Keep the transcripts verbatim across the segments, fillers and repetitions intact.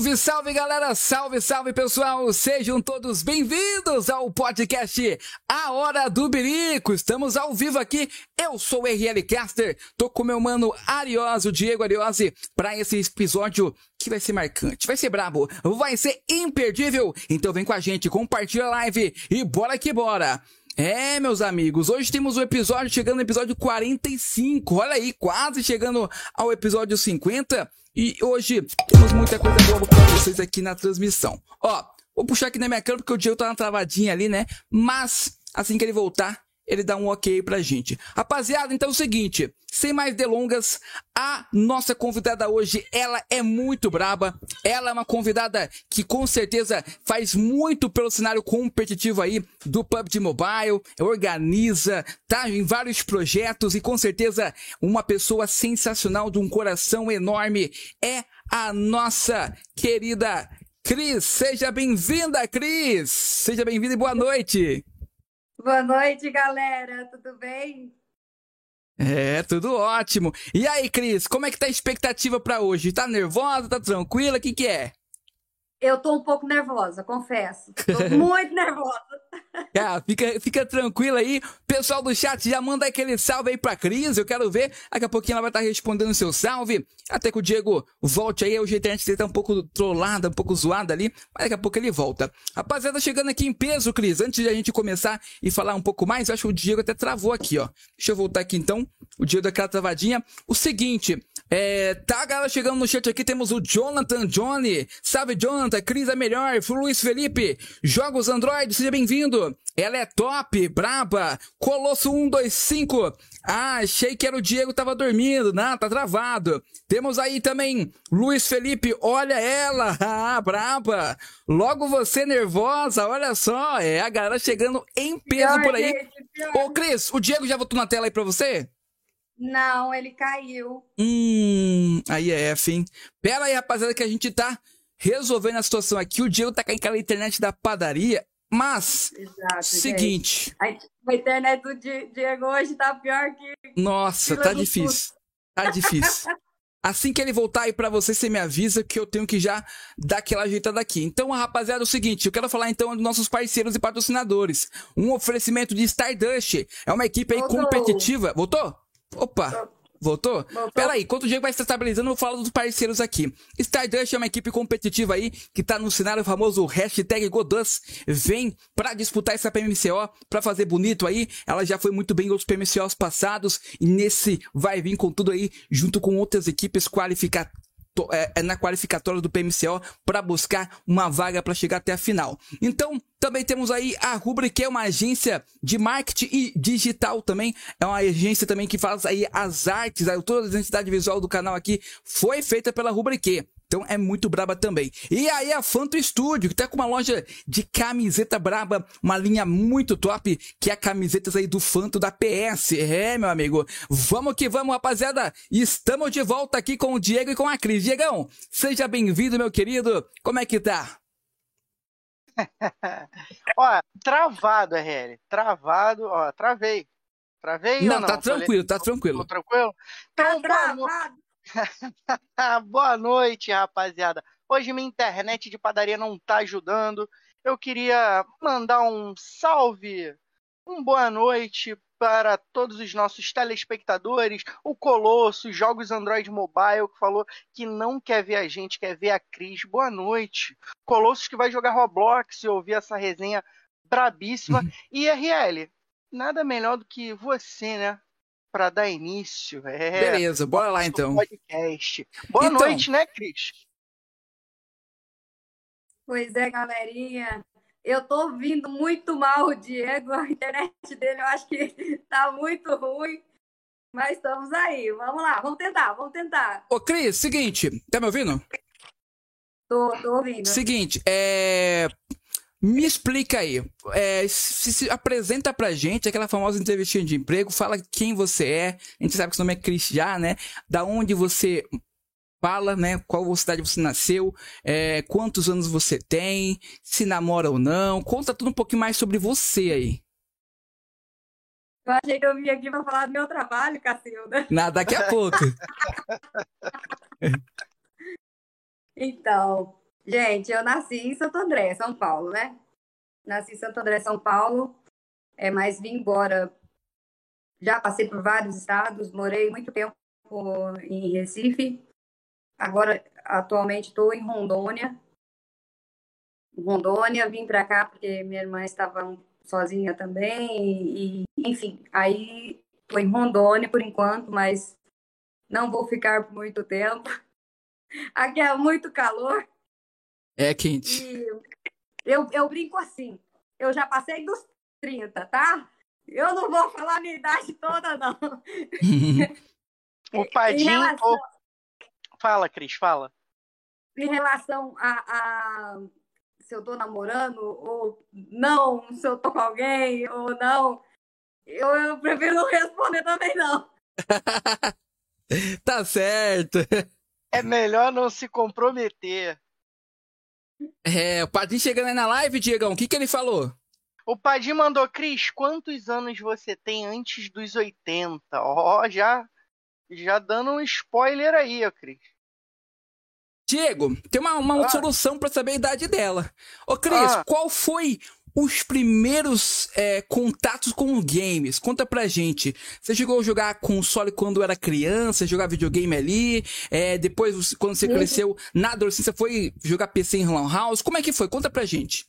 Salve, salve galera, salve, salve pessoal, sejam todos bem-vindos ao podcast A Hora do Birico. Estamos ao vivo aqui, eu sou o R L Caster, tô com meu mano Ariose, o Diego Ariose, para esse episódio que vai ser marcante, vai ser brabo, vai ser imperdível. Então vem com a gente, compartilha a live e bora que bora. É, meus amigos, hoje temos o episódio chegando no episódio quarenta e cinco, olha aí, quase chegando ao episódio cinquenta. E hoje temos muita coisa boa pra vocês aqui na transmissão. Ó, vou puxar aqui na minha câmera porque o Diego tá na travadinha ali, né? Mas, assim que ele voltar, ele dá um ok pra gente. Rapaziada, então é o seguinte, sem mais delongas, a nossa convidada hoje, ela é muito braba. Ela é uma convidada que com certeza faz muito pelo cenário competitivo aí do P U B G Mobile, organiza, tá em vários projetos e com certeza uma pessoa sensacional, de um coração enorme. É a nossa querida Cris. Seja bem-vinda, Cris! Seja bem-vinda e boa noite! Boa noite, galera. Tudo bem? É, tudo ótimo. E aí, Cris, como é que tá a expectativa pra hoje? Tá nervosa? Tá tranquila? O que que é? Eu tô um pouco nervosa, confesso. Tô muito nervosa. Ah, fica, fica tranquila aí. Pessoal do chat, já manda aquele salve aí pra Cris. Eu quero ver. Daqui a pouquinho ela vai estar respondendo o seu salve. Até que o Diego volte aí. Hoje a internet dele tá um pouco trollada, um pouco zoada ali. Mas daqui a pouco ele volta. Rapaziada, chegando aqui em peso, Cris. Antes de a gente começar e falar um pouco mais, eu acho que o Diego até travou aqui, ó. Deixa eu voltar aqui então. O Diego daquela travadinha. O seguinte, é, tá, galera, chegando no chat aqui. Temos o Jonathan Johnny. Salve, Jonathan. Cris é melhor. Luiz Felipe. Jogos Android, seja bem-vindo. Ela é top, braba. Colosso um dois cinco. Ah, achei que era o Diego, tava dormindo. Não, tá travado. Temos aí também Luiz Felipe. Olha ela. Ah, braba. Logo você nervosa, olha só. É a galera chegando em peso por aí. Ô, Cris, o Diego já voltou na tela aí pra você? Não, ele caiu. Hum, aí é F, hein? Pera aí, rapaziada, que a gente tá resolvendo a situação aqui. O Diego tá com aquela internet da padaria. Mas, Exato, seguinte... gente. A internet do Diego hoje tá pior que... Nossa, tá difícil. Tá difícil. Assim que ele voltar aí pra você, você me avisa que eu tenho que já dar aquela ajeitada aqui. Então, rapaziada, é o seguinte, eu quero falar então dos nossos parceiros e patrocinadores. Um oferecimento de Stardust. É uma equipe aí Voltou. competitiva. Voltou? Opa! Voltou. Voltou? Voltou. Pera aí, enquanto o Diego vai se estabilizando, eu vou falar dos parceiros aqui. Stardust é uma equipe competitiva aí, que tá no cenário famoso hashtag Godus. Vem pra disputar essa P M C O, pra fazer bonito aí. Ela já foi muito bem em outros P M C Os passados, e nesse vai vir com tudo aí, junto com outras equipes qualificadas. É, na qualificatória do P M C O para buscar uma vaga para chegar até a final. Então, também temos aí a Rubrik, que é uma agência de marketing e digital também. É uma agência também que faz aí as artes, toda a identidade visual do canal aqui foi feita pela Rubrik. Então é muito braba também. E aí a Fanto Studio, que tá com uma loja de camiseta braba, uma linha muito top, que é camisetas aí do Fanto da P S. É, meu amigo. Vamos que vamos, rapaziada. Estamos de volta aqui com o Diego e com a Cris. Diegão, seja bem-vindo, meu querido. Como é que tá? Ó, travado, R L. Travado, ó, travei. Travei não, ou não? Tá tranquilo, tá tranquilo. Tô tranquilo? Então, tá travado. Boa noite, rapaziada. Hoje minha internet de padaria não tá ajudando. Eu queria mandar um salve, um boa noite para todos os nossos telespectadores, o Colosso, Jogos Android Mobile, que falou que não quer ver a gente, quer ver a Cris. Boa noite. Colossus que vai jogar Roblox e ouvir essa resenha brabíssima. Uhum. E R L, nada melhor do que você, né? Para dar início. É, beleza, bora lá então. Podcast. Boa então, noite, né, Cris? Pois é, galerinha. Eu tô ouvindo muito mal o Diego. A internet dele eu acho que tá muito ruim. Mas estamos aí. Vamos lá, vamos tentar, vamos tentar. Ô, Cris, seguinte, tá me ouvindo? Tô, tô ouvindo. Seguinte, é... me explica aí, é, se, se apresenta pra gente aquela famosa entrevistinha de emprego, fala quem você é, a gente sabe que seu nome é Cris já, né, da onde você fala, né, qual cidade você nasceu, é, quantos anos você tem, se namora ou não, conta tudo um pouquinho mais sobre você aí. Eu achei que eu vim aqui pra falar do meu trabalho, Cacilda. Não, daqui a pouco. Então, Gente, eu nasci em Santo André, São Paulo, né? Nasci em Santo André, São Paulo, é, mas vim embora. Já passei por vários estados, morei muito tempo em Recife. Agora, atualmente, estou em Rondônia. Rondônia, vim para cá porque minha irmã estava sozinha também. E, enfim, aí estou em Rondônia por enquanto, mas não vou ficar por muito tempo. Aqui é muito calor. É quente. E eu, eu brinco assim. Eu já passei dos trinta, tá? Eu não vou falar a minha idade toda, não. O Padim... Em relação, ou- Fala, Cris, fala. em relação a, a se eu tô namorando ou não, se eu tô com alguém ou não, eu, eu prefiro não responder também, não. Tá certo. É melhor não se comprometer. É, o Padim chegando aí na live, Diegão, o que que ele falou? O Padim mandou, Cris, quantos anos você tem antes dos oitenta? Ó, já, já dando um spoiler aí, ó, Cris. Diego, tem uma, uma Ah. solução pra saber a idade dela. Ô, Cris, Ah. qual foi os primeiros é, contatos com games? Conta pra gente. Você chegou a jogar console quando era criança, jogar videogame ali? É, depois, você- quando você Sim. cresceu na adolescência, foi jogar P C em Lan House? Como é que foi? Conta pra gente.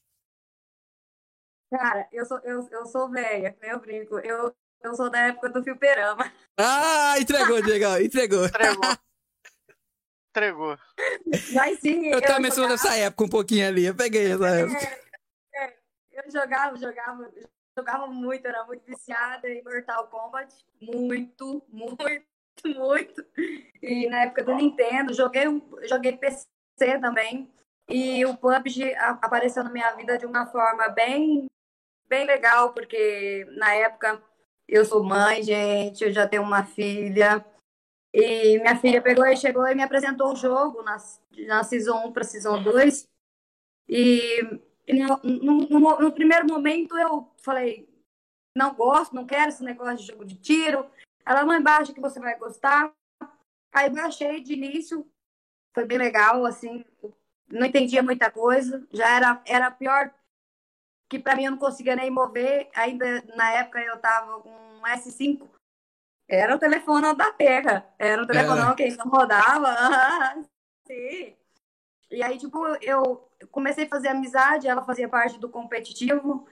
Cara, eu sou, eu, eu sou velha, eu brinco. Eu, eu sou da época do fliperama. Ah, entregou, Diegão, entregou. Entregou. Entregou. Mas sim, Eu também sou jogava- dessa época um pouquinho ali, eu peguei essa época. É, eu jogava, jogava, jogava muito, era muito viciada em Mortal Kombat. Muito, muito, muito. E na época do Nintendo, joguei, joguei P C também. E o P U B G a- apareceu na minha vida de uma forma bem, bem legal, porque na época eu sou mãe, gente, eu já tenho uma filha. E minha filha pegou e chegou e me apresentou o jogo na, na Season um para Season dois. E no, no, no, no primeiro momento eu falei, não gosto, não quero esse negócio de jogo de tiro. Ela, mãe, baixa que você vai gostar. Aí baixei de início, foi bem legal, assim, não entendia muita coisa. Já era, era pior que para mim eu não conseguia nem mover. Ainda na época eu tava com um S cinco. Era o telefone da terra. Era o telefone É. que não rodava. Ah, sim. E aí, tipo, eu comecei a fazer amizade, ela fazia parte do competitivo.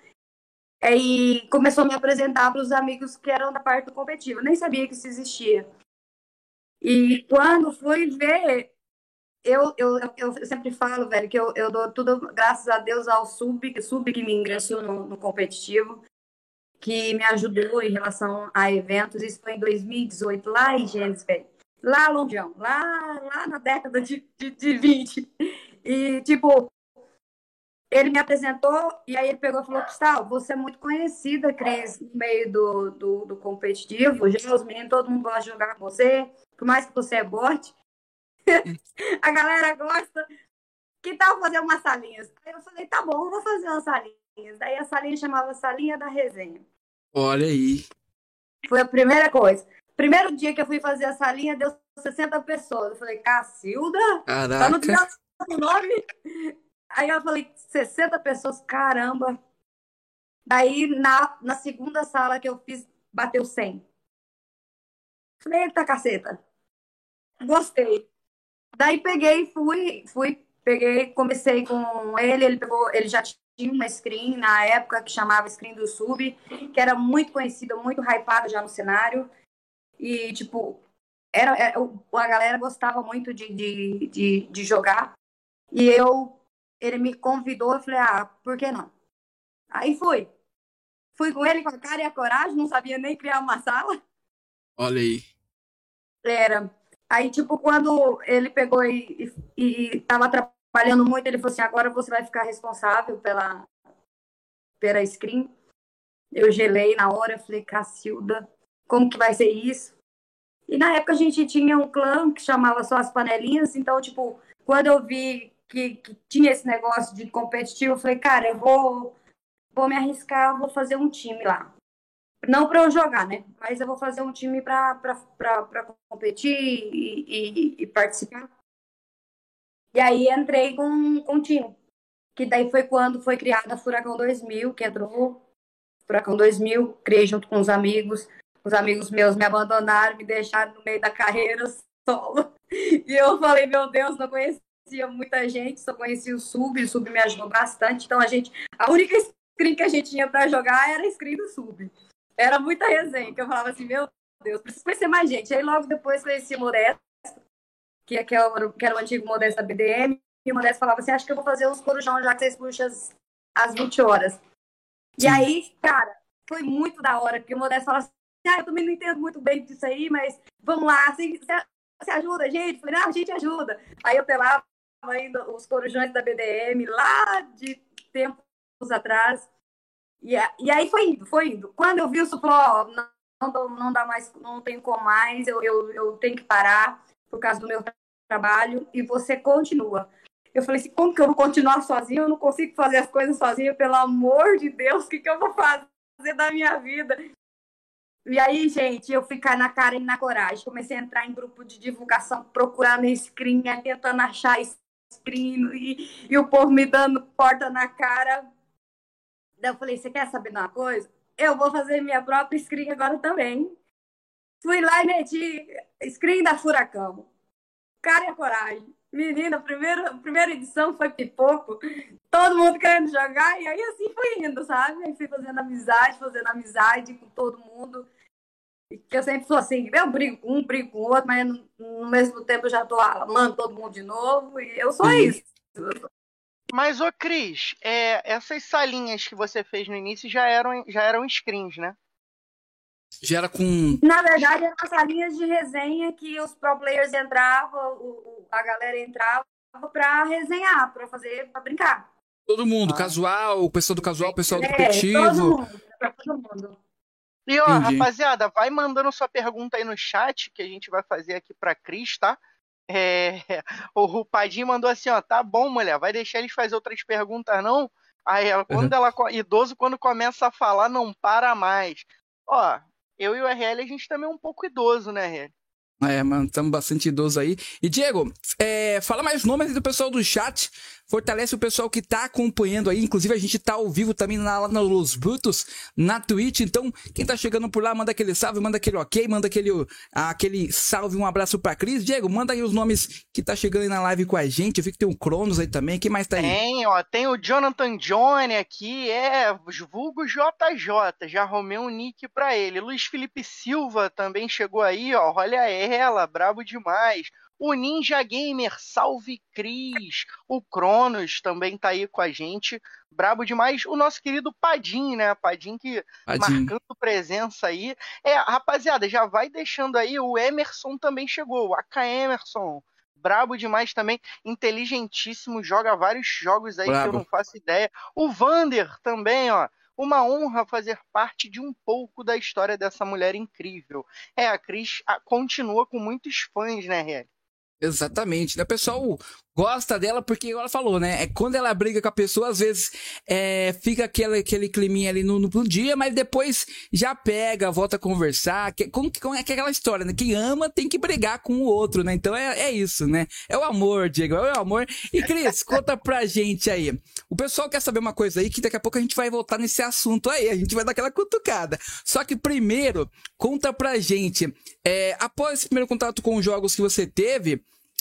E começou a me apresentar para os amigos que eram da parte do competitivo. Eu nem sabia que isso existia. E quando fui ver, eu, eu, eu sempre falo, velho, que eu, eu dou tudo graças a Deus ao sub, sub que me ingressou no, no competitivo, que me ajudou em relação a eventos. Isso foi em dois mil e dezoito, lá em Gênesis, velho. Lá longeão, lá, lá na década de, de, de vinte. E, tipo, ele me apresentou e aí ele pegou e falou, Cristal, você é muito conhecida, Cris, no meio do, do, do competitivo. Já os meninos, todo mundo gosta de jogar com você. Por mais que você é bot, a galera gosta. Que tal fazer umas salinhas? Aí eu falei, tá bom, eu vou fazer umas salinhas. Daí a salinha chamava Salinha da Resenha. Olha aí. Foi a primeira coisa. Primeiro dia que eu fui fazer a salinha, deu sessenta pessoas. Eu falei, Cacilda? Tá no Caraca. o nome? Aí eu falei, sessenta pessoas, caramba. Daí, na, na segunda sala que eu fiz, bateu cem. Falei, eita caceta. Gostei. Daí peguei, fui, fui, peguei, comecei com ele, ele pegou, ele já tinha uma screen na época que chamava Screen do Sub, que era muito conhecida, muito hypada já no cenário. E, tipo, era, era, a galera gostava muito de, de, de, de jogar. E eu, ele me convidou, eu falei, ah, por que não? Aí fui. Fui com ele com a cara e a coragem, não sabia nem criar uma sala. Olha aí. Era. Aí, tipo, quando ele pegou e, e, e tava trabalhando muito, ele falou assim, agora você vai ficar responsável pela, pela screen. Eu gelei na hora, falei, Cacilda, como que vai ser isso? E na época a gente tinha um clã que chamava só as panelinhas, então, tipo, quando eu vi que, que tinha esse negócio de competitivo, eu falei, cara, eu vou, vou me arriscar, vou fazer um time lá. Não para eu jogar, né? Mas eu vou fazer um time para competir e, e, e participar. E aí entrei com, com o time. Que daí foi quando foi criada a Furacão dois mil, que entrou Furacão dois mil, criei junto com os amigos. Os amigos meus me abandonaram, me deixaram no meio da carreira solo. E eu falei, meu Deus, não conhecia muita gente, só conhecia o Sub, o Sub me ajudou bastante. Então a gente, a única screen que a gente tinha para jogar era a screen do Sub. Era muita resenha, que eu falava assim, meu Deus, preciso conhecer mais gente. Aí logo depois conheci o Modesto, que, que, era, que era o antigo Modesto da B D M, e o Modesto falava assim, acho que eu vou fazer uns corujão, já que vocês puxam às vinte horas. E aí, cara, foi muito da hora, porque o Modesto falava assim, ah, eu também não entendo muito bem disso aí, mas vamos lá, assim, você, você ajuda a gente? Eu falei, não, a gente ajuda. Aí eu pelava ainda os corujões da B D M, lá de tempos atrás, e, e aí foi indo, foi indo. Quando eu vi o Suplo, ó, não, não, não dá mais, não tenho como mais, eu, eu, eu tenho que parar por causa do meu trabalho, e você continua. Eu falei assim, como que eu vou continuar sozinha? Eu não consigo fazer as coisas sozinha, pelo amor de Deus, o que, que eu vou fazer da minha vida? E aí, gente, eu ficar na cara e na coragem. Comecei a entrar em grupo de divulgação, procurando screen, tentando achar screen, e, e o povo me dando porta na cara. Daí eu falei, você quer saber de uma coisa? Eu vou fazer minha própria screen agora também. Fui lá e meti screen da Furacão. Cara e a coragem. Menina, a primeira, a primeira edição foi pipoco, todo mundo querendo jogar, e aí assim foi indo, sabe? Aí fui fazendo amizade, fazendo amizade com todo mundo. Que eu sempre sou assim, eu brigo com um, brigo com o outro, mas no, no mesmo tempo eu já tô amando todo mundo de novo, e eu sou Sim. isso. Mas, ô Cris, é, essas salinhas que você fez no início já eram, já eram screens, né? Já era com... Na verdade, eram salinhas de resenha que os pro players entravam, o, o, a galera entrava pra resenhar, pra fazer, pra brincar. Todo mundo, Ah. casual, o pessoal do casual, o pessoal do É, competitivo. todo mundo, pra todo mundo. E, ó, Entendi. rapaziada, vai mandando sua pergunta aí no chat, que a gente vai fazer aqui pra Cris, tá? É, o Padim mandou assim, ó, tá bom, mulher, vai deixar eles fazer outras perguntas, não? Aí ela, quando ela, idoso, quando começa a falar, não para mais. Ó, eu e o R L, a gente também é um pouco idoso, né, R L? É, mano, estamos bastante idosos aí. E, Diego, é, fala mais nomes aí do pessoal do chat. Fortalece o pessoal que tá acompanhando aí. Inclusive, a gente tá ao vivo também na, lá no Los Brutos, na Twitch. Então, quem tá chegando por lá, manda aquele salve, manda aquele ok, manda aquele, aquele salve, um abraço pra Cris. Diego, manda aí os nomes que tá chegando aí na live com a gente. Eu vi que tem o Cronos aí também. Quem mais tá aí? Tem, ó, tem o Jonathan Johnny aqui, é, vulgo J J, já arrumei um nick pra ele. Luiz Felipe Silva também chegou aí, ó, olha ela, brabo demais. O Ninja Gamer, salve Cris. O Cronos também tá aí com a gente, brabo demais. O nosso querido Padim, né, Padim que Padim. marcando presença aí. É, rapaziada, já vai deixando aí, o Emerson também chegou, o A K Emerson. Brabo demais também, inteligentíssimo, joga vários jogos aí Brabo. que eu não faço ideia. O Vander também, ó. Uma honra fazer parte de um pouco da história dessa mulher incrível. É, a Cris a, continua com muitos fãs, né, Ré? Exatamente, né? O pessoal gosta dela porque ela falou, né? É quando ela briga com a pessoa, às vezes é, fica aquele, aquele climinha ali no, no dia, mas depois já pega, volta a conversar. Que, como, como é aquela história, né? Quem ama tem que brigar com o outro, né? Então é, é isso, né? É o amor, Diego, é o amor. E Cris, conta pra gente aí. O pessoal quer saber uma coisa aí, que daqui a pouco a gente vai voltar nesse assunto aí, a gente vai dar aquela cutucada. Só que primeiro, conta pra gente, é, após esse primeiro contato com os jogos que você teve,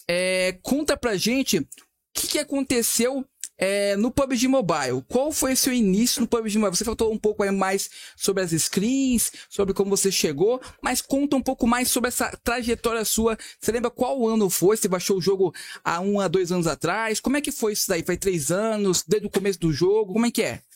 É, conta pra gente o que, que aconteceu é, no P U B G Mobile. Qual foi seu início no P U B G Mobile? Você falou um pouco aí mais sobre as screens, sobre como você chegou, mas conta um pouco mais sobre essa trajetória sua. Você lembra qual ano foi? Você baixou o jogo há um a dois anos atrás? Como é que foi isso daí? Foi três anos? Desde o começo do jogo? Como é que é?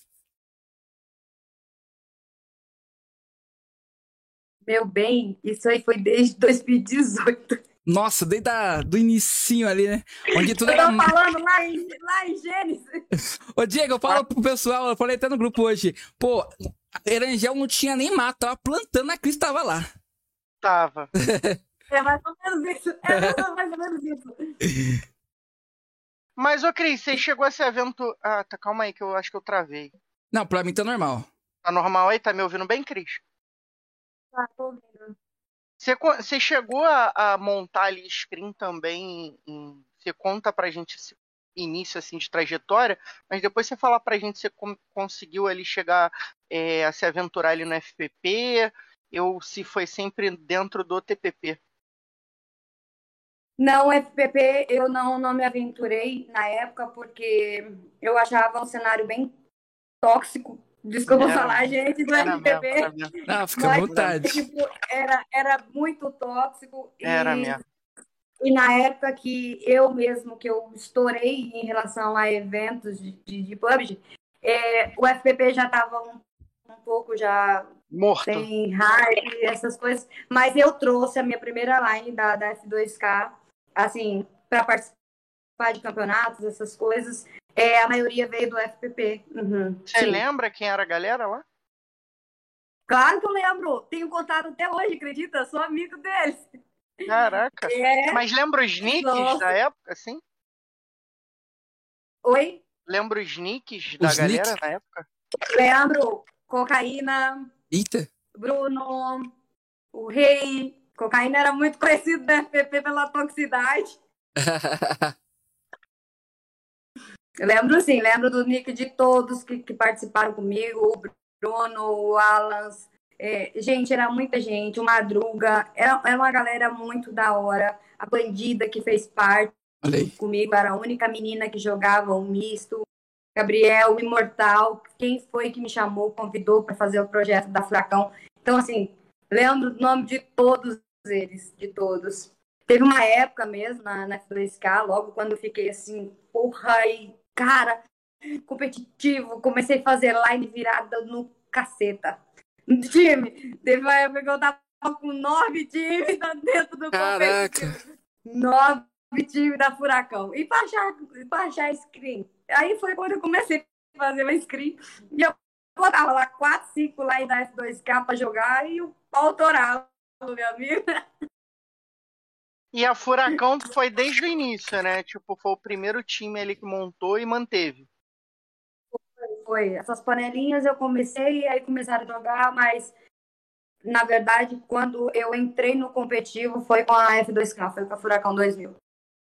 Meu bem, isso aí foi desde dois mil e dezoito. Nossa, desde a, do inicinho ali, né? Onde tudo Eu era... tô falando lá em, lá em Gênesis. Ô, Diego, eu falo pro pessoal, eu falei até no grupo hoje, pô, Erangel não tinha nem mato, tava plantando, a Cris tava lá. Tava. É mais ou menos isso. É mais ou menos isso. Mas, ô Cris, você chegou a esse evento... Ah, tá, calma aí, que eu acho que eu travei. Não, pra mim tá normal. Tá normal aí? Tá me ouvindo bem, Cris? Tá, tô ouvindo. Você, você chegou a, a montar ali screen também em você conta pra gente esse início assim de trajetória, mas depois você fala pra gente se você conseguiu ali chegar é, a se aventurar ali no F P P, ou se foi sempre dentro do T P P. Não, F P P eu não, não me aventurei na época porque eu achava um cenário bem tóxico. Desculpa Era falar, mesmo. gente, do Era F P P. mesmo, era mesmo. Não, fica à Mas, vontade. tipo, era, era muito tóxico. Era E, mesmo. e na época que eu mesmo, que eu estourei em relação a eventos de, de, de P U B G, é, o F P P já estava um, um pouco já Morto. sem hype, essas coisas. Mas eu trouxe a minha primeira line da, da F dois K, assim, para participar de campeonatos, essas coisas. É, a maioria veio do F P P. Uhum, Você sim. lembra quem era a galera lá? Claro que eu lembro. Tenho contato até hoje, acredita? Sou amigo deles. Caraca. É. Mas lembra os nicks Nossa. da época, assim? Oi? Lembra os nicks da Os galera nick? na época? Lembro. Cocaína, Eita. Bruno, o Rei. Cocaína era muito conhecido do F P P pela toxicidade. Eu lembro sim, lembro do nick de todos que, que participaram comigo, o Bruno, o Alan. É, gente, era muita gente, o Madruga, era, era uma galera muito da hora. A Bandida que fez parte Olha aí. comigo, era a única menina que jogava o misto. Gabriel, o Imortal, quem foi que me chamou, convidou para fazer o projeto da Furacão. Então, assim, lembro o nome de todos eles, de todos. Teve uma época mesmo na, na F dois K, logo quando eu fiquei assim, porra, e cara, competitivo, comecei a fazer line virada no caceta. Time, teve uma época que eu tava com nove times dentro do Caraca. competitivo. Nove times da Furacão. E baixar, baixar screen. Aí foi quando eu comecei a fazer uma screen. E eu botava lá quatro, cinco lá da F dois K pra jogar e o pau torava, meu amigo. E a Furacão foi desde o início, né? Tipo, foi o primeiro time ali que montou e manteve. Foi. Essas panelinhas eu comecei, aí começaram a jogar, mas na verdade, quando eu entrei no competitivo, foi com a F dois K, foi com a Furacão dois mil.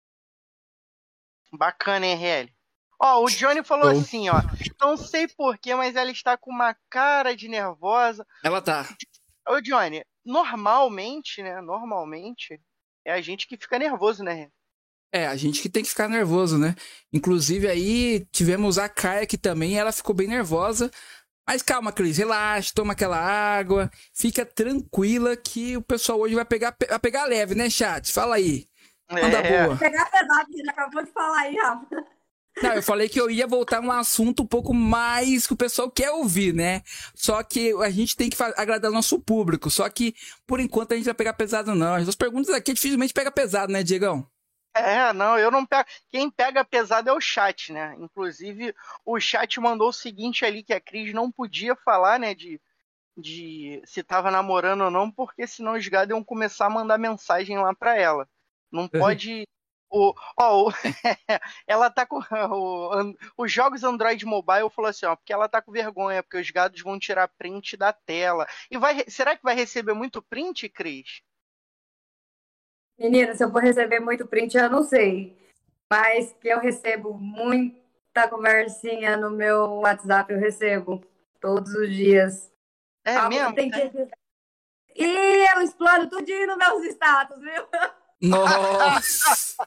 Bacana, hein, R L? Ó, o Johnny falou Show. assim, ó. Não sei porquê, mas ela está com uma cara de nervosa. Ela tá. Ô, Johnny, normalmente, né? Normalmente, é a gente que fica nervoso, né? É, a gente que tem que ficar nervoso, né? Inclusive aí tivemos a Kaia aqui também, ela ficou bem nervosa. Mas calma, Cris, relaxa, toma aquela água, fica tranquila que o pessoal hoje vai pegar, vai pegar leve, né, chat? Fala aí. Manda É. boa. Pegar pesado, que já acabou de falar aí, Rafa. Não, eu falei que eu ia voltar a um assunto um pouco mais que o pessoal quer ouvir, né? Só que a gente tem que agradar o nosso público. Só que, por enquanto, a gente vai pegar pesado, não. As perguntas aqui dificilmente pega pesado, né, Diegão? É, não, eu não pego. Quem pega pesado é o chat, né? Inclusive, o chat mandou o seguinte ali, que a Cris não podia falar, né, de, de se tava namorando ou não, porque senão os gados iam começar a mandar mensagem lá pra ela. Não pode... O, ó, o, ela tá com o, os jogos Android Mobile falou assim, ó, porque ela tá com vergonha, porque os gados vão tirar print da tela. E vai, será que vai receber muito print, Cris? Menina, se eu vou receber muito print, eu não sei. Mas que eu recebo muita conversinha no meu WhatsApp, eu recebo todos os dias. É Ah, mesmo? tem que... E eu exploro tudinho nos meus status, viu? Nossa!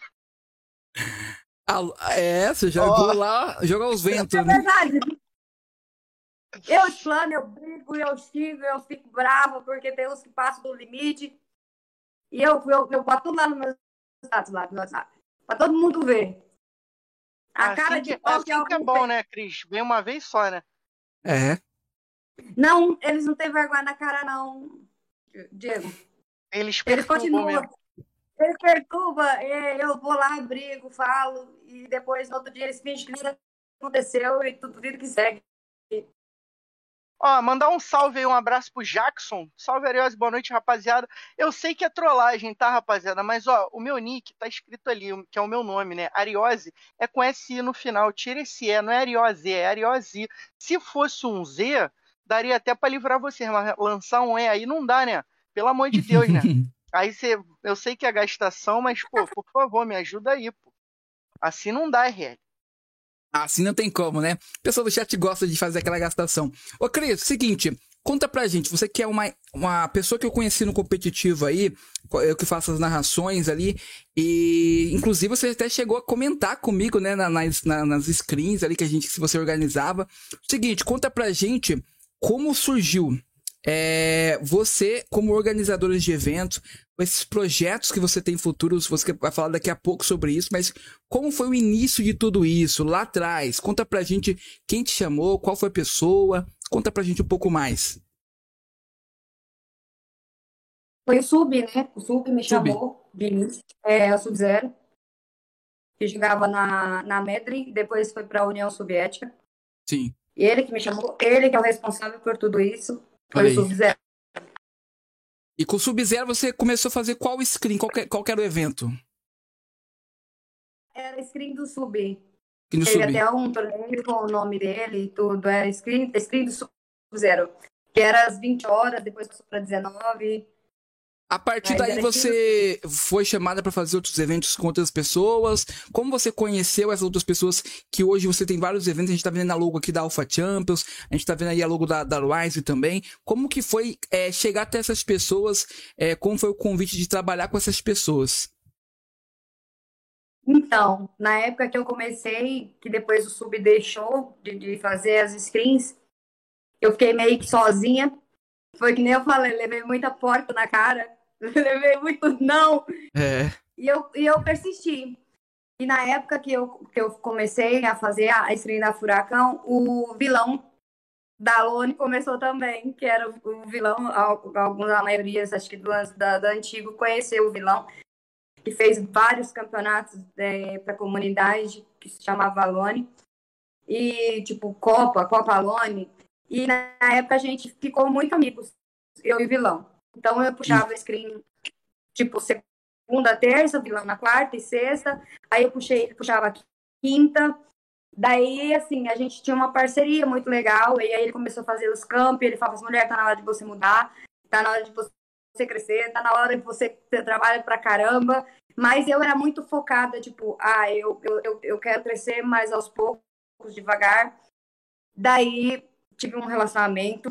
É, você jogou oh. lá, joga os ventos, é né? É verdade. Eu explano, eu brigo, eu xingo, eu fico brava, porque tem uns que passam do limite. E eu, eu, eu boto tudo lá no meu status, lá no WhatsApp. Pra todo mundo ver. A assim cara que, de pau assim que é, que é bom, né, Cris? Vem uma vez só, né? É. Não, eles não têm vergonha na cara, não, Diego. Eles, eles continuam. Mesmo. Eles perturbam, eu vou lá, brigo, falo, e depois, no outro dia, eles fingem que nada aconteceu e tudo vida que segue. Ó, mandar um salve aí, um abraço pro Jackson. Salve, Ariose, boa noite, rapaziada. Eu sei que é trollagem, tá, rapaziada? Mas, ó, o meu nick tá escrito ali, que é o meu nome, né? Ariose é com S I no final. Tira esse E, não é Ariose, é Ariose. Se fosse um Z, daria até pra livrar vocês, mas lançar um E aí não dá, né? Pelo amor de Deus, né? Aí você, eu sei que é gastação, mas, pô, por favor, me ajuda aí, pô. Assim não dá, R L. Assim não tem como, né? O pessoal do chat gosta de fazer aquela gastação. Ô, Cris, seguinte, conta pra gente, você que é uma, uma pessoa que eu conheci no competitivo aí, eu que faço as narrações ali, e inclusive você até chegou a comentar comigo, né, nas, nas screens ali que a gente, se você organizava. Seguinte, conta pra gente como surgiu é, você como organizadora de eventos, esses projetos que você tem futuros, você vai falar daqui a pouco sobre isso, mas como foi o início de tudo isso, lá atrás? Conta pra gente quem te chamou, qual foi a pessoa, conta pra gente um pouco mais. Foi o Sub, né? O Sub me Sub. chamou de início, é, o Sub-Zero, que jogava na, na Medri, depois foi para a União Soviética. Sim. E ele que me chamou, ele que é o responsável por tudo isso, foi Olha o aí. Sub-Zero. E com o Sub-Zero você começou a fazer qual screen, qual, que, qual que era o evento? Era screen do Sub. Que no Teve Sub. até um torneio com o nome dele e tudo. Era screen, screen do Sub-Zero. Que era às vinte horas, depois passou para dezenove. A partir Mas daí era você foi chamada para fazer outros eventos com outras pessoas. Como você conheceu essas outras pessoas que hoje você tem vários eventos? A gente tá vendo a logo aqui da Alpha Champions, a gente tá vendo aí a logo da, da Rise também. Como que foi é, chegar até essas pessoas? É, como foi o convite de trabalhar com essas pessoas? Então, na época que eu comecei, que depois o Sub deixou de, de fazer as screens, eu fiquei meio que sozinha. Foi que nem eu falei, levei muita porta na cara, levei muito não. É. E eu, e eu persisti. E na época que eu, que eu comecei a fazer a screen da Furacão, o vilão da Lone começou também, que era o, o vilão, alguns, a maioria, acho que do, da, da antigo, conheceu o vilão, que fez vários campeonatos é, para a comunidade, que se chamava Alone, e tipo Copa, Copa Alone, e na época a gente ficou muito amigos, eu e o vilão. Então eu puxava o screen, tipo, segunda, terça, o vilão na quarta e sexta, aí eu puxei, puxava quinta, daí assim, a gente tinha uma parceria muito legal, e aí ele começou a fazer os campos, ele falava assim, mulher, tá na hora de você mudar, tá na hora de você você crescer, tá na hora de você ter trabalho pra caramba, mas eu era muito focada, tipo, ah, eu, eu, eu quero crescer, mas aos poucos, devagar. Daí tive um relacionamento.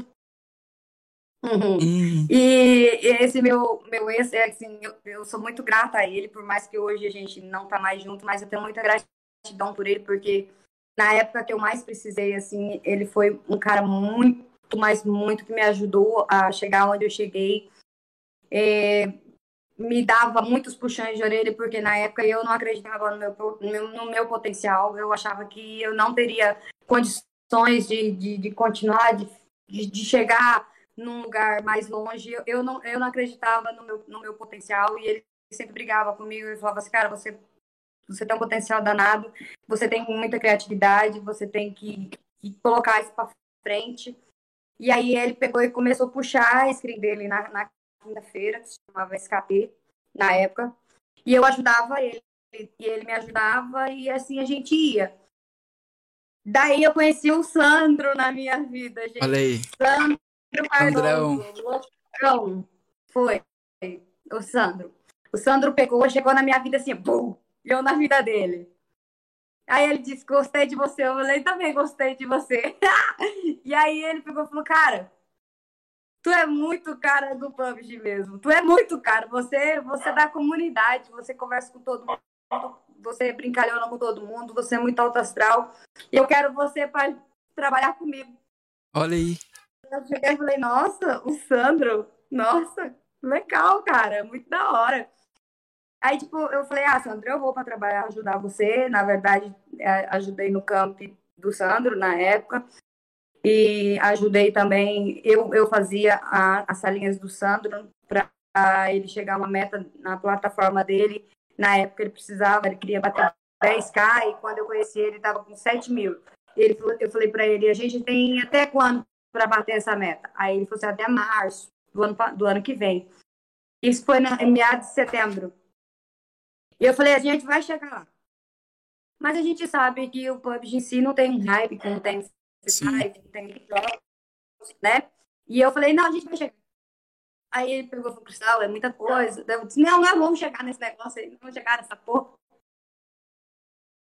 Uhum. Hum. E esse meu, meu ex, é assim, eu, eu sou muito grata a ele, por mais que hoje a gente não tá mais junto, mas eu tenho muita gratidão por ele, porque na época que eu mais precisei, assim, ele foi um cara muito, mas muito que me ajudou a chegar onde eu cheguei. É, me dava muitos puxões de orelha, porque na época eu não acreditava no meu, no meu, no meu potencial, eu achava que eu não teria condições de, de, de continuar, de, de chegar num lugar mais longe, eu, eu, não, eu não acreditava no meu, no meu potencial, e ele sempre brigava comigo e falava assim, cara, você, você tem um potencial danado, você tem muita criatividade, você tem que, que colocar isso para frente. E aí ele pegou e começou a puxar a screen dele na, na quinta-feira, que se chamava S K P, na época, e eu ajudava ele, e ele me ajudava, e assim a gente ia. Daí eu conheci o Sandro na minha vida, gente. Olha aí. Sandro Sandrão. Cardoso. Foi o Sandro. O Sandro pegou, chegou na minha vida assim, bum, eu na vida dele. Aí ele disse, gostei de você. Eu falei, também gostei de você. E aí ele pegou e falou, cara, tu é muito cara do P U B G mesmo. Tu é muito cara. Você, você é da comunidade, você conversa com todo mundo, você brincalhona com todo mundo, você é muito alto astral. E eu quero você para trabalhar comigo. Olha aí. Eu cheguei e falei, nossa, o Sandro, nossa, legal, cara, muito da hora. Aí, tipo, eu falei, ah, Sandro, eu vou para trabalhar, ajudar você. Na verdade, ajudei no camp do Sandro na época. E ajudei também, eu, eu fazia a, as salinhas do Sandro para ele chegar a uma meta na plataforma dele. Na época ele precisava, ele queria bater dez K, e quando eu conheci ele, ele estava com sete mil. Ele, eu falei para ele, a gente tem até quando para bater essa meta? Aí ele falou assim, até março do ano, do ano que vem. Isso foi na, em meados de setembro. E eu falei, a gente vai chegar lá. Mas a gente sabe que o P U B G em si não tem um hype, que não tem hype, não tem jogos, né? E eu falei, não, a gente vai chegar. Aí ele pegou e falou, Cristal, é muita coisa. Eu disse, não, nós vamos chegar nesse negócio aí, não vamos chegar nessa porra.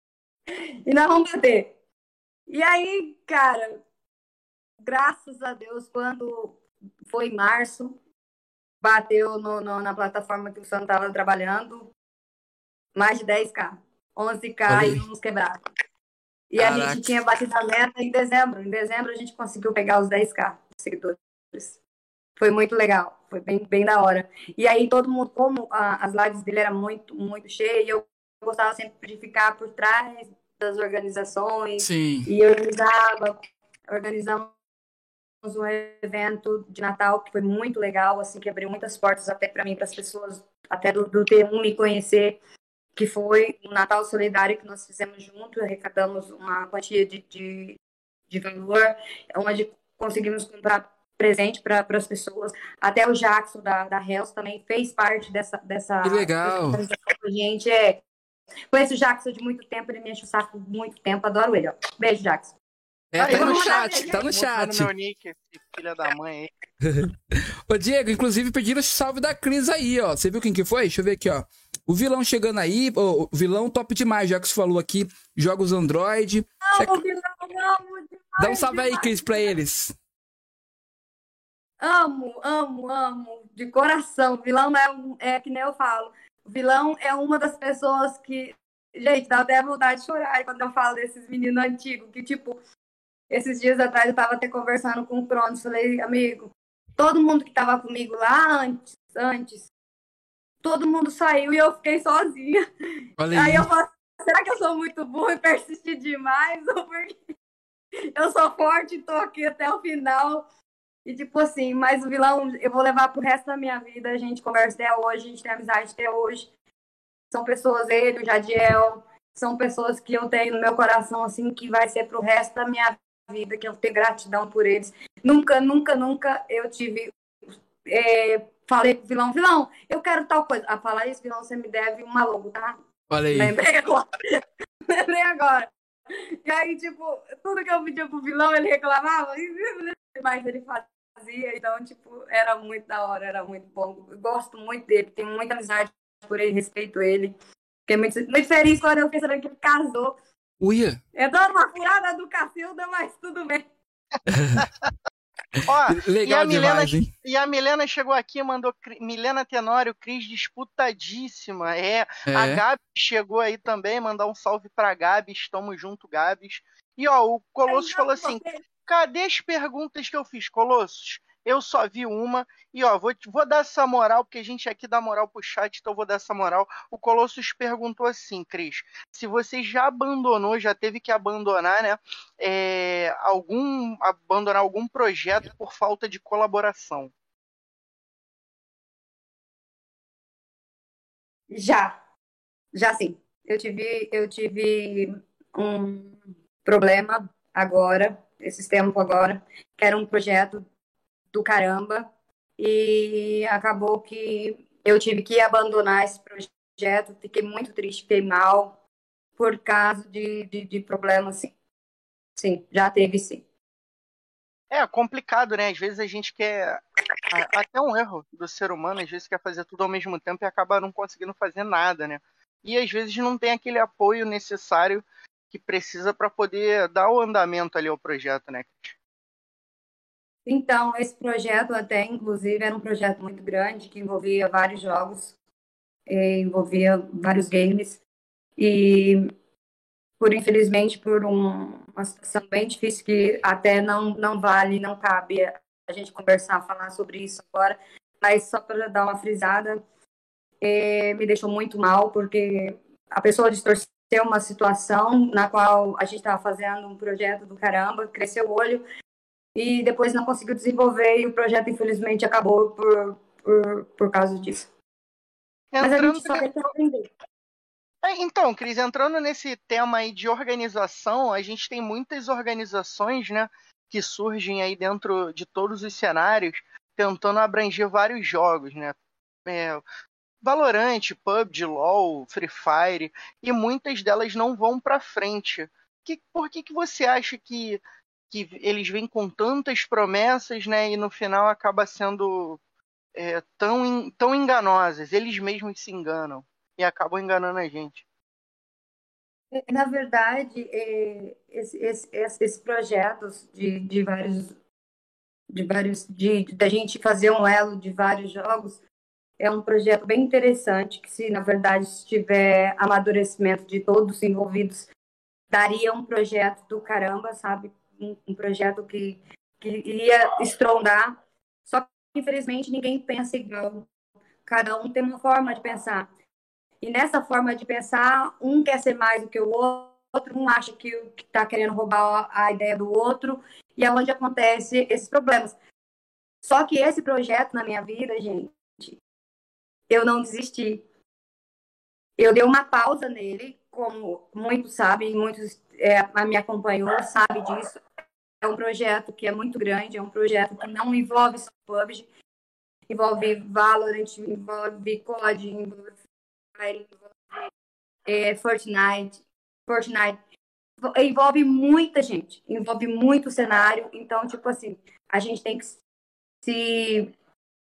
E nós vamos bater. E aí, cara, graças a Deus, quando foi em março, bateu no, no, na plataforma que o Sam estava trabalhando, mais de dez K. onze K e uns quebrados. E a gente Caraca. tinha batido a meta em dezembro. Em dezembro a gente conseguiu pegar os dez K de seguidores. Foi muito legal, foi bem, bem da hora. E aí todo mundo, como a, as lives dele eram muito, muito cheias, eu gostava sempre de ficar por trás das organizações. Sim. E organizava, organizamos um evento de Natal que foi muito legal, assim, que abriu muitas portas até para mim, para as pessoas, até do, do T um me conhecer, que foi um Natal Solidário que nós fizemos junto, arrecadamos uma quantia de, de, de valor, onde conseguimos comprar presente para as pessoas. Até o Jackson da, da Hells também fez parte dessa, dessa, Que legal. dessa com a gente. É. Conheço o Jackson de muito tempo, ele me enche o saco muito tempo, adoro ele. Ó. Beijo, Jackson. É, Aí, tá no vamos chat, lá, tá no Mudando chat. meu nick, esse filho da mãe aí. Ô, Diego, inclusive pediram salve da Cris aí, ó. Você viu quem que foi? Deixa eu ver aqui, ó. O vilão chegando aí, o vilão top demais, já que você falou aqui, jogos Android. Amo, vilão, amo demais, Dá um salve aí, demais. Cris, pra eles. Amo, amo, amo, de coração. Vilão é, um, é que nem eu falo. O vilão é uma das pessoas que, gente, dá até vontade de chorar quando eu falo desses meninos antigos, que tipo, esses dias atrás eu tava até conversando com o Cronos, falei, amigo, todo mundo que tava comigo lá antes, antes, todo mundo saiu e eu fiquei sozinha. Olha aí. Aí eu falo, será que eu sou muito burra e persisti demais? Ou porque eu sou forte e tô aqui até o final? E tipo assim, mas o vilão eu vou levar pro resto da minha vida. A gente conversa até hoje, a gente tem amizade até hoje. São pessoas, ele, o Jadiel, são pessoas que eu tenho no meu coração, assim, que vai ser pro resto da minha vida, que eu tenho gratidão por eles. Nunca, nunca, nunca eu tive. É, falei pro vilão, vilão, eu quero tal coisa. A falar isso, vilão, você me deve uma logo, tá? Olha aí. Lembrei agora. Lembrei agora. E aí, tipo, tudo que eu pedia pro vilão, ele reclamava, mas ele fazia, então, tipo, era muito da hora, era muito bom. Eu gosto muito dele, tenho muita amizade por ele, respeito ele. Fiquei muito, muito feliz quando eu fiquei sabendo que ele casou. Uia. Eu dou uma furada do Cacilda, mas tudo bem. Ó, Legal e a Milena, demais, hein? e a Milena chegou aqui e mandou Milena Tenório, Cris disputadíssima. É, É. a Gabi chegou aí também, mandar um salve pra Gabi, estamos junto, Gabs. E ó, o Colossus falou assim: cadê as perguntas que eu fiz, Colossus? Eu só vi uma. E ó, vou, vou dar essa moral, porque a gente aqui dá moral pro chat, então eu vou dar essa moral. O Colossus perguntou assim, Cris, se você já abandonou, já teve que abandonar, né? É, algum, abandonar algum projeto por falta de colaboração. Já, já sim. Eu tive, eu tive um problema agora, esses tempos agora, que era um projeto do caramba, e acabou que eu tive que abandonar esse projeto, fiquei muito triste, fiquei mal, por causa de, de, de problemas, sim. Sim, já teve, sim. É complicado, né? Às vezes a gente quer, até um erro do ser humano, às vezes quer fazer tudo ao mesmo tempo e acaba não conseguindo fazer nada, né? E às vezes não tem aquele apoio necessário que precisa para poder dar o andamento ali ao projeto, né? Então, esse projeto até, inclusive, era um projeto muito grande, que envolvia vários jogos, envolvia vários games, e por infelizmente, por um, uma situação bem difícil, que até não, não vale, não cabe a gente conversar, falar sobre isso agora, mas só para dar uma frisada, é, me deixou muito mal, porque a pessoa distorceu uma situação na qual a gente estava fazendo um projeto do caramba, cresceu o olho, e depois não conseguiu desenvolver, e o projeto, infelizmente, acabou por, por, por causa disso. Mas a gente só tem que aprender. Então, Cris, entrando nesse tema aí de organização, a gente tem muitas organizações, né, que surgem aí dentro de todos os cenários, tentando abranger vários jogos, né? É, Valorant, P U B G, LoL, Free Fire, e muitas delas não vão para frente. Que, por que, que você acha que, que eles vêm com tantas promessas, né, e no final acaba sendo é, tão, tão enganosas? Eles mesmos se enganam e acabam enganando a gente. Na verdade, é, esse, esse, esses projetos de, de vários, de vários, de, da gente fazer um elo de vários jogos, é um projeto bem interessante, que se, na verdade, tiver amadurecimento de todos os envolvidos, daria um projeto do caramba, sabe? Um, um projeto que, que iria estrondar. Só que, infelizmente, ninguém pensa igual. Cada um tem uma forma de pensar. E nessa forma de pensar, um quer ser mais do que o outro, um acha que está querendo roubar a ideia do outro, e é onde acontece esses problemas. Só que esse projeto na minha vida, gente, eu não desisti. Eu dei uma pausa nele, como muitos sabem, muitos é, me acompanhou, sabe disso. É um projeto que é muito grande, é um projeto que não envolve só P U B G, envolve Valorant, envolve C O D, envolve Fire, envolve é, Fortnite, Fortnite. Envolve muita gente, envolve muito cenário. Então, tipo assim, a gente tem que se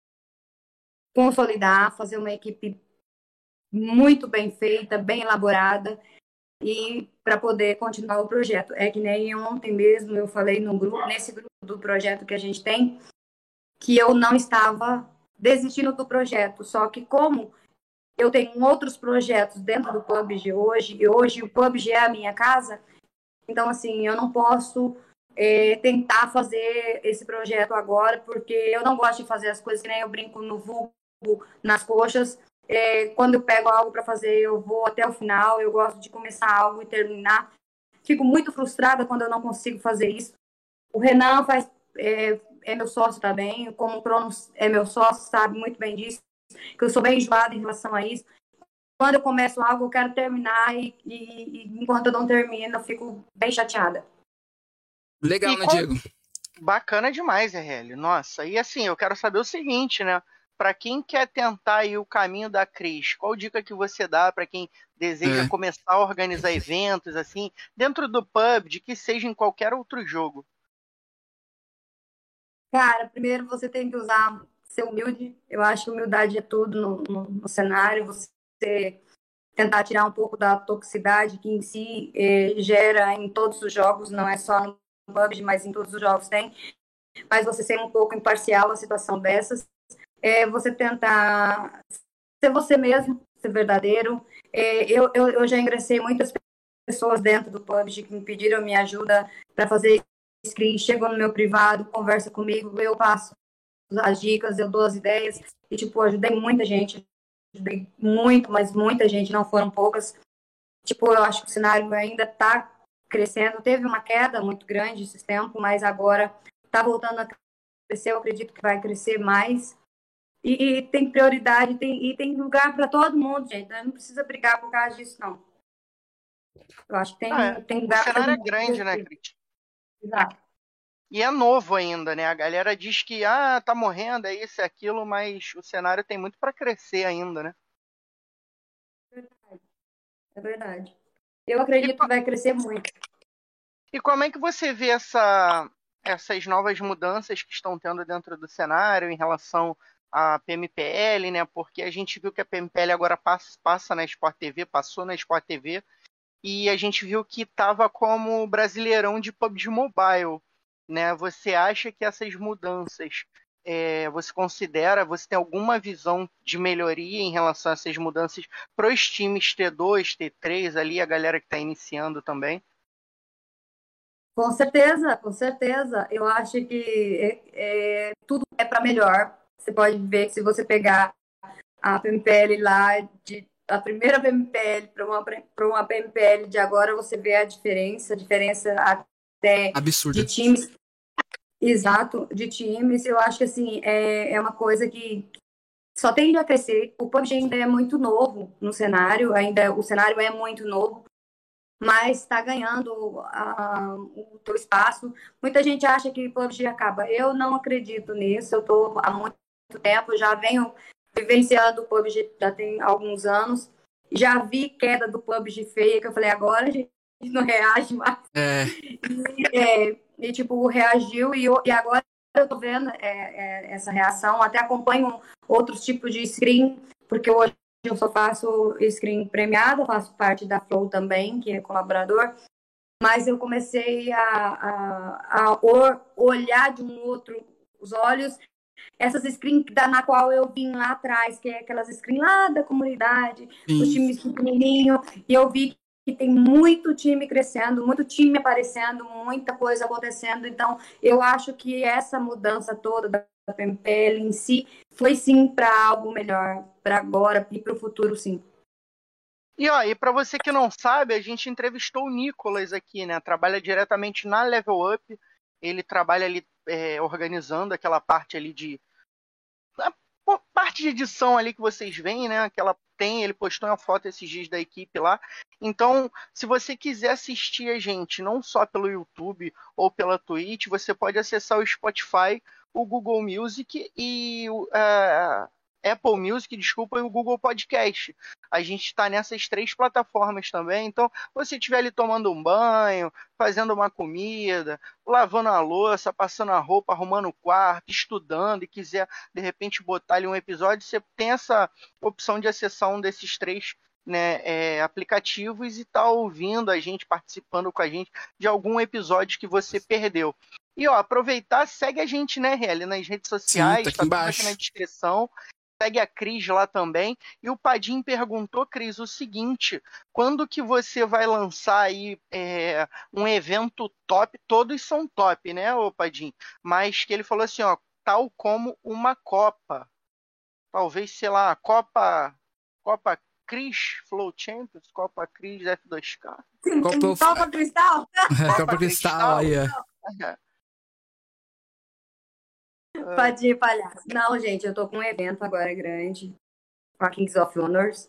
consolidar, fazer uma equipe muito bem feita, bem elaborada, e para poder continuar o projeto. É que nem ontem mesmo eu falei no grupo, nesse grupo do projeto que a gente tem, que eu não estava desistindo do projeto, só que como eu tenho outros projetos dentro do P U B G hoje, e hoje o P U B G é a minha casa, então assim, eu não posso é, tentar fazer esse projeto agora, porque eu não gosto de fazer as coisas que nem eu brinco no vulgo, nas coxas. É, quando eu pego algo para fazer, eu vou até o final, eu gosto de começar algo e terminar. Fico muito frustrada quando eu não consigo fazer isso. O Renan faz, é, é meu sócio também, como o Cronos é meu sócio, sabe muito bem disso, que eu sou bem enjoada em relação a isso. Quando eu começo algo, eu quero terminar e, e, e enquanto eu não termino, eu fico bem chateada. Legal, E né, com- Diego? Bacana demais, R L. Nossa, e assim, eu quero saber o seguinte, né? Para quem quer tentar aí o caminho da Cris, qual dica que você dá para quem deseja É. começar a organizar eventos assim, dentro do P U B G, que seja em qualquer outro jogo? Cara, primeiro você tem que usar, ser humilde. Eu acho que humildade é tudo no, no, no cenário. Você tentar tirar um pouco da toxicidade que em si eh, gera em todos os jogos, não é só no P U B G, mas em todos os jogos tem. Mas você ser um pouco imparcial a situação dessas. É você tentar ser você mesmo, ser verdadeiro. É, eu, eu, eu já ingressei muitas pessoas dentro do P U B G que me pediram minha ajuda para fazer screen, chegam no meu privado, conversa comigo, eu passo as dicas, eu dou as ideias, e, tipo, ajudei muita gente, ajudei muito, mas muita gente, não foram poucas. Tipo, eu acho que o cenário ainda está crescendo, teve uma queda muito grande esse tempo, mas agora está voltando a crescer, eu acredito que vai crescer mais, e, e tem prioridade, tem, e tem lugar para todo mundo, gente, não precisa brigar por causa disso, não. Eu acho que Ah, é. tem, tem O lugar para todo cenário é mundo grande, né, crescer. Cris? Exato. E é novo ainda, né? A galera diz que ah, tá morrendo, é isso, é aquilo, mas o cenário tem muito para crescer ainda, né? É verdade. Eu E, acredito que co- vai crescer muito. e como é que você vê essa, essas novas mudanças que estão tendo dentro do cenário em relação à P M P L, né? Porque a gente viu que a P M P L agora passa, passa na Sport T V, passou na Sport T V, e a gente viu que estava como Brasileirão de P U B G Mobile, né? Você acha que essas mudanças, é, você considera, você tem alguma visão de melhoria em relação a essas mudanças para os times T dois, T três ali, a galera que está iniciando também? Com certeza, com certeza. Eu acho que é, é, tudo é para melhor. Você pode ver que se você pegar a P M P L lá, de, a primeira P M P L para uma, para uma P M P L de agora, você vê a diferença, a diferença até Absurda. de times. Exato, de times. Eu acho que assim, é, é uma coisa que só tende a crescer. O P U B G ainda é muito novo no cenário, ainda o cenário é muito novo, mas está ganhando uh, o teu espaço. Muita gente acha que o P U B G acaba. Eu não acredito nisso. Eu estou há muito tempo, já venho vivenciando o P U B G já tem alguns anos. Já vi queda do P U B G feia, que eu falei, agora a gente não reage mais. É. E, é, e tipo, reagiu, e, e agora eu tô vendo é, é, essa reação. Até acompanho outros tipos de screen, porque hoje eu só faço screen premiado, faço parte da Flow também, que é colaborador, mas eu comecei a, a, a olhar de um outro os olhos essas screens na qual eu vim lá atrás, que é aquelas screens lá da comunidade, Sim. os times pequenininhos, e eu vi que tem muito time crescendo, muito time aparecendo, muita coisa acontecendo, então eu acho que essa mudança toda da P M P L em si foi sim para algo melhor, para agora e para o futuro, sim. E ó, e para você que não sabe, a gente entrevistou o Nicolas aqui, né? Trabalha diretamente na Level Up. Ele trabalha ali é, organizando aquela parte ali de a parte de edição ali que vocês veem, né? Aquela tem, ele postou uma foto esses dias da equipe lá. Então, se você quiser assistir a gente, não só pelo YouTube ou pela Twitch, você pode acessar o Spotify, o Google Music e o uh, Apple Music, desculpa, e o Google Podcast. A gente está nessas três plataformas também. Então, você estiver ali tomando um banho, fazendo uma comida, lavando a louça, passando a roupa, arrumando o quarto, estudando e quiser, de repente, botar ali um episódio, você tem essa opção de acessar um desses três, né, é, aplicativos e tá ouvindo a gente, participando com a gente de algum episódio que você perdeu. E ó, aproveitar, segue a gente, né, Rieli, nas redes sociais, Sim, tá aqui tá tudo embaixo. aqui na descrição. Segue a Cris lá também. E o Padim perguntou, Cris, o seguinte: quando que você vai lançar aí é, um evento top? Todos são top, né, ô Padim? Mas que ele falou assim, ó, tal como uma Copa. Talvez, sei lá, Copa Copa Cris Flow Champions, Copa Cris F dois K. Copa, Copa Cristal? Copa Cristal aí, ó. Padinha palhaço. Não, gente, eu tô com um evento agora grande, com a Kings of Honors.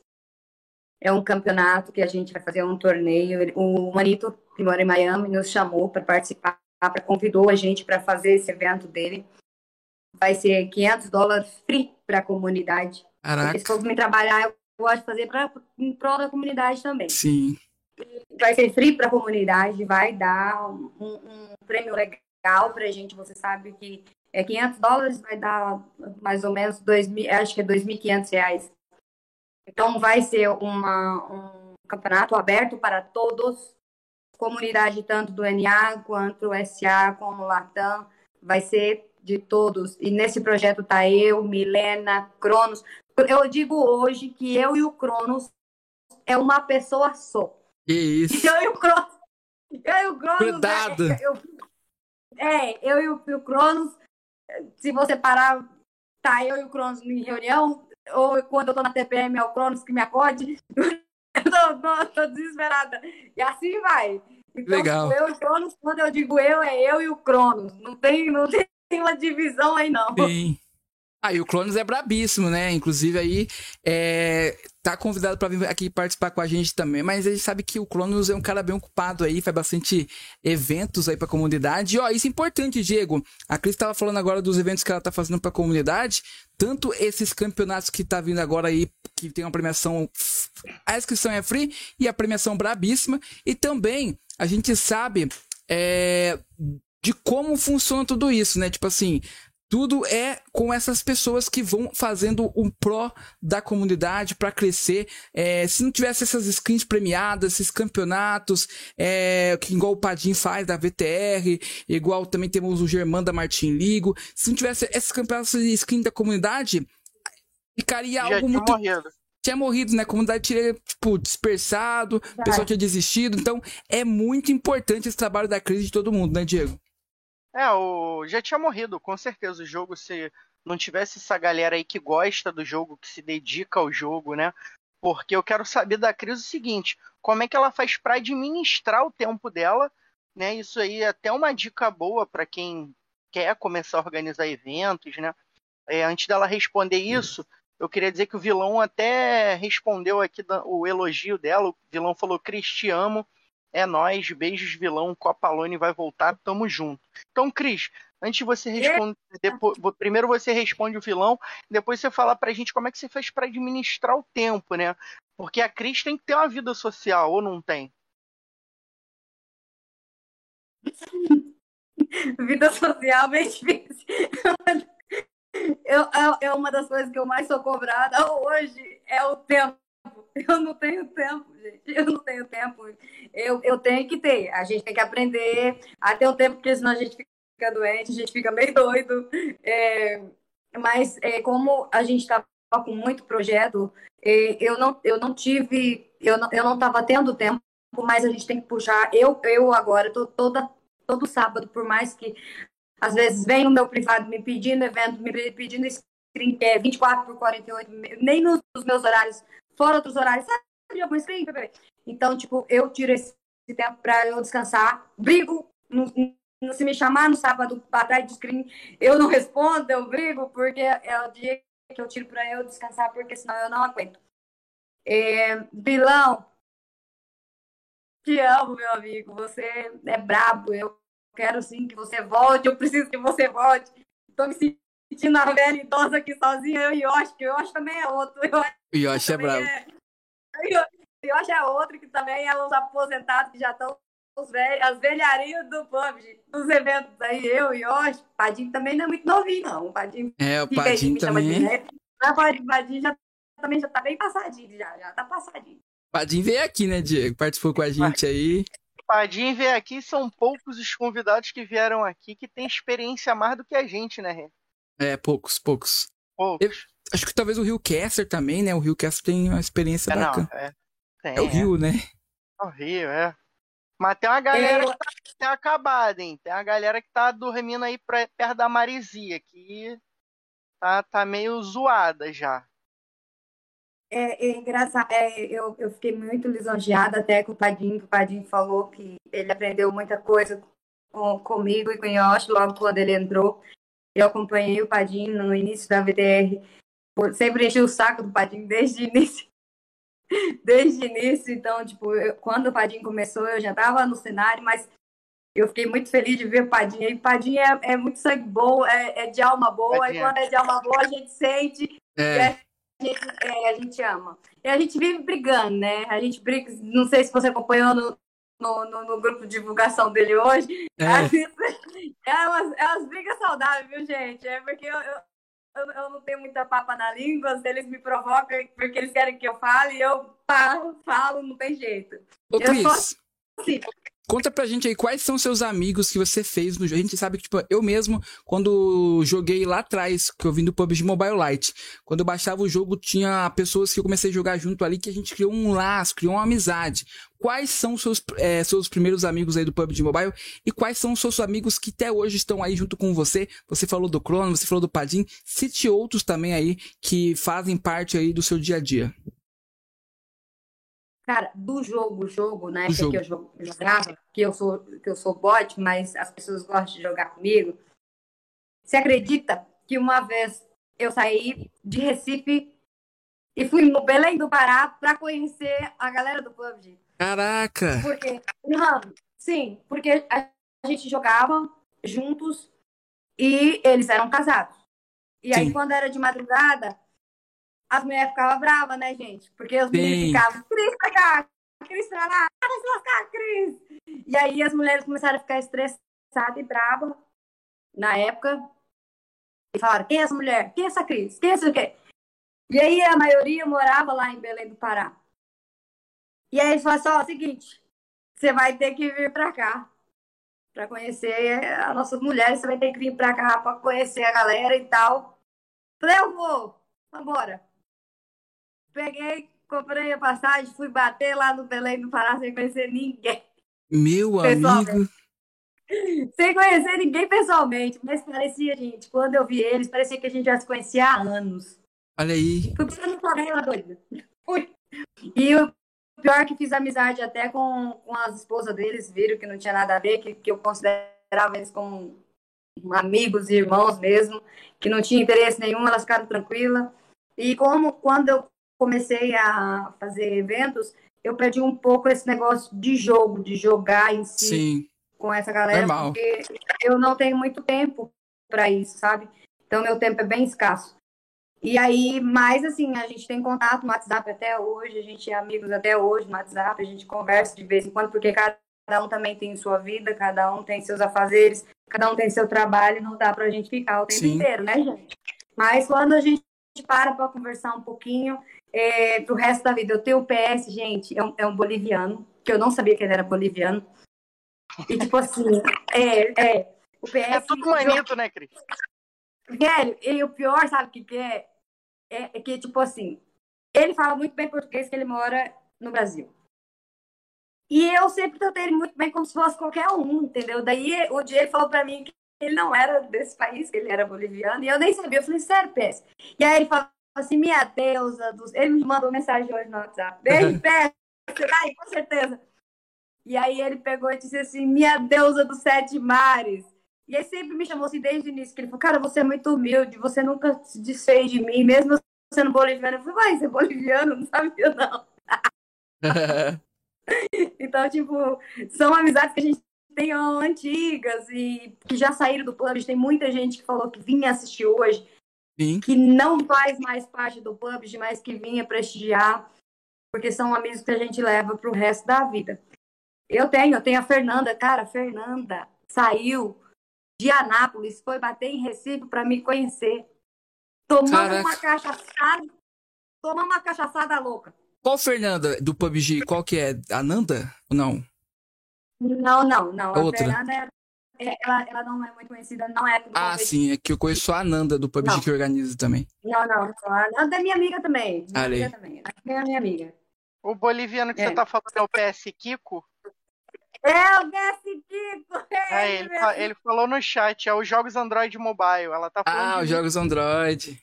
É um campeonato que a gente vai fazer um torneio. O Manito, que mora em Miami, nos chamou para participar, pra, convidou a gente para fazer esse evento dele. Vai ser quinhentos dólares free para a comunidade. Caraca. Porque se for me trabalhar, eu gosto de fazer pra, em prol da comunidade também. Sim. Vai ser free para a comunidade, vai dar um, um prêmio legal para a gente. Você sabe que é quinhentos dólares, vai dar mais ou menos dois mil, acho que é dois mil e quinhentos reais. Então vai ser uma, um campeonato aberto para todos, comunidade tanto do N A quanto o S A, como o Latam, vai ser de todos. E nesse projeto tá eu, Milena, Cronos. Eu digo hoje que eu e o Cronos é uma pessoa só. Que isso? Eu e o Cronos. Eu e o Cronos. Cuidado. É, eu, é, eu e o, o Cronos. Se você parar, tá eu e o Cronos em reunião, ou quando eu tô na T P M é o Cronos que me acorde, eu tô, tô, tô desesperada. E assim vai. Então, legal. Eu e o Cronos, quando eu digo eu, é eu e o Cronos. Não tem, não tem uma divisão aí, não. Sim. Ah, e o Cronos é brabíssimo, né? Inclusive aí, é... tá convidado para vir aqui participar com a gente também, mas a gente sabe que o Cronos é um cara bem ocupado aí, faz bastante eventos aí pra comunidade. E ó, isso é importante, Diego. A Cris tava falando agora dos eventos que ela tá fazendo pra comunidade, tanto esses campeonatos que tá vindo agora aí, que tem uma premiação, a inscrição é free e a premiação brabíssima, e também a gente sabe é... de como funciona tudo isso, né? Tipo assim, tudo é com essas pessoas que vão fazendo um pró da comunidade para crescer. É, se não tivesse essas skins premiadas, esses campeonatos, é, que igual o Padim faz da V T R, igual também temos o Germán da Martin Ligo, se não tivesse esses campeonatos de skin da comunidade, ficaria Já algo tinha muito... morrido. Tinha morrido, né? A comunidade teria, tipo, dispersado, o pessoal tinha desistido. Então, é muito importante esse trabalho da crise de todo mundo, né, Diego? É, o... já tinha morrido, com certeza. O jogo, se não tivesse essa galera aí que gosta do jogo, que se dedica ao jogo, né? Porque eu quero saber da Cris o seguinte: como é que ela faz para administrar o tempo dela, né? Isso aí é até uma dica boa para quem quer começar a organizar eventos, né? É, antes dela responder isso, eu queria dizer que o vilão até respondeu aqui o elogio dela. O vilão falou: Cris, te amo. É nóis, beijos, vilão, Copa Lone vai voltar, tamo junto. Então, Cris, antes de você responder, depois, primeiro você responde o vilão, depois você fala pra gente como é que você faz pra administrar o tempo, né? Porque a Cris tem que ter uma vida social, ou não tem? Vida social bem difícil. Eu, é uma das coisas que eu mais sou cobrada hoje, é o tempo. Eu não tenho tempo, gente. Eu não tenho tempo. Eu, eu tenho que ter. A gente tem que aprender a ter o tempo, porque senão a gente fica doente, a gente fica meio doido. É, mas é, como a gente estava com muito projeto, é, eu, não, eu não tive, eu não eu não estava tendo tempo, mas a gente tem que puxar. Eu, eu agora tô toda, todo sábado, por mais que às vezes vem o meu privado me pedindo evento, me pedindo screen, que é vinte e quatro por quarenta e oito, nem nos meus horários, fora outros horários, sabe, algum screen, bebê. Então, tipo, eu tiro esse tempo para eu descansar, brigo, no, no, se me chamar no sábado atrás de screen, eu não respondo, eu brigo, porque é o dia que eu tiro para eu descansar, porque senão eu não aguento. É, Bilão, te amo, meu amigo, você é brabo, eu quero sim que você volte, eu preciso que você volte. Tô me sentindo a velha idosa aqui sozinha, eu e o Yoshi, que o Yoshi também é outro. O Yoshi é bravo. É... O Yoshi é outro que também é os aposentados que já estão os velhos, as velharias do P U B G, dos eventos aí, eu e o Yoshi. O Padinho também não é muito novinho, não. O Padinho é, o Padinho também. O Padinho já, também já tá bem passadinho, já, já tá passadinho. Padinho veio aqui, né, Diego? Participou com a gente aí. Padinho veio aqui, são poucos os convidados que vieram aqui que têm experiência mais do que a gente, né, Rê? É, poucos, poucos. Poucos. Eu, acho que talvez o Rio Caster também, né? O Rio Caster tem uma experiência é, bacana. Não, é, tem, é o Rio, é. né? É o Rio, é. Mas tem uma galera eu... que tá, tá acabada, hein? Tem uma galera que tá dormindo aí pra, perto da Marizia, que tá, tá meio zoada já. É, é engraçado, é, eu, eu fiquei muito lisonjeada até com o Padinho, que o Padinho falou que ele aprendeu muita coisa com, comigo e com o Yoshi logo quando ele entrou. Eu acompanhei o Padinho no início da V T R, sempre enchi o saco do Padinho desde o início. Desde o início, então, tipo, eu, quando o Padinho começou, eu já estava no cenário, mas eu fiquei muito feliz de ver o Padinho. E o Padinho é, é muito sangue bom, é, é de alma boa, Padinho. E quando é de alma boa, a gente sente é. e a gente, é, a gente ama. E a gente vive brigando, né? A gente briga, não sei se você acompanhou no, no, no, no grupo de divulgação dele hoje. É, Gente, é, umas, é umas brigas saudáveis, viu, gente? É porque eu, eu, eu, eu não tenho muita papa na língua, se eles me provocam porque eles querem que eu fale, eu falo, falo, não tem jeito. Ô, eu Cris, sou assim. Conta pra gente aí, quais são seus amigos que você fez no jogo? A gente sabe que, tipo, eu mesmo, quando joguei lá atrás, que eu vim do P U B G Mobile Lite, quando eu baixava o jogo, tinha pessoas que eu comecei a jogar junto ali, que a gente criou um laço, criou uma amizade. Quais são seus, é, seus primeiros amigos aí do P U B G Mobile? E quais são os seus amigos que até hoje estão aí junto com você? Você falou do Crono, você falou do Padinho. Cite outros também aí que fazem parte aí do seu dia a dia. Cara, do jogo, jogo, né? Do que jogo. eu jogava, que eu sou, que eu sou bot, mas as pessoas gostam de jogar comigo. Você acredita que uma vez eu saí de Recife e fui no Belém do Pará para conhecer a galera do P U B G? Caraca! Porque, não, sim, porque a gente jogava juntos e eles eram casados. E aí, sim, quando era de madrugada, as mulheres ficavam bravas, né, gente? Porque os meninos ficavam, Cris pra cá, Cris pra lá, vai se lascar, Cris! E aí as mulheres começaram a ficar estressadas e bravas na época. E falaram, quem é essa mulher? Quem é essa Cris? Quem é essa o quê? E aí a maioria morava lá em Belém do Pará. E aí eles falaram assim, ó, é o seguinte, você vai ter que vir pra cá pra conhecer as nossas mulheres, você vai ter que vir pra cá pra conhecer a galera e tal. Falei, eu vou, vambora. Peguei, comprei a passagem, fui bater lá no Belém do Pará sem conhecer ninguém. Meu amigo. Sem conhecer ninguém pessoalmente, mas parecia, gente, quando eu vi eles, parecia que a gente já se conhecia há anos. Olha aí. Fui precisando correr lá, doida. Fui. E o pior que fiz amizade até com, com as esposas deles, viram que não tinha nada a ver, que, que eu considerava eles como amigos e irmãos mesmo, que não tinha interesse nenhum, elas ficaram tranquilas. E como quando eu comecei a fazer eventos, eu perdi um pouco esse negócio de jogo, de jogar em si. Sim. Com essa galera, normal, porque eu não tenho muito tempo para isso, sabe? Então, meu tempo é bem escasso. E aí, mas assim, a gente tem contato no WhatsApp até hoje, a gente é amigos até hoje no WhatsApp, a gente conversa de vez em quando, porque cada um também tem sua vida, cada um tem seus afazeres, cada um tem seu trabalho, não dá pra gente ficar o tempo Sim. inteiro, né, gente? Mas quando a gente para para conversar um pouquinho, é, pro resto da vida. Eu tenho o P S, gente, é um, é um boliviano, que eu não sabia que ele era boliviano. E tipo assim, é, é, o P S... É tudo manito, né, Cris? Velho, e o pior, sabe o que que é? é? É que, tipo assim, ele fala muito bem português, que ele mora no Brasil. E eu sempre tratei ele muito bem como se fosse qualquer um, entendeu? Daí o dia ele falou pra mim que ele não era desse país, que ele era boliviano, e eu nem sabia. Eu falei, sério, P S? E aí ele falou assim, minha deusa dos... Ele me mandou mensagem hoje no WhatsApp. Beijo, P S, você tá aí, com certeza. E aí ele pegou e disse assim, minha deusa dos sete mares. E ele sempre me chamou assim desde o início, que ele falou, cara, você é muito humilde, você nunca se desfez de mim, mesmo sendo boliviano. Eu falei, vai, você é boliviano? Não sabia, não. Então, tipo, são amizades que a gente tem antigas e que já saíram do PUBG. Tem muita gente que falou que vinha assistir hoje, Sim. que não faz mais parte do PUBG, mas que vinha prestigiar, porque são amigos que a gente leva pro resto da vida. Eu tenho, eu tenho a Fernanda. Cara, a Fernanda saiu de Anápolis, foi bater em Recife para me conhecer. Tomamos uma cachaçada, tomamos uma cachaçada louca. Qual Fernanda do P U B G? Qual que é? A Nanda? Ou não? Não, não, não. A A outra? Fernanda, é, ela, ela não é muito conhecida, não é. Ah, sim, é que eu conheço a Nanda do P U B G não. que organiza também. Não, não, não. A Nanda é minha amiga também. Minha Ali. amiga também. É minha amiga. O boliviano que É. você tá falando é o P S Kiko? É o P S Kiko! É, ele, fa- ele falou no chat, é os jogos Android Mobile. Ela tá falando Ah, de os mim. jogos Android.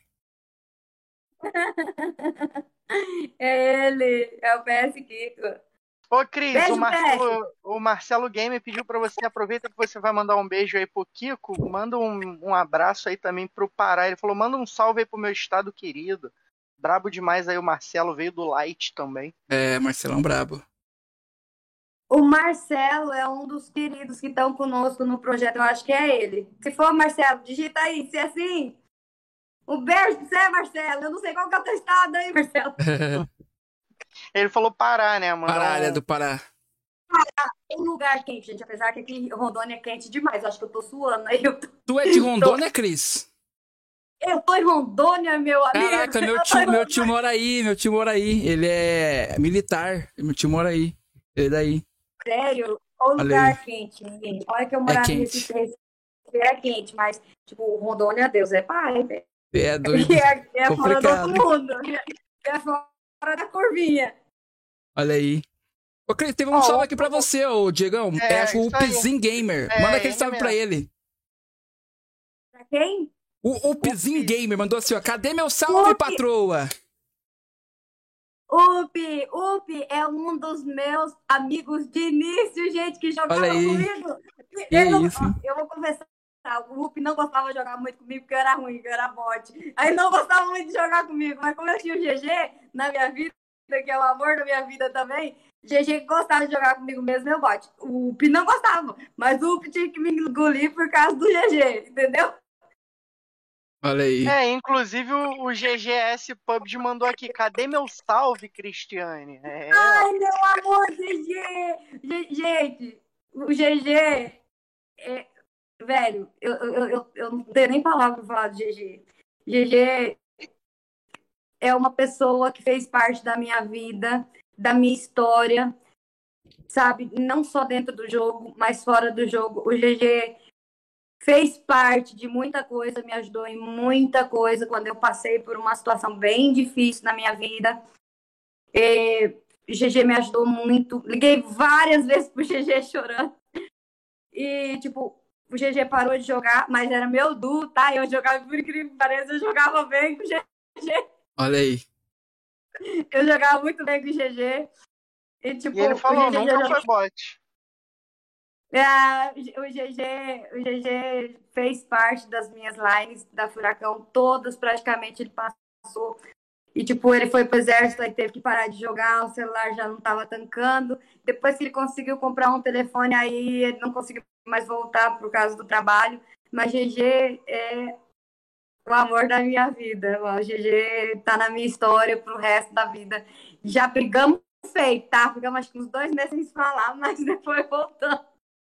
É ele, é o P S Kiko. Ô, Cris, Beijo, o Marcelo, o Marcelo Gamer pediu pra você, aproveita que você vai mandar um beijo aí pro Kiko, manda um, um abraço aí também pro Pará. Ele falou, manda um salve aí pro meu estado querido. Brabo demais aí o Marcelo, veio do Light também. É, Marcelão brabo. O Marcelo é um dos queridos que estão conosco no projeto. Eu acho que é ele. Se for Marcelo, digita aí. Se é assim, um beijo pra você, Marcelo. Eu não sei qual que é o teu estado aí, Marcelo. Ele falou Pará, né? Manda Pará, um... ele é do Pará. Tem lugar quente, gente. Apesar que aqui em Rondônia é quente demais. Eu acho que eu tô suando aí. Eu tô, Tu é de Rondônia, Cris? eu tô em Rondônia, meu amigo. Caraca, meu tio, meu tio mora aí, meu tio mora aí. Ele é militar. Meu tio mora aí. Ele é daí. Sério? Olha o lugar quente, ninguém. Olha que eu morava É em quente. Recife, é quente, mas, tipo, Rondônia, Deus é pai, velho. É doido. É, é fora do Complicado. outro mundo. É fora da curvinha. Olha aí. Ô, Cris, teve um Ó, salve o- aqui pra você, ô Diegão. É, É, o isso aí. Pizin Gamer. É, Manda aquele ele salve pra mesmo. ele. Pra quem? O, o Pizin Gamer mandou assim, ó. Cadê meu salve, Upi. patroa? Upi, Upi é um dos meus amigos de início, gente, que jogava Olha aí. comigo. Que Eu, não- isso, ó, hein? eu vou confessar, o Upi não gostava de jogar muito comigo porque eu era ruim, porque eu era bot. Aí não gostava muito de jogar comigo, mas como eu tinha o G G na minha vida, que é o amor da minha vida também, G G gostava de jogar comigo mesmo, meu bot. O Upi não gostava, mas o Upi tinha que me engolir por causa do G G, entendeu? Olha aí. É, inclusive o, o G G S P U B G mandou aqui, cadê meu salve, Cristiane? É, Ai, meu amor, G G! G- Gente, o G G é, velho, eu, eu, eu, eu não tenho nem palavra pra falar do G G. G G é uma pessoa que fez parte da minha vida, da minha história, sabe? Não só dentro do jogo, mas fora do jogo. O G G fez parte de muita coisa, me ajudou em muita coisa quando eu passei por uma situação bem difícil na minha vida. É, o G G me ajudou muito. Liguei várias vezes pro G G chorando. E, tipo, o G G parou de jogar, mas era meu duo, tá? Eu jogava, por incrível que pareça, eu jogava bem com o G G. Olha aí. Eu jogava muito bem com o G G. E, tipo, e ele falou, o G G nunca já- foi bot. Ah, o G G, o G G fez parte das minhas lines da Furacão, todas praticamente ele passou. E, tipo, ele foi pro exército, aí teve que parar de jogar, o celular já não tava tancando. Depois que ele conseguiu comprar um telefone, aí ele não conseguiu mais voltar por causa do trabalho. Mas G G é o amor da minha vida. O G G tá na minha história pro resto da vida. Já brigamos feio, tá? Ficamos acho que uns dois meses sem se falar, mas depois voltamos.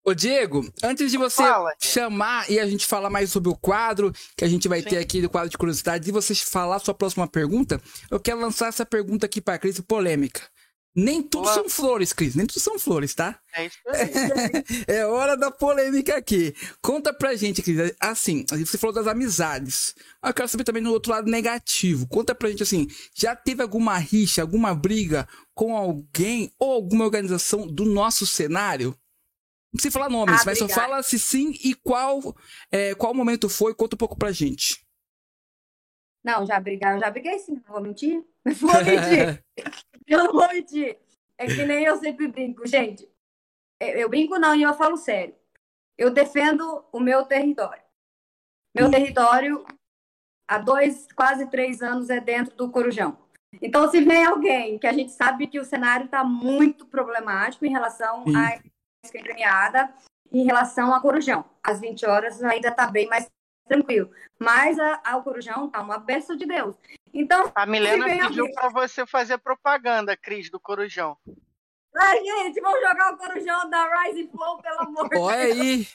Ô, Diego, antes de você Fala. chamar e a gente falar mais sobre o quadro que a gente vai Sim. ter aqui do quadro de curiosidades e você falar sua próxima pergunta, eu quero lançar essa pergunta aqui pra Cris, polêmica. Nem tudo Boa. são flores, Cris, nem tudo são flores, tá? É isso aí. É hora da polêmica aqui. Conta pra gente, Cris, assim, você falou das amizades. Eu quero saber também no outro lado negativo. Conta pra gente, assim, já teve alguma rixa, alguma briga com alguém ou alguma organização do nosso cenário? Não precisa falar nomes, Ah, mas só obrigada. fala se sim e qual, é, qual momento foi. Conta um pouco pra gente. Não, já briguei, já briguei sim, não vou mentir. Não vou mentir. Eu não vou mentir. É que nem eu sempre brinco, gente. Eu, eu brinco não e eu falo sério. Eu defendo o meu território. Meu Hum. território, há dois, quase três anos, é dentro do Corujão. Então, se vem alguém que a gente sabe que o cenário está muito problemático em relação Sim. à isca premiada, em relação a Corujão. Às vinte horas ainda está bem mais tranquilo. Mas a, a, o Corujão está uma bênção de Deus. Então, A Milena se vem pediu alguém- pra você fazer propaganda, Cris, do Corujão. Ai, gente, vamos jogar o Corujão da Rise Flow, pelo amor de Olha Deus. aí.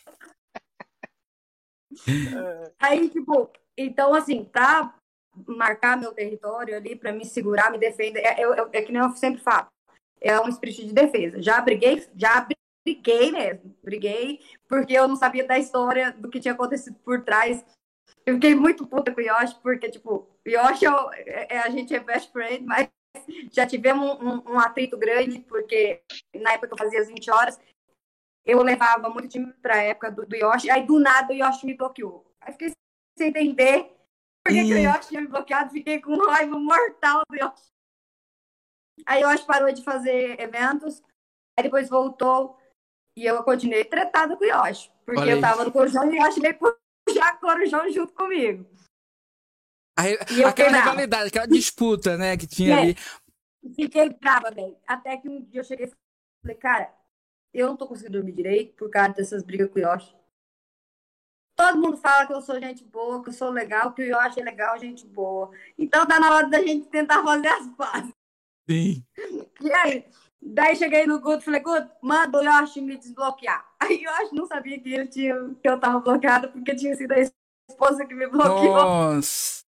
Aí, tipo, então, assim, pra marcar meu território ali, pra me segurar, me defender, é, eu, eu- é que nem eu sempre falo, é um espírito de defesa. Já briguei, já briguei mesmo, briguei, porque eu não sabia da história, do que tinha acontecido por trás. Eu fiquei muito puta com o Yoshi, porque, tipo, o Yoshi, eu- é- é- a gente é best friend, mas já tivemos um, um- um atrito grande, porque na época que eu fazia as vinte horas, eu levava muito time pra época do, do Yoshi, aí do nada o Yoshi me bloqueou. Aí fiquei sem entender por que, que o Ih. Yoshi tinha me bloqueado, fiquei com raiva mortal do Yoshi. Aí o Yoshi parou de fazer eventos, aí depois voltou e eu continuei tretada com o Yoshi, porque Olha eu aí. tava no Corujão e o Yoshi veio puxar Corujão junto comigo. A re- E eu aquela fiquei brava. rivalidade, aquela disputa, né, que tinha É. ali. Fiquei brava, velho. Até que um dia eu cheguei e falei, cara, eu não tô conseguindo dormir direito por causa dessas brigas com o Yoshi. Todo mundo fala que eu sou gente boa, que eu sou legal, que o Yoshi é legal, gente boa. Então tá na hora da gente tentar fazer as pazes. Sim. E aí? Daí cheguei no Guto e falei, Guto, manda o Yoshi me desbloquear. Aí o Yoshi não sabia que, ele tinha, que eu tava bloqueada, porque tinha sido a esposa que me bloqueou. Nossa.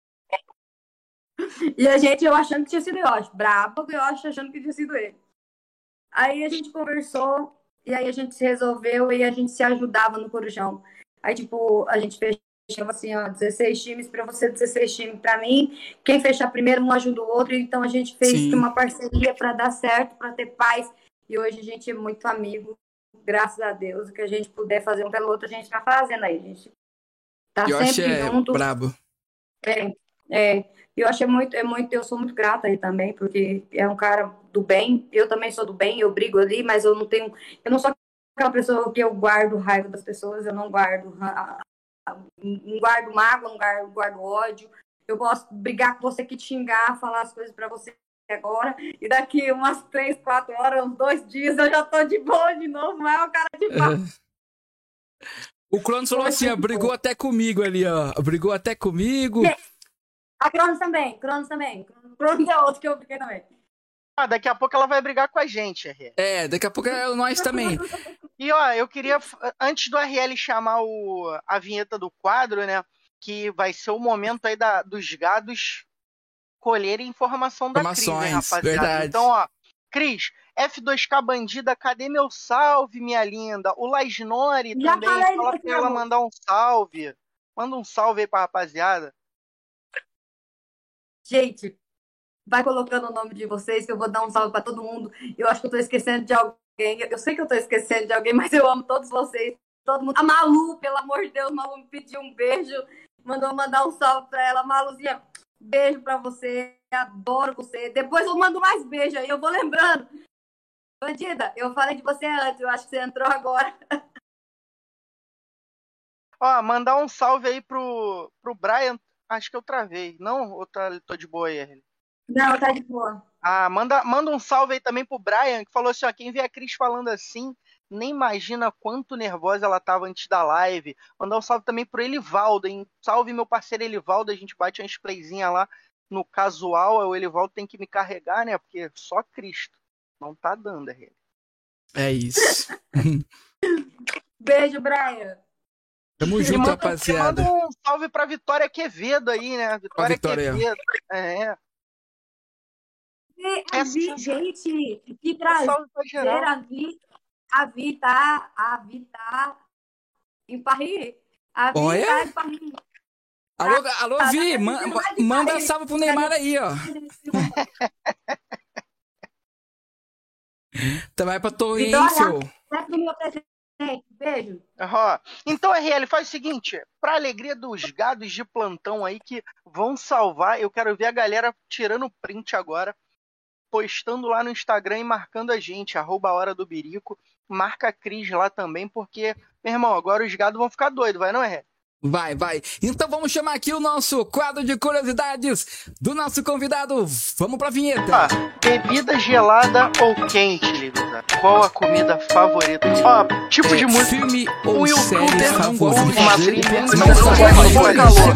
E a gente, eu achando que tinha sido o Yoshi. Braba, o Yoshi achando que tinha sido ele. Aí a gente conversou, e aí a gente se resolveu, e a gente se ajudava no Corujão. Aí, tipo, a gente fechava assim, ó, dezesseis times pra você, dezesseis times pra mim. Quem fechar primeiro, um ajuda o outro. Então a gente fez Sim. uma parceria pra dar certo, pra ter paz. E hoje a gente é muito amigo, graças a Deus. O que a gente puder fazer um pelo outro, a gente tá fazendo aí. A gente tá Eu acho sempre é junto. brabo. É, é, eu achei muito, é muito, eu sou muito grata aí também, porque é um cara do bem, eu também sou do bem, eu brigo ali, mas eu não tenho, eu não sou aquela pessoa que eu guardo raiva das pessoas, eu não guardo, ra- não guardo mágoa, não guardo, guardo ódio, eu posso brigar com você, que te xingar, falar as coisas pra você agora, e daqui umas três, quatro horas, uns dois dias, eu já tô de boa de novo, mas é o cara de pau. O Cronos falou assim, ó, brigou até comigo ali, ó. Brigou até comigo. É. A Cronos também, Cronos também, Cronos é outro que eu briguei também. Ah, daqui a pouco ela vai brigar com a gente, R L. É, daqui a pouco é nós também. E ó, eu queria, antes do R L chamar o, a vinheta do quadro, né? Que vai ser o momento aí da, dos gados colherem informação da Cris, hein, Informações, rapaziada? verdade. Então, ó, Cris, F dois K Bandida, cadê meu salve, minha linda? O Lasnori Já também, falei fala desse, pra ela amor. mandar um salve. Manda um salve aí pra rapaziada. Gente, vai colocando o nome de vocês, que eu vou dar um salve pra todo mundo. Eu acho que eu tô esquecendo de alguém. Eu sei que eu tô esquecendo de alguém, mas eu amo todos vocês. Todo mundo. A Malu, pelo amor de Deus, Malu me pediu um beijo. Mandou mandar um salve pra ela. Maluzinha, beijo pra você. Adoro você. Depois eu mando mais beijo aí, eu vou lembrando. Bandida, eu falei de você antes, eu acho que você entrou agora. Ó, mandar um salve aí pro, pro Brian. Acho que eu travei. Não? Ou tá, tô de boa aí, R L? Não, tá de boa. Ah, manda, manda um salve aí também pro Brian, que falou assim, ó, quem vê a Cris falando assim, nem imagina quanto nervosa ela tava antes da live. Mandar um salve também pro Elivaldo, hein? Salve meu parceiro Elivaldo, a gente bate umas playzinhas lá no casual, o Elivaldo tem que me carregar, né? Porque só Cristo não tá dando, R L. É isso. Beijo, Brian. Tamo E junto, manda, rapaziada. manda um salve pra Vitória Quevedo aí, né? Vitória, Vitória. Quevedo. É. E a Essa, Vi, essa, gente, que um prazer salve pra geral. a Vi, a Vi tá, a Vi tá em Paris. A Vi Olha. tá em Paris. Alô, alô, Tá, Vi, tá ma- assistindo ma- lá de manda Paris. salve pro Neymar aí, ó. Tá, vai pra Torre, hein, Vitória, seu? leva o meu presente. Beijo. Ó, então, R L, faz o seguinte, pra alegria dos gados de plantão aí que vão salvar, eu quero ver a galera tirando print agora, postando lá no Instagram e marcando a gente, arroba a Hora do Birico, marca a Cris lá também, porque, meu irmão, agora os gados vão ficar doidos, vai não, R L? Vai, vai. Então vamos chamar aqui o nosso quadro de curiosidades do nosso convidado. Vamos pra vinheta. Ó, bebida gelada ou quente, Livida? Qual a comida favorita? Ó, tipo de música. Filme ou Um série youtuber favorita? ou uma trilha Não não sabe gosta de falar calor.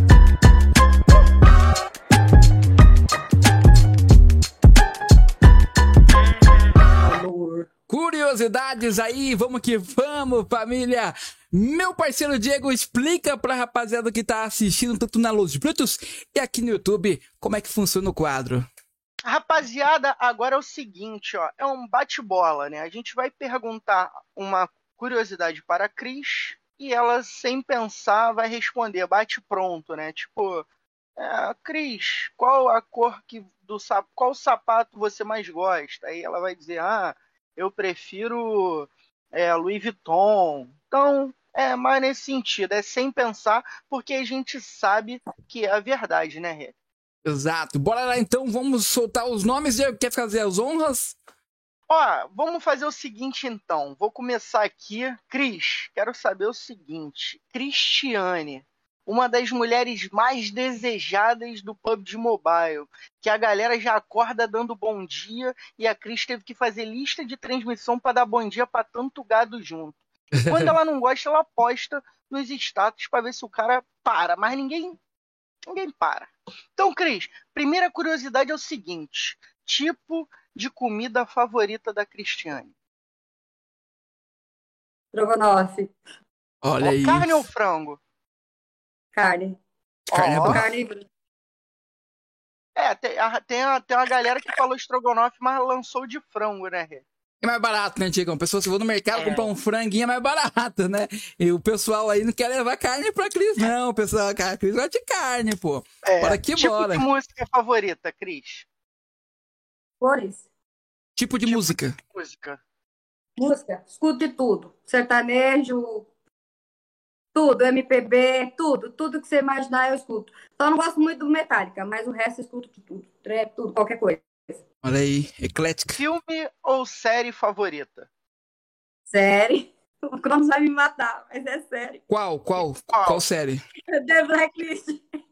Curiosidades aí, vamos que vamos, família! Meu parceiro Diego, explica pra rapaziada que tá assistindo tanto na Los Brutos e aqui no YouTube como é que funciona o quadro. Rapaziada, agora é o seguinte, ó, é um bate-bola, né? A gente vai perguntar uma curiosidade para a Cris e ela, sem pensar, vai responder, bate pronto, né? Tipo, é, Cris, qual a cor que do sapato, qual sapato você mais gosta? Aí ela vai dizer, ah, eu prefiro é, Louis Vuitton. Então, é mais nesse sentido, é sem pensar, porque a gente sabe que é a verdade, né, Rê? Exato. Bora lá então, vamos soltar os nomes. Diego, quer fazer as honras? Ó, vamos fazer o seguinte então. Vou começar aqui. Cris, quero saber o seguinte. Cristiane, uma das mulheres mais desejadas do P U B G Mobile, que a galera já acorda dando bom dia e a Cris teve que fazer lista de transmissão para dar bom dia para tanto gado junto. E quando ela não gosta, ela posta nos status para ver se o cara para, mas ninguém ninguém para. Então, Cris, primeira curiosidade é o seguinte: tipo de comida favorita da Cristiane? Estrogonofe. Olha Ó, aí. carne ou frango? Carne. Carne é Ó, bom. Carne. É, tem, a- tem, a- tem uma galera que falou estrogonofe, mas lançou de frango, né, Rê? É mais barato, né, Diego? A pessoa, se for no mercado É. comprar um franguinho, é mais barato, né? E o pessoal aí não quer levar carne pra Cris, não. O pessoal, a Cris gosta de carne, pô. É, Bora que tipo bora. de música favorita, Cris? Cores. Tipo de Tipo música. de música. Música. Escuto de tudo. Sertanejo, tudo. M P B, tudo. Tudo que você imaginar eu escuto. Só não gosto muito do Metallica, mas o resto eu escuto de tudo. Trap, tudo, qualquer coisa. Olha aí, eclética. Filme ou série favorita? Série. O Cronos vai me matar, mas é série. Qual, qual, Qual? qual série? The Blacklist.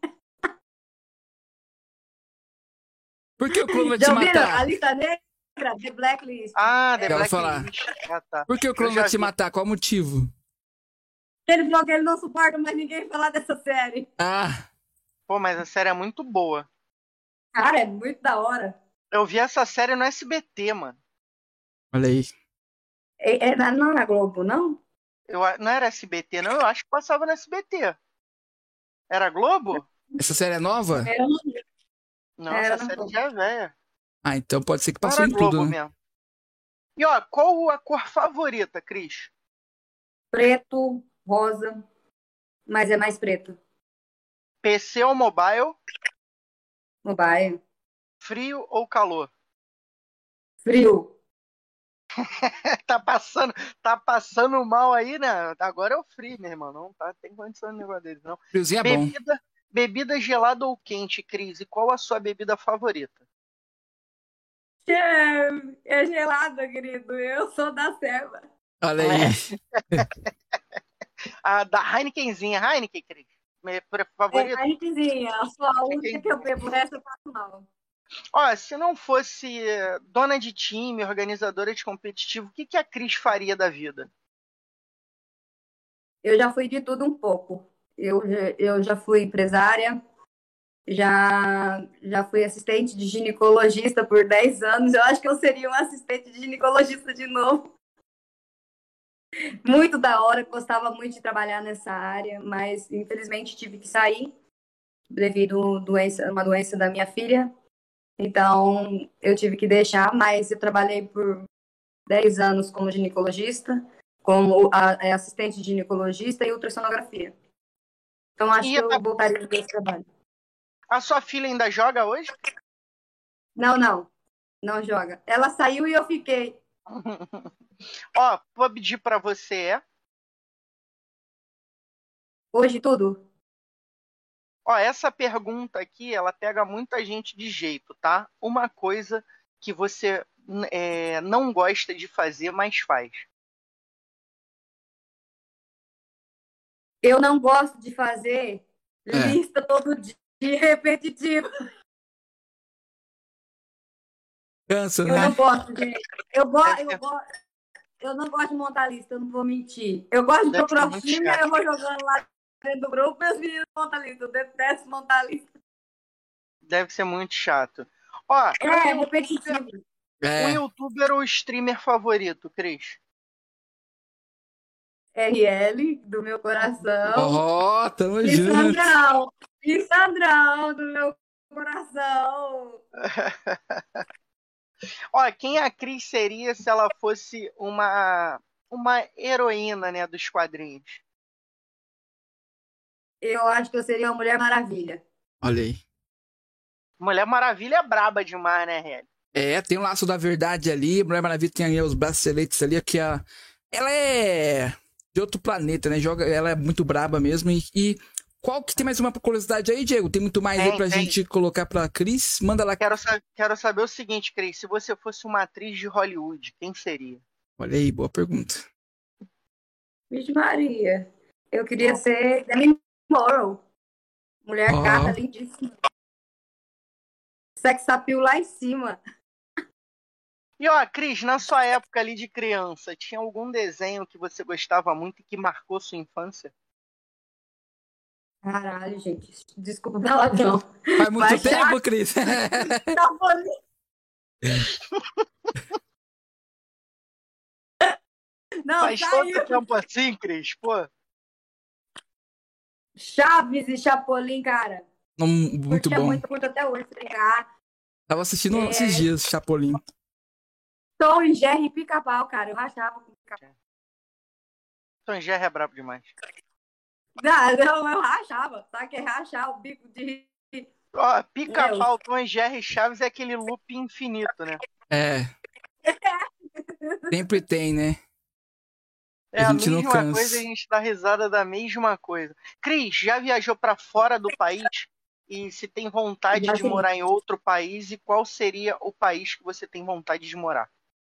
Por que o Crono vai te Já ouviram? matar? A lista negra, The Blacklist. Ah, The Quero Blacklist. Ah, tá. Por que o Crono Eu já vai te vi. matar? Qual o motivo? Ele falou que ele não suporta mais ninguém falar dessa série. Ah, Pô, mas a série é muito boa. Cara, é muito da hora. Eu vi essa série no S B T, mano. olha aí. É, é na- não na Globo, não? Eu, a- não era S B T, não. Eu acho que passava no S B T. Era Globo? Essa série é nova? Era no- Não, Era essa na série Globo. já é velha. Ah, então pode ser que Não passou era em Globo tudo, né? mesmo. E ó, qual a cor favorita, Cris? Preto, rosa, mas é mais preto. P C ou mobile? Mobile. Frio ou calor? Frio. tá passando, tá passando mal aí, né? Agora é o frio, meu irmão. Não tá, tem condição de negócio deles, não. Friozinho é bom. Bebida, bebida gelada ou quente, Cris? E qual a sua bebida favorita? É, é gelado, querido. Eu sou da Serva. Olha aí. A da Heinekenzinha. Heineken, Cris? Minha pre- favorita? É, Heinekenzinha. Só a única que eu bebo. O resto eu faço mal. Ó, se não fosse eh, dona de time, organizadora de competitivo, o que, que a Cris faria da vida? Eu já fui de tudo um pouco. Eu, já- eu já fui empresária, já, já fui assistente de ginecologista por dez anos. Eu acho que eu seria uma assistente de ginecologista de novo. Muito da hora, gostava muito de trabalhar nessa área, mas infelizmente tive que sair devido a doença, uma doença da minha filha. Então eu tive que deixar, mas eu trabalhei por dez anos como ginecologista, como assistente de ginecologista e ultrassonografia. Então acho E que eu a, voltaria desse trabalho. a sua filha ainda joga hoje? Não, não, não joga. Ela saiu e eu fiquei. Ó, vou pedir para você. Hoje tudo? Ó, essa pergunta aqui, ela pega muita gente de jeito, tá? Uma coisa que você é, não gosta de fazer, mas faz. Eu não gosto de fazer É. lista todo dia repetitiva. Cansa, Eu né? não gosto, gente. Eu, go Deve eu, ser- go eu não gosto de montar lista, eu não vou mentir. Eu gosto de Deve ser procurar o muito time, chato. aí eu vou jogando lá dentro do grupo e os meninos montam a lista. Eu detesto montar a lista. Deve ser muito chato. Ó, É, um, repetitivo. um É. youtuber ou streamer favorito, Cris? R L, do meu coração. Ó, tamo E junto. Sandrão. E Sandrão, do meu coração. Ó, quem a Cris seria se ela fosse uma, uma heroína, né, dos quadrinhos? Eu acho que eu seria uma Mulher Maravilha. Olha aí. Mulher Maravilha é braba demais, né, Hélio? É, tem o laço da verdade ali. Mulher Maravilha tem ali os braceletes ali, que a... ela é de outro planeta, né? Joga... Ela é muito braba mesmo. E, e qual que tem mais uma curiosidade aí, Diego? Tem muito mais Tem, aí pra tem. gente colocar pra Cris? Manda lá. Quero, sa quero saber o seguinte, Cris. Se você fosse uma atriz de Hollywood, quem seria? Olha aí, boa pergunta. Vixe Maria. Eu queria ser Demi Moore. Mulher Ó. gata, lindíssima. Sex appeal lá em cima. E ó, Cris, na sua época ali de criança, tinha algum desenho que você gostava muito e que marcou sua infância? Caralho, gente. Desculpa o palavrão. Faz muito Vai tempo, chato. Cris. Tá bonito. Não, Faz saiu. tanto tempo assim, Cris, pô. Chaves e Chapolin, cara. Não, muito Curtia bom. muito, curto até hoje brincar. Tava assistindo É. esses dias, Chapolin. Tom e Jerry e Pica-Pau, cara. Eu rachava com Pica-Pau. Tom e Jerry é brabo demais. Não, não, eu rachava. Sabe que é rachar o bico de... Ó, Pica-Pau, Tom e Jerry e Chaves é aquele loop infinito, né? É. Sempre tem, né? É A a, gente não mesma cansa. coisa, a gente dá risada da mesma coisa. Cris, já viajou pra fora do país? E se tem vontade Já de sim. morar em outro país, e qual seria o país que você tem vontade de morar?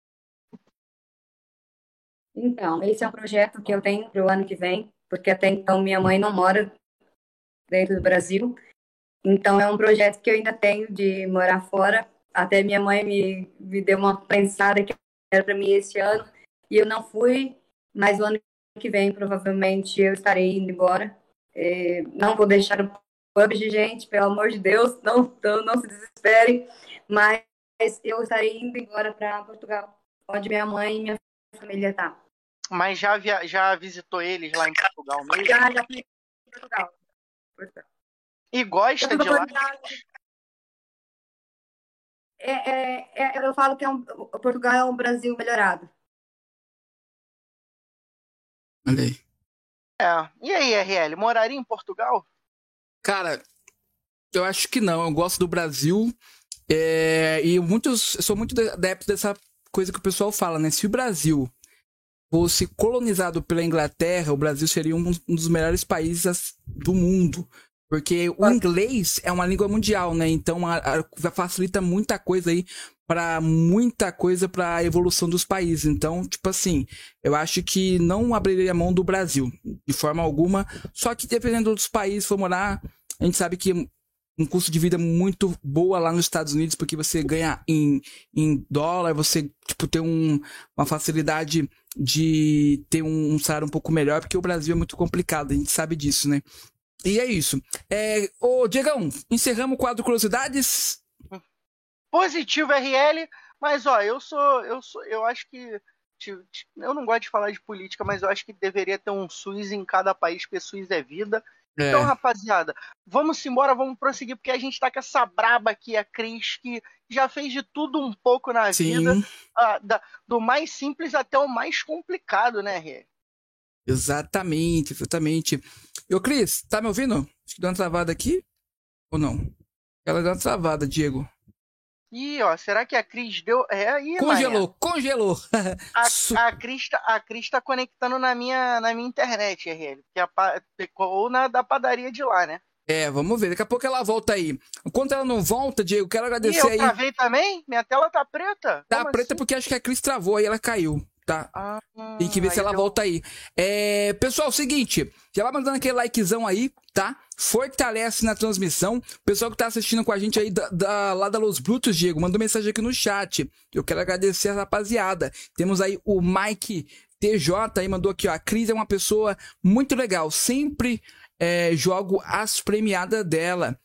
Então, esse é um projeto que eu tenho para o ano que vem, porque até então minha mãe não mora dentro do Brasil. Então, é um projeto que eu ainda tenho de morar fora. Até minha mãe me, me deu uma pensada que era para mim esse ano, e eu não fui, mas o ano que vem, provavelmente, eu estarei indo embora. É, não vou deixar o P U B G, gente, pelo amor de Deus, não, não, não se desesperem, mas eu estarei indo embora para Portugal, onde minha mãe e minha família tá. Mas já, via... já visitou eles lá em Portugal mesmo? Já, já fui em Portugal. Portugal. E gosta Eu, de lá? é, é, é, eu falo que é um, o Portugal é um Brasil melhorado. Olha aí. É. E aí, R L, moraria em Portugal? Cara, eu acho que não. Eu gosto do Brasil. É, e muitos. Eu sou muito adepto dessa coisa que o pessoal fala, né? Se o Brasil fosse colonizado pela Inglaterra, o Brasil seria um, um dos melhores países do mundo. Porque o inglês é uma língua mundial, né? Então a, a, facilita muita coisa aí para muita coisa para a evolução dos países. Então, tipo assim, eu acho que não abriria a mão do Brasil de forma alguma. Só que dependendo dos países for morar, a gente sabe que um custo de vida muito boa lá nos Estados Unidos, porque você ganha em, em dólar, você tipo tem um, uma facilidade de ter um, um salário um pouco melhor, porque o Brasil é muito complicado, a gente sabe disso, né? E é isso. É, ô, Diegão, encerramos o quadro Curiosidades. Positivo, R L, mas ó, eu sou, eu sou, eu acho que eu não gosto de falar de política, mas eu acho que deveria ter um SUS em cada país, porque SUS é vida. É. Então, rapaziada, vamos embora, vamos prosseguir, porque a gente tá com essa braba aqui, a Cris, que já fez de tudo um pouco na Sim. vida, uh, da, do mais simples até o mais complicado, né, Rê? Exatamente, exatamente. Ô, Cris, tá me ouvindo? Acho que deu uma travada aqui, ou não? Ela deu uma travada, Diego. Ih, ó, será que a Cris deu... É aí, Congelou, Maia. congelou. A, a, Cris tá, a Cris tá conectando na minha, na minha internet, R L. Que a, ou na da padaria de lá, né? É, vamos ver. Daqui a pouco ela volta aí. Enquanto ela não volta, Diego, quero agradecer aí. E eu travei aí... também? Minha tela tá preta? Tá Como preta assim? porque acho que a Cris travou, aí ela caiu. Tá. Ah, Tem que ver se ela deu... volta aí. É, pessoal, seguinte, já vai mandando aquele likezão aí, tá? Fortalece na transmissão. Pessoal que tá assistindo com a gente aí da, da, lá da Los Brutos, Diego, mandou mensagem aqui no chat. Eu quero agradecer a rapaziada. Temos aí o Mike T J aí, mandou aqui, ó. A Cris é uma pessoa muito legal. Sempre é, jogo as premiadas dela.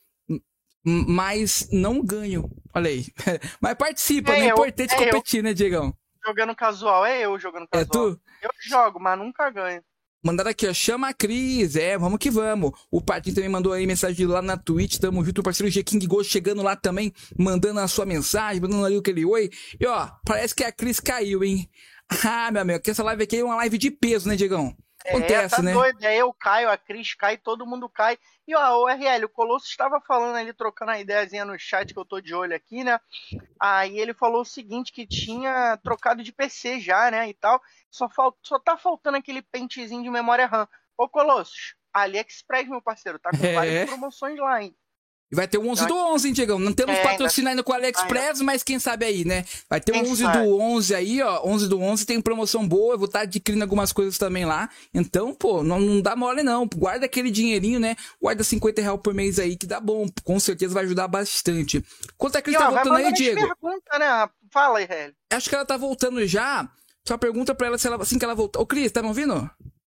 Mas não ganho. Olha aí. Mas participa, é, né? É importante é competir, eu. né, Diegão? Jogando casual, é eu jogando casual. É tu? Eu jogo, mas nunca ganho. Mandaram aqui, ó, chama a Cris, é, vamos que vamos. O Patinho também mandou aí mensagem lá na Twitch, tamo junto, o parceiro G King Ghost chegando lá também, mandando a sua mensagem, mandando ali aquele oi. E ó, parece que a Cris caiu, hein? Ah, meu amigo, que essa live aqui é uma live de peso, né, Diegão? Acontece, é, tá né? doido, é eu caio, a Cris cai, todo mundo cai. E ó, o R L, o Colosso estava falando ali, trocando a ideiazinha no chat, que eu tô de olho aqui, né? Aí ele falou o seguinte, que tinha trocado de P C já, né, e tal. Só, falt... Só tá faltando aquele pentezinho de memória RAM. Ô, Colossus, AliExpress, meu parceiro, tá com é. várias promoções lá, hein? E vai ter o onze do onze, hein, Diegão? Não temos é, patrocínio ainda com o AliExpress, ah, é. mas quem sabe aí, né? Vai ter quem o onze sabe? do onze aí, ó. onze do onze tem promoção boa. Eu vou estar adquirindo algumas coisas também lá. Então, pô, não, não dá mole, não. Guarda aquele dinheirinho, né? Guarda cinquenta reais por mês aí, que dá bom. Com certeza vai ajudar bastante. Quanto a Cris tá voltando aí, Diego? Pergunta, né? Fala aí, Hélio. Acho que ela tá voltando já. Só pergunta pra ela se ela, assim que ela voltar. Ô, Cris, tá me ouvindo?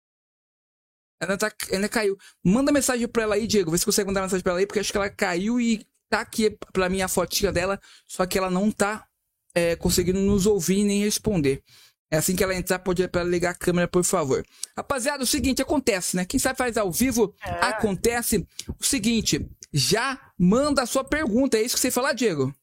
Ela tá, ainda caiu. Manda mensagem pra ela aí, Diego. Vê se consegue mandar mensagem pra ela aí, porque acho que ela caiu e tá aqui pra mim a fotinha dela, só que ela não tá é, conseguindo nos ouvir nem responder. É assim que ela entrar, pode pra ligar a câmera, por favor. Rapaziada, o seguinte, acontece, né? Quem sabe faz ao vivo, é. acontece o seguinte, já manda a sua pergunta, é isso que você ia falar, Diego?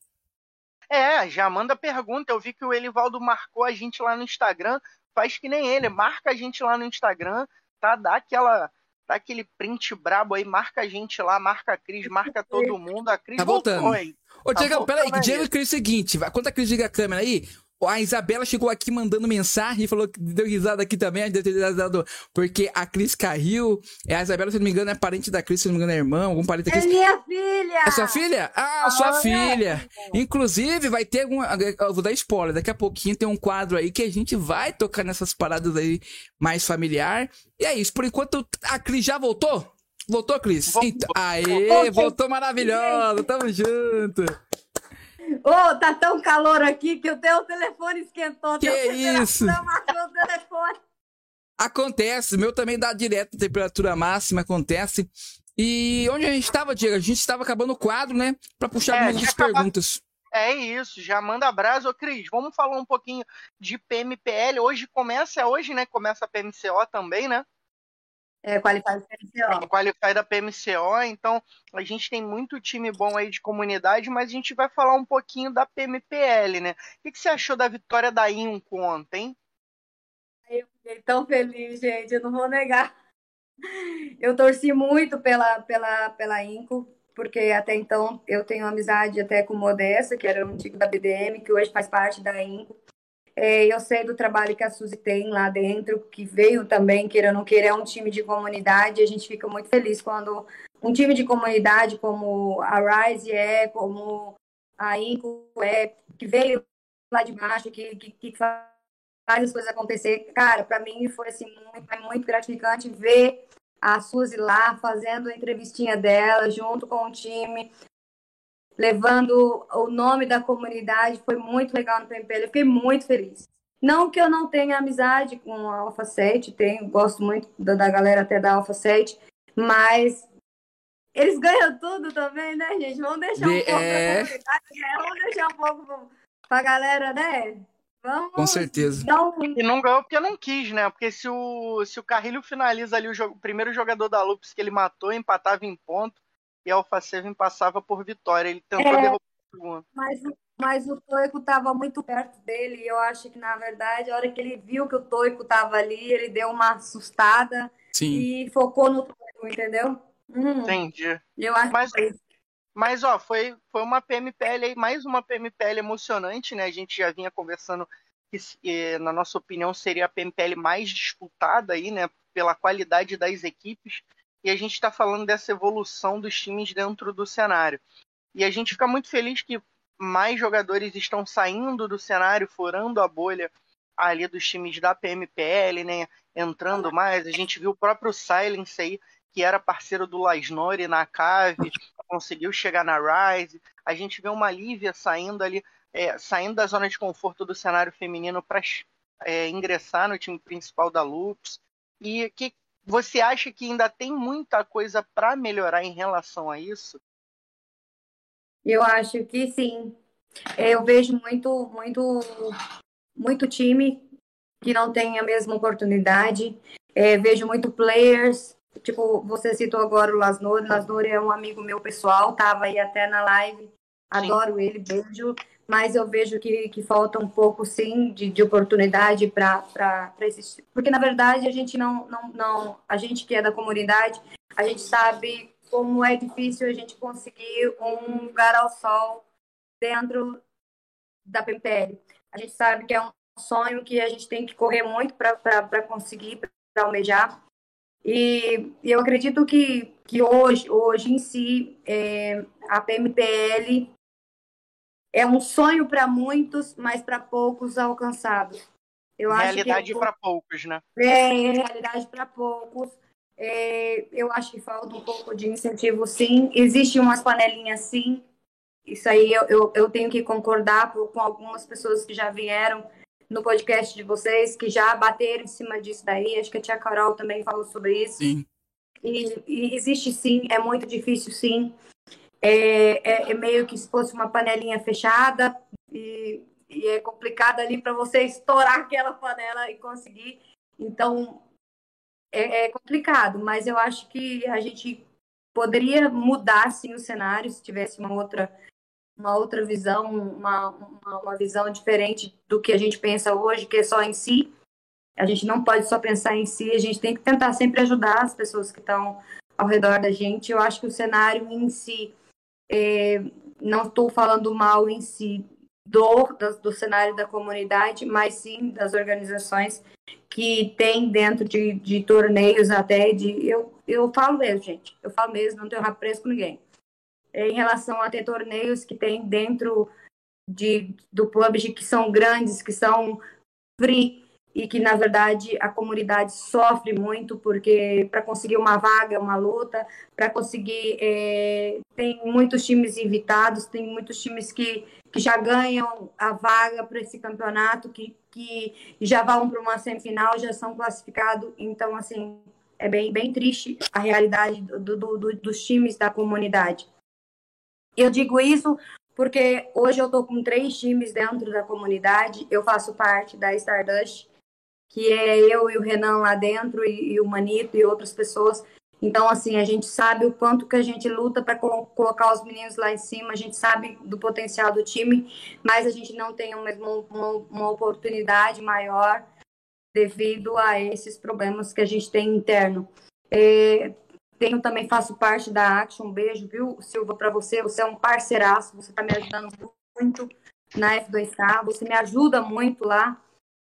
É, já manda pergunta. Eu vi que o Elivaldo marcou a gente lá no Instagram, faz que nem ele, marca a gente lá no Instagram, tá? Dá aquela... Dá aquele print brabo aí, marca a gente lá, marca a Cris, marca todo mundo. A Cris tá voltando. voltou aí. Ô, tá Diego, peraí, Diego e Cris, é o seguinte, quando a Cris liga a câmera aí, a Isabela chegou aqui mandando mensagem e falou que deu risada aqui também, deu risada porque a Cris caiu. É, a Isabela, se não me engano, é parente da Cris, se não me engano, é irmã, algum parente da Cris. É minha filha! É sua filha? Ah, ah sua filha! É. Inclusive, vai ter algum. Eu vou dar spoiler, daqui a pouquinho tem um quadro aí que a gente vai tocar nessas paradas aí mais familiar. E é isso, por enquanto, a Cris já voltou? Voltou, Cris? Voltou. Então, aê, voltou maravilhosa, tamo junto! Ô, oh, tá tão calor aqui que o teu telefone esquentou. Que isso? O telefone. Acontece, o meu também dá direto a temperatura máxima, acontece. E onde a gente estava, Diego? A gente estava acabando o quadro, né? Pra puxar é, algumas acaba... perguntas. É isso, já manda abraço. Ô, Cris, vamos falar um pouquinho de P M P L. Hoje começa, hoje, né? Começa a P M C O também, né? É, Qualify da P M C O. Qualify da P M C O, então a gente tem muito time bom aí de comunidade, mas a gente vai falar um pouquinho da P M P L, né? O que, que você achou da vitória da Inco ontem? Eu fiquei tão feliz, gente, eu não vou negar. Eu torci muito pela, pela, pela Inco, porque até então eu tenho amizade até com o Modesta, que era um antigo da B D M, que hoje faz parte da Inco. Eu sei do trabalho que a Suzy tem lá dentro, que veio também, queira ou não queira, é um time de comunidade. A gente fica muito feliz quando um time de comunidade como a Rise é, como a Inco é, que veio lá de baixo, que, que, que faz as coisas acontecer. Cara, para mim foi assim, muito, muito gratificante ver a Suzy lá fazendo a entrevistinha dela junto com o time, levando o nome da comunidade. Foi muito legal no P M P L, eu fiquei muito feliz. Não que eu não tenha amizade com a Alpha sete, tenho, gosto muito da, da galera até da Alpha sete, mas eles ganham tudo também, né, gente? Vamos deixar um De, pouco é... pra comunidade, vamos deixar um pouco pra galera, né? Vamos Com certeza. dar um... E não ganhou porque não quis, né? Porque se o, se o Carrilho finaliza ali o, jogo, o primeiro jogador da Lupus que ele matou, empatava em ponto, e a Alphaseven passava por vitória. Ele tentou É, derrubar o segundo. mas, mas o Toico estava muito perto dele, e eu acho que, na verdade, a hora que ele viu que o Toico estava ali, ele deu uma assustada Sim. e focou no Toico, entendeu? Hum, Entendi. eu acho Mas, que foi isso. mas ó, foi, foi uma P M P L aí, mais uma P M P L emocionante, né? A gente já vinha conversando que, eh, na nossa opinião, seria a P M P L mais disputada aí, né? Pela qualidade das equipes. E a gente está falando dessa evolução dos times dentro do cenário. E a gente fica muito feliz que mais jogadores estão saindo do cenário, furando a bolha ali dos times da P M P L, né? Entrando mais. A gente viu o próprio Silence aí, que era parceiro do Lasnori na Cave, conseguiu chegar na Rise. A gente vê uma Lívia saindo ali, é, saindo da zona de conforto do cenário feminino para é, ingressar no time principal da Lupus. E que você acha que ainda tem muita coisa para melhorar em relação a isso? Eu acho que sim. Eu vejo muito, muito, muito time que não tem a mesma oportunidade. É, vejo muito players. Tipo, você citou agora o Lasnori. Lasnori é um amigo meu pessoal, tava aí até na live. Adoro sim. ele, beijo. Mas eu vejo que, que falta um pouco, sim, de, de oportunidade para existir. Porque, na verdade, a gente não, não, não. A gente que é da comunidade, a gente sabe como é difícil a gente conseguir um lugar ao sol dentro da P M P L. A gente sabe que é um sonho que a gente tem que correr muito para conseguir, para almejar. E, e eu acredito que, que hoje, hoje em si, é, a P M P L é um sonho para muitos, mas para poucos alcançados. Eu realidade acho que para poucos, né? É, realidade para poucos. É, eu acho que falta um pouco de incentivo, sim. Existem umas panelinhas, sim. Isso aí eu, eu, eu tenho que concordar com algumas pessoas que já vieram no podcast de vocês, que já bateram em cima disso daí. Acho que a tia Carol também falou sobre isso. Sim. E, e existe, sim. É muito difícil, sim. É, é, é meio que se fosse uma panelinha fechada e, e é complicado ali para você estourar aquela panela e conseguir. Então, é, é complicado, mas eu acho que a gente poderia mudar, sim, o cenário se tivesse uma outra, uma outra visão, uma, uma, uma visão diferente do que a gente pensa hoje, que é só em si. A gente não pode só pensar em si, a gente tem que tentar sempre ajudar as pessoas que estão ao redor da gente. Eu acho que o cenário em si, é, não estou falando mal em si do, do, do cenário da comunidade, mas sim das organizações que tem dentro de, de torneios até de... Eu, eu falo mesmo, gente. Eu falo mesmo, não tenho apreço com ninguém. Em relação a ter torneios que tem dentro de, do P U B G, que são grandes, que são free, e que, na verdade, a comunidade sofre muito, porque para conseguir uma vaga é uma luta, para conseguir... É, tem muitos times invitados, tem muitos times que, que já ganham a vaga para esse campeonato, que, que já vão para uma semifinal, já são classificados. Então, assim, é bem, bem triste a realidade do, do, do, dos times da comunidade. Eu digo isso porque hoje eu estou com três times dentro da comunidade, eu faço parte da Stardust, que é eu e o Renan lá dentro, e, e o Manito e outras pessoas. Então, assim, a gente sabe o quanto que a gente luta para colo- colocar os meninos lá em cima, a gente sabe do potencial do time, mas a gente não tem uma, uma, uma oportunidade maior devido a esses problemas que a gente tem interno. É, tenho também, faço parte da Action, um beijo, viu, Silva, para você, você é um parceiraço, você está me ajudando muito na F dois K, você me ajuda muito lá,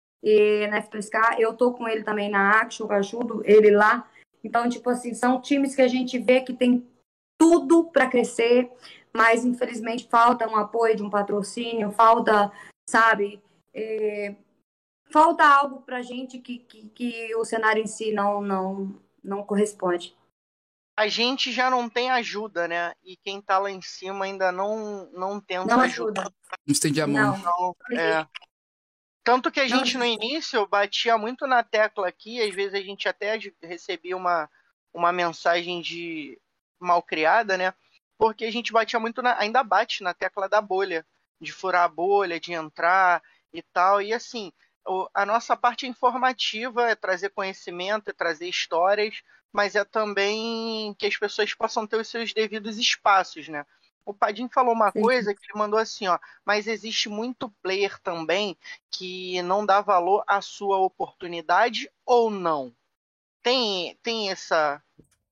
e na F dois K, eu tô com ele também na Action, eu ajudo ele lá. Então, tipo assim, são times que a gente vê que tem tudo para crescer, mas infelizmente falta um apoio de um patrocínio, falta, sabe, é, falta algo pra gente que, que, que o cenário em si não, não, não corresponde. A gente já não tem ajuda, né? E quem tá lá em cima ainda não, não tenta Não ajudar. ajuda. Não estende a mão. Não. Então, é. Tanto que a Não, gente no início batia muito na tecla aqui, às vezes a gente até recebia uma, uma mensagem de mal criada, né? Porque a gente batia muito, na, ainda bate na tecla da bolha, de furar a bolha, de entrar. e tal. E assim, o, a nossa parte informativa é trazer conhecimento, é trazer histórias, mas é também que as pessoas possam ter os seus devidos espaços, né? O Padim falou uma Sim. coisa que ele mandou assim, ó, mas existe muito player também que não dá valor à sua oportunidade ou não? Tem, tem essa,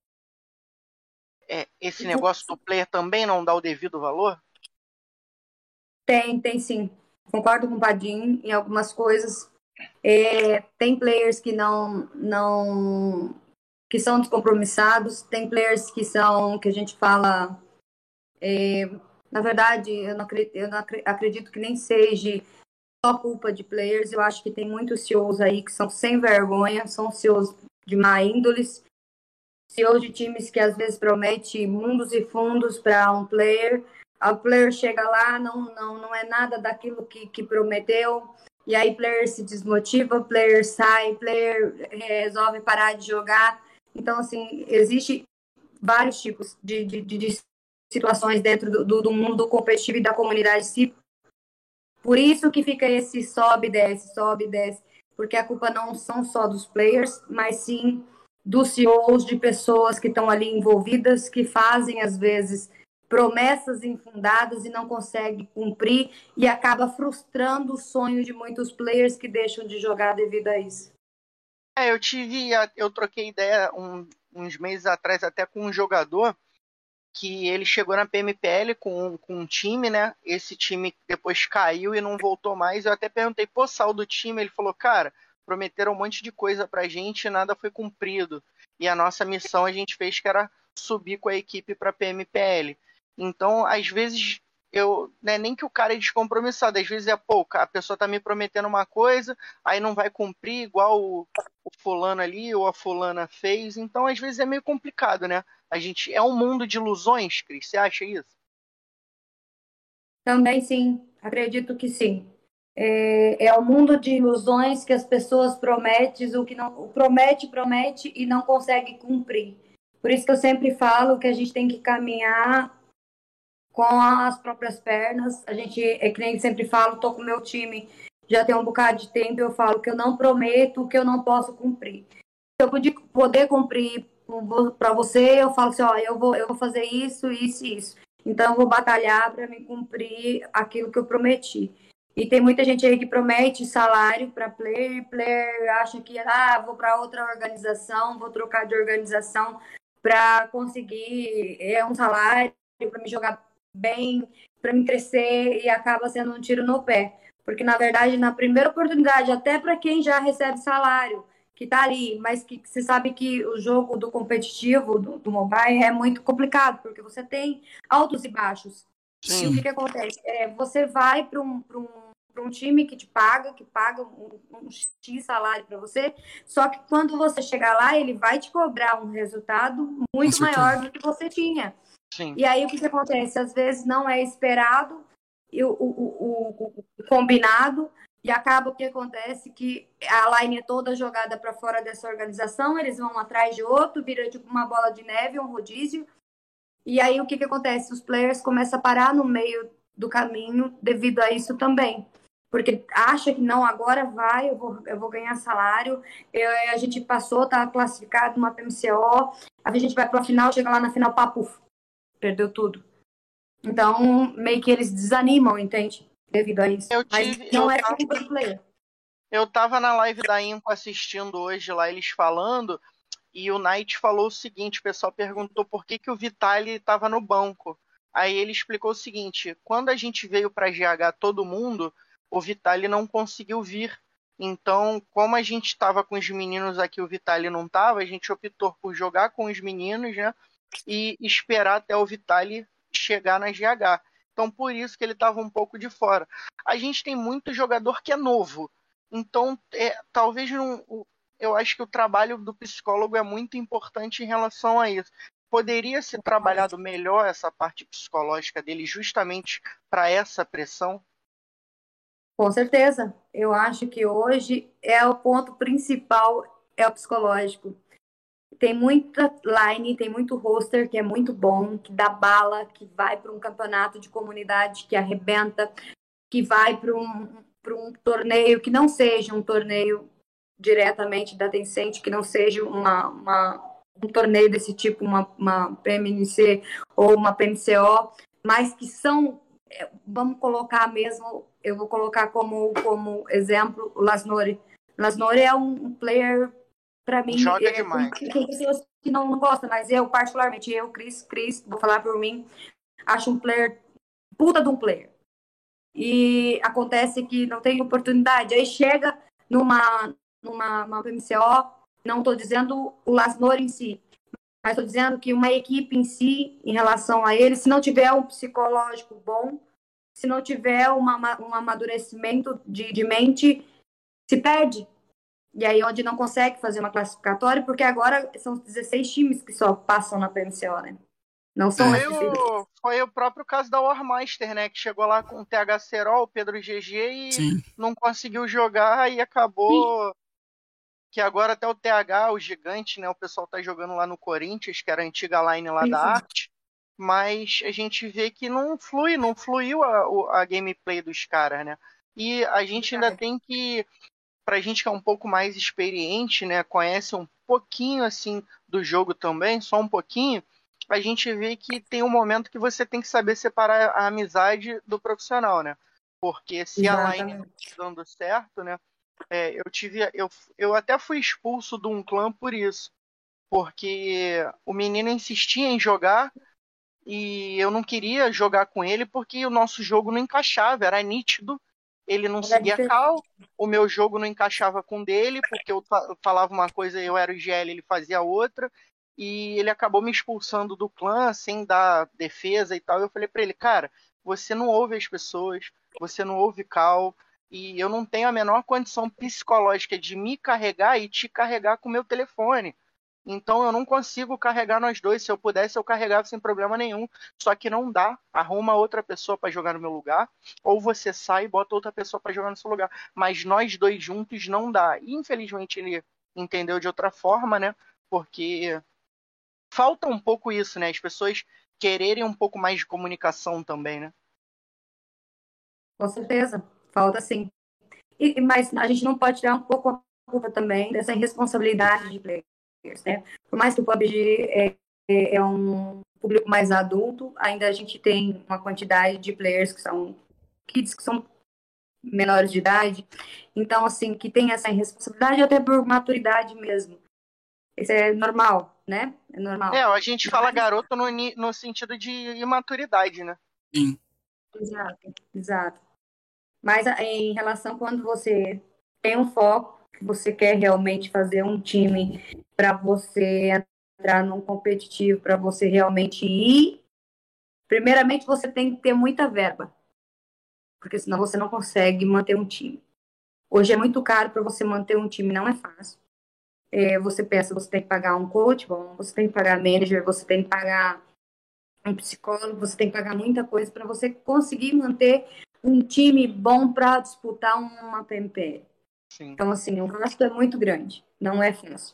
é, esse negócio do player também não dar o devido valor? Tem, tem sim. Concordo com o Padim em algumas coisas. É, tem players que não, não, que são descompromissados, tem players que são, que a gente fala, é, na verdade, eu não, acredito, eu não acredito que nem seja só culpa de players. Eu acho que tem muitos C E Os aí que são sem vergonha, são C E Os de má índole, C E Os de times que às vezes prometem mundos e fundos para um player. O player chega lá, não, não, não é nada daquilo que, que prometeu, e aí player se desmotiva, player sai, player resolve parar de jogar. Então, assim, existe vários tipos de, de, de situações dentro do, do, do mundo competitivo e da comunidade. Por isso que fica esse sobe e desce, sobe e desce, porque a culpa não são só dos players, mas sim dos C E Os, de pessoas que estão ali envolvidas, que fazem, às vezes, promessas infundadas e não conseguem cumprir, e acaba frustrando o sonho de muitos players que deixam de jogar devido a isso. É, eu tive, eu troquei ideia um, uns meses atrás até com um jogador que ele chegou na P M P L com, com um time, né? Esse time depois caiu e não voltou mais. Eu até perguntei, pô, saiu do time? Ele falou, cara, prometeram um monte de coisa pra gente e nada foi cumprido. E a nossa missão a gente fez que era subir com a equipe pra P M P L. Então, às vezes, eu, né, nem que o cara é descompromissado, às vezes é, pô, a pessoa tá me prometendo uma coisa, aí não vai cumprir igual o, o fulano ali ou a fulana fez. Então, às vezes é meio complicado, né? A gente é um mundo de ilusões, Cris. Você acha isso? Também sim, acredito que sim. É, é o mundo de ilusões que as pessoas prometem, o que não promete, promete e não consegue cumprir. Por isso que eu sempre falo que a gente tem que caminhar com as próprias pernas. A gente, é que nem sempre falo, tô com o meu time já tem um bocado de tempo, eu falo que eu não prometo o que eu não posso cumprir. Se eu poder cumprir para você, eu falo assim, ó, eu vou, eu vou fazer isso, isso e isso. Então, eu vou batalhar para me cumprir aquilo que eu prometi. E tem muita gente aí que promete salário para player, player acha que, ah, vou para outra organização, vou trocar de organização para conseguir é, um salário, para me jogar bem, para me crescer, e acaba sendo um tiro no pé. Porque, na verdade, na primeira oportunidade, até para quem já recebe salário, que tá ali, mas que você sabe que o jogo do competitivo, do, do mobile, é muito complicado, porque você tem altos e baixos. Sim. E o que, que acontece? É, você vai para um, um, um time que te paga, que paga um, um X salário para você, só que quando você chegar lá, ele vai te cobrar um resultado muito maior do que você tinha. Sim. E aí o que, que acontece? Às vezes não é esperado e o, o, o, o combinado, e acaba o que acontece que a line é toda jogada para fora dessa organização, eles vão atrás de outro, vira tipo uma bola de neve, um rodízio. E aí o que, que acontece? Os players começam a parar no meio do caminho devido a isso também. Porque acha que não, agora vai, eu vou, eu vou ganhar salário, eu, a gente passou, tá classificado numa P M C O, a gente vai para a final, chega lá na final, papo, perdeu tudo. Então, meio que eles desanimam, entende? Devido a isso. Eu tive, Mas não eu é tava, culpa do player. eu tava na live da Impo assistindo hoje lá, eles falando, e o Knight falou o seguinte, o pessoal perguntou por que, que o Vitaly estava no banco. Aí ele explicou o seguinte, quando a gente veio para G H todo mundo, o Vitaly não conseguiu vir. Então, como a gente estava com os meninos aqui, o Vitaly não estava, a gente optou por jogar com os meninos, né? E esperar até o Vitaly chegar na G H. Então, por isso que ele estava um pouco de fora. A gente tem muito jogador que é novo. Então, é, talvez não, eu acho que o trabalho do psicólogo é muito importante em relação a isso. Poderia ser trabalhado melhor essa parte psicológica dele justamente para essa pressão? Com certeza. Eu acho que hoje é o ponto principal, é o psicológico. Tem muita line, tem muito roster que é muito bom, que dá bala, que vai para um campeonato de comunidade que arrebenta, que vai para um, para um torneio que não seja um torneio diretamente da Tencent, que não seja uma, uma, um torneio desse tipo, uma, uma P M N C ou uma P M C O, mas que são, vamos colocar mesmo, eu vou colocar como, como exemplo o Lasnori. Lasnori é um player, para mim, Joga é, demais. Tem, tem pessoas que não, não gostam, mas eu, particularmente, eu, Cris, Cris, vou falar por mim, acho um player, puta de um player. E acontece que não tem oportunidade. Aí chega numa, numa uma P M C O, não estou dizendo o Lasnor em si, mas estou dizendo que uma equipe em si, em relação a ele, se não tiver um psicológico bom, se não tiver uma, um amadurecimento de, de mente, se perde. E aí onde não consegue fazer uma classificatória, porque agora são os dezesseis times que só passam na P M C O, né? Não são foi, o, foi o próprio caso da Warmaster, né? Que chegou lá com o T H Serol, o Pedro G G e Sim. não conseguiu jogar e acabou... Sim. Que agora até o T H, o gigante, né? O pessoal tá jogando lá no Corinthians, que era a antiga line lá Sim. da Arte. Mas a gente vê que não flui, não fluiu a, a gameplay dos caras, né? E a gente ainda tem que... Pra gente que é um pouco mais experiente, né? Conhece um pouquinho, assim, do jogo também, só um pouquinho... a gente vê que tem um momento que você tem que saber separar a amizade do profissional, né? Porque se Exatamente. a line não tá dando certo, né? É, eu tive, eu, eu até fui expulso de um clã por isso, porque o menino insistia em jogar e eu não queria jogar com ele porque o nosso jogo não encaixava, era nítido. Ele não seguia cal, o meu jogo não encaixava com o dele, porque eu falava uma coisa, eu era o G L, ele fazia outra. E ele acabou me expulsando do clã sem dar defesa e tal. Eu falei pra ele, cara, você não ouve as pessoas, você não ouve cal, e eu não tenho a menor condição psicológica de me carregar e te carregar com o meu telefone. Então eu não consigo carregar nós dois. Se eu pudesse, eu carregava sem problema nenhum. Só que não dá. Arruma outra pessoa para jogar no meu lugar, ou você sai e bota outra pessoa para jogar no seu lugar. Mas nós dois juntos não dá. E infelizmente ele entendeu de outra forma, né? Porque... falta um pouco isso, né? As pessoas quererem um pouco mais de comunicação também, né? Com certeza, falta sim. E, mas a gente não pode tirar um pouco a culpa também dessa irresponsabilidade de players, né? Por mais que o P U B G é, é, é um público mais adulto, ainda a gente tem uma quantidade de players que são kids, que são menores de idade. Então, assim, que tem essa irresponsabilidade até por maturidade mesmo. Isso é normal, né? É normal. É, a gente fala garoto no, no sentido de imaturidade, né? Sim. Exato, exato. Mas em relação quando você tem um foco, que você quer realmente fazer um time para você entrar num competitivo, para você realmente ir, primeiramente você tem que ter muita verba, porque senão você não consegue manter um time. Hoje é muito caro para você manter um time, não é fácil. É, você pensa, você tem que pagar um coach, bom, você tem que pagar manager, você tem que pagar um psicólogo, você tem que pagar muita coisa para você conseguir manter um time bom para disputar uma P M P L. Sim. Então, assim, o gasto é muito grande, não é fácil.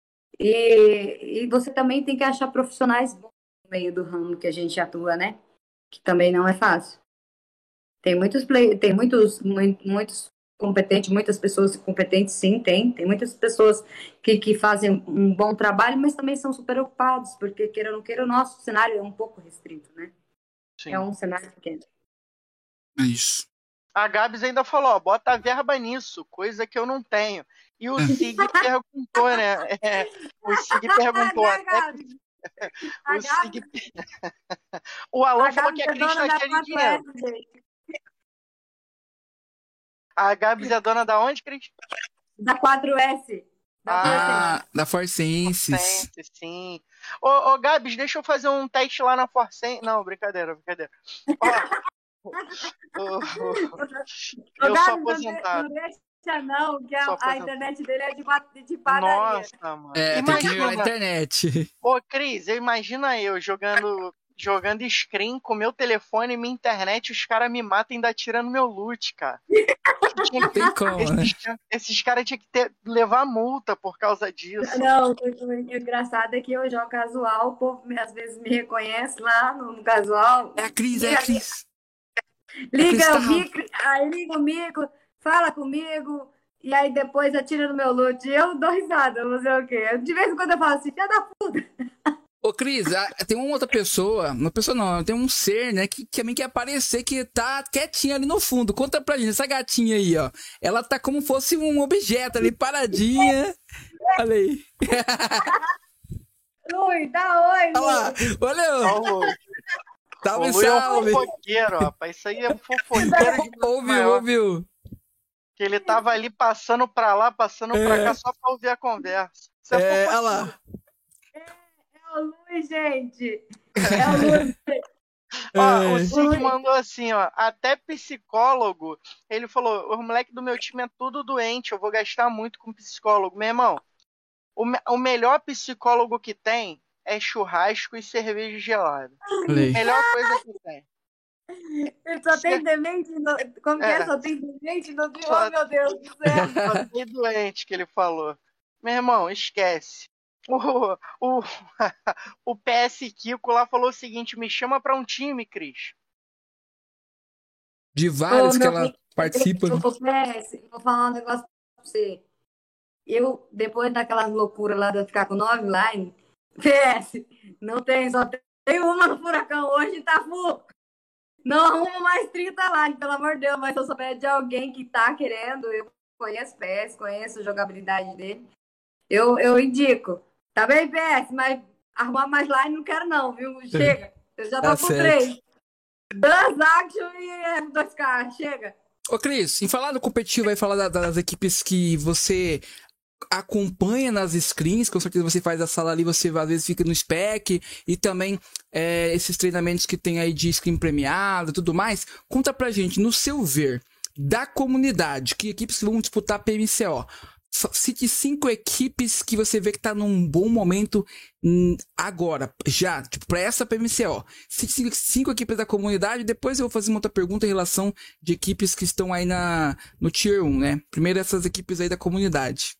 E, e você também tem que achar profissionais bons no meio do ramo que a gente atua, né? Que também não é fácil. Tem muitos play, tem muitos, muitos competentes, muitas pessoas competentes, sim, tem. Tem muitas pessoas que, que fazem um bom trabalho, mas também são super ocupados, porque, queira ou não queira, o nosso cenário é um pouco restrito, né? Sim. É um cenário pequeno. É isso. A Gabs ainda falou, ó, bota a verba nisso, coisa que eu não tenho. E o Sig perguntou, né? É, o Sig perguntou até... o Sig... o Alan falou que a Cris tá cheia de dinheiro. A Gabs é dona da onde, Cris? Da quatro S. Da ah, da Forsenses. Forsense, sim. Ô, ô, Gabs, deixa eu fazer um teste lá na Forsense. Não, brincadeira, brincadeira. Ó, ô, ô, eu ô, sou Gabs, aposentado. Não deixa não, que a, a internet dele é de, de padaria. Nossa, mano. É, imagina, tem que ir na internet. Ô, Cris, imagina eu jogando... jogando screen com meu telefone e minha internet, os caras me matam e ainda tirando meu loot, cara. Não tem como, esses, né? esses caras tinham que ter, levar multa por causa disso. Não, o engraçado é que eu jogo casual, o povo às vezes me reconhece lá no, no casual. É a Cris, é a Cris. Liga o micro, aí liga o micro, fala comigo, e aí depois atira no meu loot. Eu dou risada, não sei o quê. De vez em quando eu falo assim, filha da puta. Ô, Cris, ah, tem uma outra pessoa, uma pessoa não, tem um ser, né, que, que também quer aparecer, que tá quietinha ali no fundo. Conta pra gente, essa gatinha aí, ó. Ela tá como fosse um objeto ali, paradinha. Olha aí. Oi, dá oi, Olha lá, valeu. O Salve, Lu é um salve. fofoqueiro, rapaz. Isso aí é um fofoqueiro de Ouviu, maior. ouviu. Que ele tava ali passando pra lá, passando pra É. cá, só pra ouvir a conversa. Isso é, É, fofoqueiro. olha lá. É o Luiz, gente. É o Luiz. Ó, É. o Sig mandou assim, ó. Até psicólogo. Ele falou: o moleque do meu time é tudo doente, eu vou gastar muito com psicólogo. Meu irmão, o, me- o melhor psicólogo que tem é churrasco e cerveja gelada. Olha aí. Melhor coisa que tem. Ele só tem demente. No... Como que é? É. Só tem demente no Rio. Só- Oh, meu Deus do céu. Só tem doente que ele falou. Meu irmão, esquece. O, o, o P S Kiko lá falou o seguinte: me chama pra um time, Cris. De vários Ô, que meu ela filho, participa. Eu vou, eu vou falar um negócio pra você. Eu, depois daquelas loucuras lá de eu ficar com nove line, P S, não tem, só tem uma no Furacão hoje e tá full. Não arruma mais trinta line, pelo amor de Deus, mas se eu souber de alguém que tá querendo, eu conheço P S, conheço a jogabilidade dele, eu, eu indico. Tá bem, P S, mas arrumar mais line não quero não, viu? Chega. Eu já tô Tá com certo. três. Dois action e dois K, chega. Ô, Cris, em falar do competitivo aí, falar da- das equipes que você acompanha nas screens, com certeza você faz a sala ali, você às vezes fica no spec, e também é, esses treinamentos que tem aí de screen premiado e tudo mais. Conta pra gente, no seu ver, da comunidade, que equipes vão disputar P M C O? Fa- Cite cinco equipes que você vê que tá num bom momento hum, agora, já, tipo, pra essa P M C O. Cite cinco, cinco equipes da comunidade, depois eu vou fazer uma outra pergunta em relação de equipes que estão aí na, no Tier um, né? Primeiro essas equipes aí da comunidade.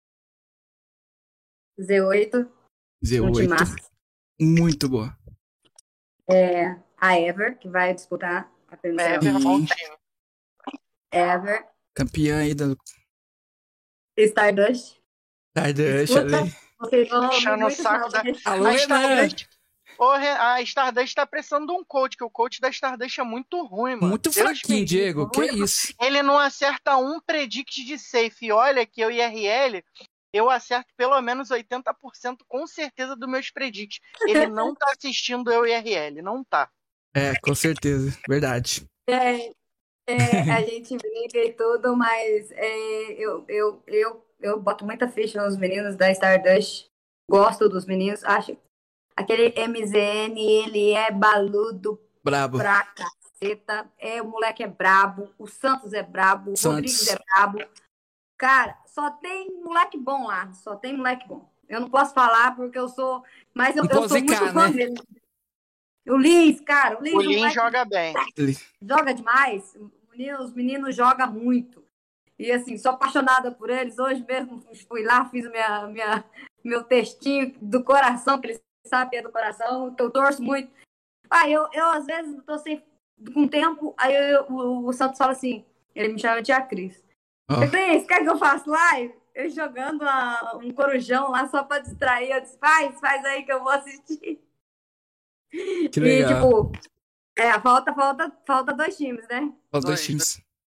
Z oito, Z um oito, timaço. muito boa. É, a Ever, que vai disputar a P M C O. É, Sim. bom time. Ever, Campeã aí da Stardust. Stardust Escuta, ali. vocês vão ouvir Puxando o muito saco mal, da- porque Alô, A Renan! Stardust, Ô, Re- a Stardust tá precisando de um coach, que o coach da Stardust é muito ruim, mano. Muito Deus fraquinho, me livre, Diego. Que muito- isso? Ele não acerta um predict de safe. E olha que eu I R L, eu acerto pelo menos oitenta por cento com certeza dos meus predicts. Ele não tá assistindo eu I R L, não tá. É, com certeza. Verdade. é, é, a gente brinca e tudo, mas é, eu, eu, eu, eu boto muita ficha nos meninos da Stardust. Gosto dos meninos. Acho aquele M Z N, ele é baludo Brabo. pra caceta. É, o moleque é brabo. O Santos é brabo. O Santos. Rodrigues é brabo. Cara, só tem moleque bom lá. Só tem moleque bom. Eu não posso falar porque eu sou. Mas eu, Não eu pode sou muito zicar, fã né? dele. O Lins, cara, o Lins, O o Lin moleque joga bem. Ele- joga demais. O menino- Os meninos jogam muito. E assim, sou apaixonada por eles. Hoje mesmo fui lá, fiz minha, minha, meu textinho do coração, que eles sabem que é do coração, então eu torço muito. Ah, eu, eu às vezes tô sem com tempo, aí eu- o, o Santos fala assim, ele me chama de Tia Cris. Ó, Cris, quer que eu faça live? Eu jogando a- um corujão lá só pra distrair. Eu disse, faz, faz aí que eu vou assistir. que E legal. tipo, é, falta, falta, falta dois times, né? Os dois Dois. times.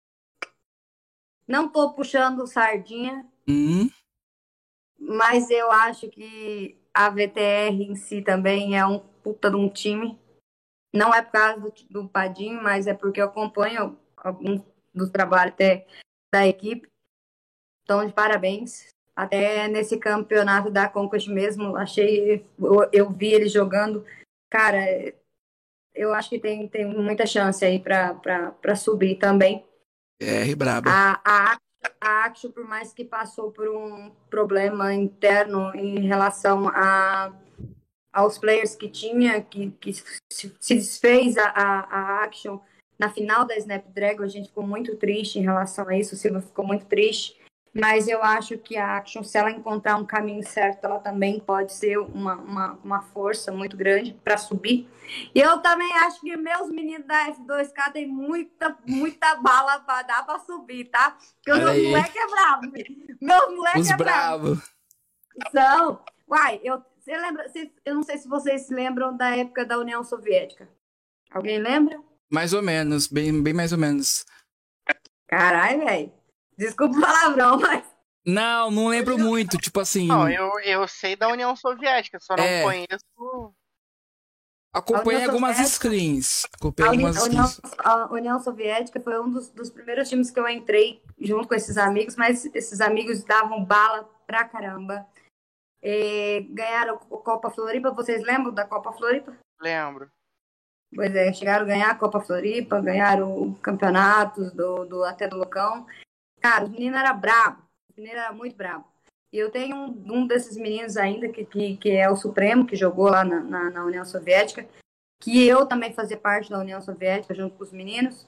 Não tô puxando sardinha, Hum, mas eu acho que a V T R em si também é um puta de um time. Não é por causa do, do Padinho, mas é porque eu acompanho alguns dos trabalhos até da equipe. Então, de parabéns. Até nesse campeonato da Conquest mesmo, achei, eu, eu vi ele jogando. Cara, eu acho que tem, tem muita chance aí para subir também. R braba. A, a, a Action, por mais que passou por um problema interno em relação a, aos players que tinha, que, que se, se desfez a, a, a Action na final da Snapdragon, a gente ficou muito triste em relação a isso, o Silva ficou muito triste. mas eu acho que a Action, se ela encontrar um caminho certo, ela também pode ser uma, uma, uma força muito grande para subir. E eu também acho que meus meninos da F dois K tem muita, muita bala para dar para subir, tá? Porque os meus moleques é bravo. Meus moleques é bravo. São. Uai, eu, você lembra, você, eu não sei se vocês se lembram da época da União Soviética. Alguém lembra? Mais ou menos, bem, bem mais ou menos. Caralho, velho. Desculpa o palavrão, mas... Não, não lembro muito, tipo assim... Não, eu, eu sei da União Soviética, só não é... conheço... Acompanhei algumas screens. Acompanhei a, Uni... algumas a, União... screens. a União Soviética foi um dos, dos primeiros times que eu entrei junto com esses amigos, mas esses amigos davam bala pra caramba. E ganharam a Copa Floripa, vocês lembram da Copa Floripa? Lembro. Pois é, chegaram a ganhar a Copa Floripa, ganharam campeonatos do, do, até do Locão. Cara, os meninos eram bravos, os meninos eram muito bravos. E eu tenho um, um desses meninos ainda, que, que, que é o Supremo, que jogou lá na, na, na União Soviética, que eu também fazia parte da União Soviética, junto com os meninos.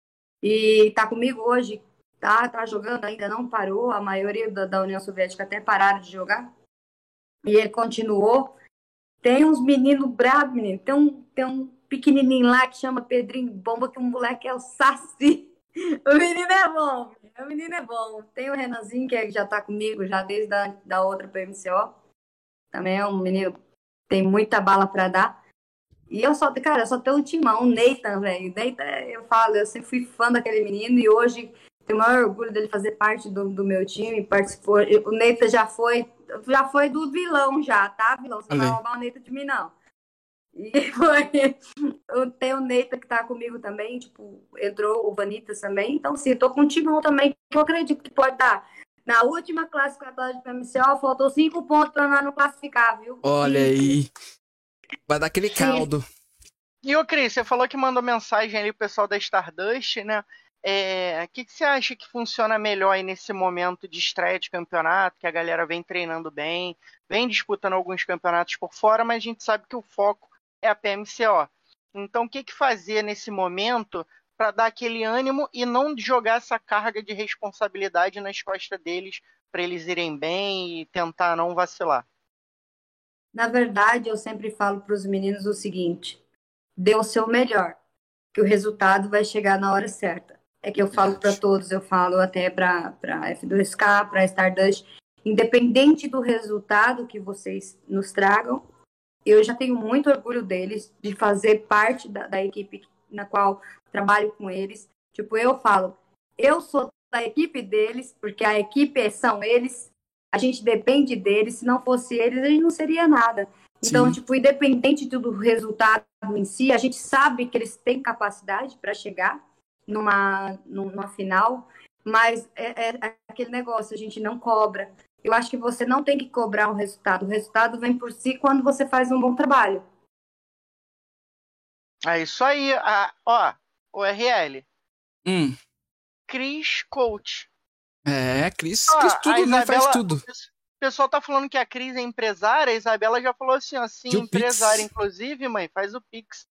E tá comigo hoje, tá, tá jogando, ainda não parou, a maioria da, da União Soviética até pararam de jogar. E ele continuou. Tem uns meninos bravos, menino. Tem um, tem um pequenininho lá que chama Pedrinho Bomba, que o moleque é o Saci. O menino é bom, o menino é bom. Tem o Renanzinho, que já tá comigo já desde a da outra P M C O. Também é um menino, tem muita bala pra dar. E eu só, cara, eu só tenho um timão, o Nathan, velho. Nathan, eu falo, eu sempre fui fã daquele menino e hoje tenho o maior orgulho dele fazer parte do, do meu time, participou. O Nathan já foi, já foi do vilão já, tá, vilão? Você não vai roubar o Nathan de mim, não. E foi, eu tenho o Neita que tá comigo também, tipo, entrou o Vanitas também, então sim, eu tô com um timão também, que eu acredito que pode dar. Na última classificatória de P M C O, faltou cinco pontos pra nós não classificar, viu? Olha aí, vai dar aquele caldo. E ô Cris, você falou que mandou mensagem ali pro pessoal da Stardust, né? É, o que, que você acha que funciona melhor aí nesse momento de estreia de campeonato, que a galera vem treinando bem, vem disputando alguns campeonatos por fora, mas a gente sabe que o foco é a P M C O. Então, o que, que fazer nesse momento para dar aquele ânimo e não jogar essa carga de responsabilidade nas costas deles, para eles irem bem e tentar não vacilar? Na verdade, eu sempre falo para os meninos o seguinte: dê o seu melhor, que o resultado vai chegar na hora certa. É que eu falo para todos, eu falo até para a F dois K, para a Stardust, independente do resultado que vocês nos tragam, eu já tenho muito orgulho deles, de fazer parte da, da equipe na qual trabalho com eles. Tipo, eu falo, eu sou da equipe deles, porque a equipe são eles, a gente depende deles, se não fosse eles, a gente não seria nada. Então, Sim. tipo, independente do resultado em si, a gente sabe que eles têm capacidade para chegar numa, numa final, mas é, é aquele negócio, a gente não cobra. Eu acho que você não tem que cobrar o resultado. O resultado vem por si quando você faz um bom trabalho. É isso aí. Ah, ó, o R L. Hum. Cris Coach. É, Cris, ó, Cris tudo, Isabela, né? Faz tudo. O pessoal tá falando que a Cris é empresária. A Isabela já falou assim, assim, empresária. Pix. Inclusive, mãe, faz o Pix.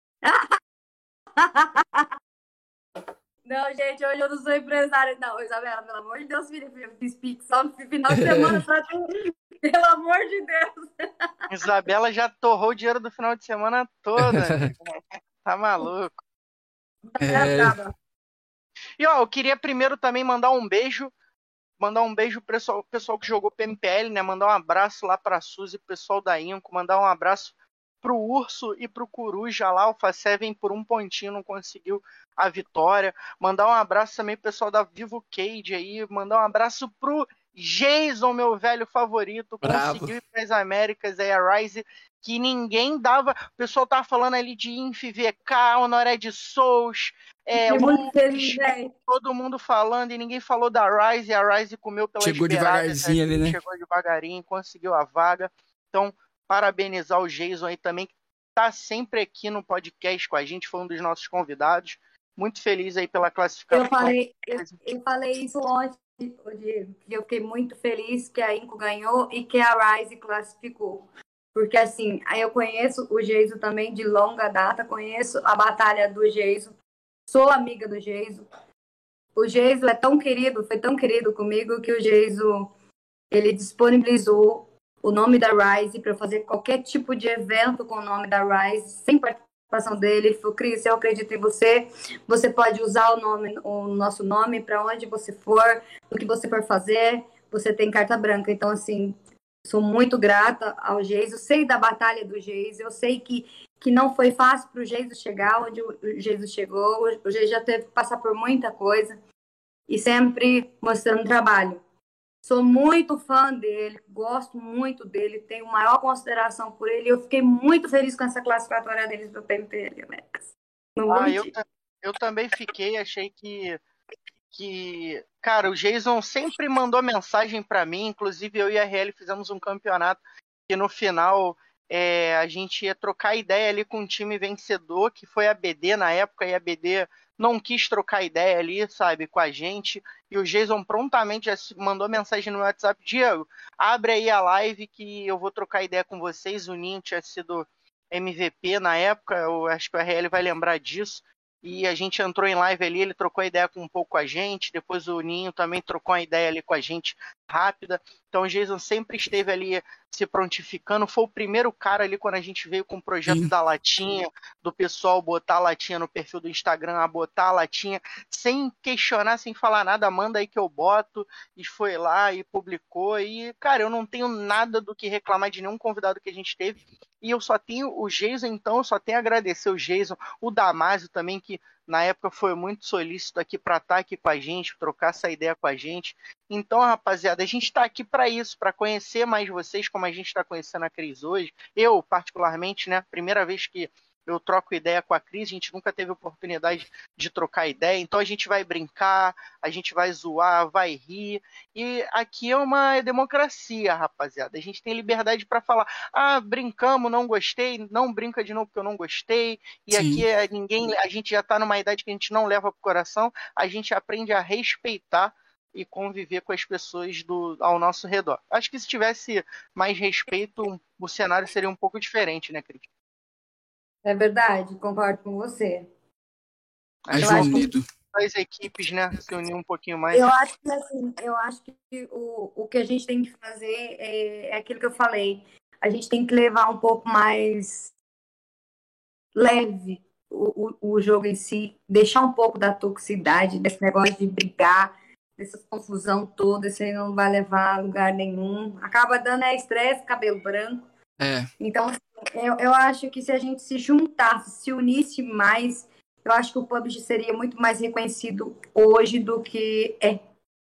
Não, gente, hoje eu não sou empresária. Não, Isabela, pelo amor de Deus, filha, eu fiz Pix só no final de semana pra tu. Pelo amor de Deus. Isabela já torrou o dinheiro do final de semana toda. Tá maluco. É... E ó, eu queria primeiro também mandar um beijo. Mandar um beijo pro pessoal, pessoal que jogou P M P L, né? Mandar um abraço lá pra Suzy, pessoal da Inco. Mandar um abraço pro Urso e pro Coruja lá. O Faceven por um pontinho não conseguiu a vitória. Mandar um abraço também pro pessoal da Vivo Cage aí. Mandar um abraço pro Jason, meu velho favorito. Bravo. Conseguiu ir pras Américas aí, a Rise, que ninguém dava. O pessoal tava falando ali de Inf, V K, Honored Souls, é, muito feliz, todo mundo falando e ninguém falou da Rise. E a Rise comeu pelas Chegou devagarzinho ali, né? Chegou devagarinho, conseguiu a vaga. Então, parabenizar o Jason aí também, que tá sempre aqui no podcast com a gente, foi um dos nossos convidados. Muito feliz aí pela classificação. Eu falei, eu, eu falei isso ontem, que eu fiquei muito feliz que a Inco ganhou e que a Rise classificou. Porque assim, aí eu conheço o Geiso também de longa data, conheço a batalha do Geiso, sou amiga do Geiso. o Geiso é tão querido, foi tão querido comigo que o Geiso, ele disponibilizou o nome da Rise para fazer qualquer tipo de evento com o nome da Rise, sem participação dele. Ele falou, Cris, eu acredito em você, você pode usar o, nome, o nosso nome para onde você for, o que você for fazer, você tem carta branca. Então, assim, sou muito grata ao Geiso, sei da batalha do Geiso, eu sei que, que não foi fácil para o Geiso chegar onde o Geiso chegou, o Geiso já teve que passar por muita coisa e sempre mostrando trabalho. Sou muito fã dele, gosto muito dele, tenho maior consideração por ele. Eu fiquei muito feliz com essa classificatória deles do P M P L, Américas. Não ah, eu, eu também fiquei, achei que, que... Cara, o Jason sempre mandou mensagem para mim, inclusive eu e a R L fizemos um campeonato que no final é, a gente ia trocar ideia ali com um time vencedor, que foi a B D na época, e a B D não quis trocar ideia ali, sabe, com a gente, e o Jason prontamente já mandou mensagem no WhatsApp, Diego, abre aí a live que eu vou trocar ideia com vocês. O Ninho tinha sido M V P na época, eu acho que o R L vai lembrar disso, e a gente entrou em live ali, ele trocou ideia com um pouco com a gente, depois o Ninho também trocou uma ideia ali com a gente, rápida. Então o Jason sempre esteve ali se prontificando, foi o primeiro cara ali quando a gente veio com o projeto Sim. da latinha, do pessoal botar a latinha no perfil do Instagram, a botar a latinha, sem questionar, sem falar nada, manda aí que eu boto, e foi lá e publicou, e cara, eu não tenho nada do que reclamar de nenhum convidado que a gente teve, e eu só tenho o Jason, então eu só tenho a agradecer o Jason, o Damásio também, que na época foi muito solícito aqui para estar aqui com a gente, trocar essa ideia com a gente. Então, rapaziada, a gente está aqui para isso, para conhecer mais vocês, como a gente está conhecendo a Cris hoje. Eu, particularmente, né, primeira vez que eu troco ideia com a Cris, a gente nunca teve oportunidade de trocar ideia, então a gente vai brincar, a gente vai zoar, vai rir, e aqui é uma democracia, rapaziada, a gente tem liberdade para falar, ah, brincamos, não gostei, não brinca de novo porque eu não gostei, e Sim. aqui é ninguém, a gente já está numa idade que a gente não leva pro coração, a gente aprende a respeitar e conviver com as pessoas do, ao nosso redor. Acho que se tivesse mais respeito, o cenário seria um pouco diferente, né, Cris? É verdade, concordo com você. Aí, eu João acho Unido. Que as equipes, né, se unir um pouquinho mais. Eu acho que assim, eu acho que o, o que a gente tem que fazer é, é aquilo que eu falei. A gente tem que levar um pouco mais leve o, o, o jogo em si, deixar um pouco da toxicidade, desse negócio de brigar, dessa confusão toda, isso aí não vai levar a lugar nenhum. Acaba dando é estresse, cabelo branco. É. Então, eu, eu acho que se a gente se juntasse, se unisse mais, eu acho que o P U B G seria muito mais reconhecido hoje do que é.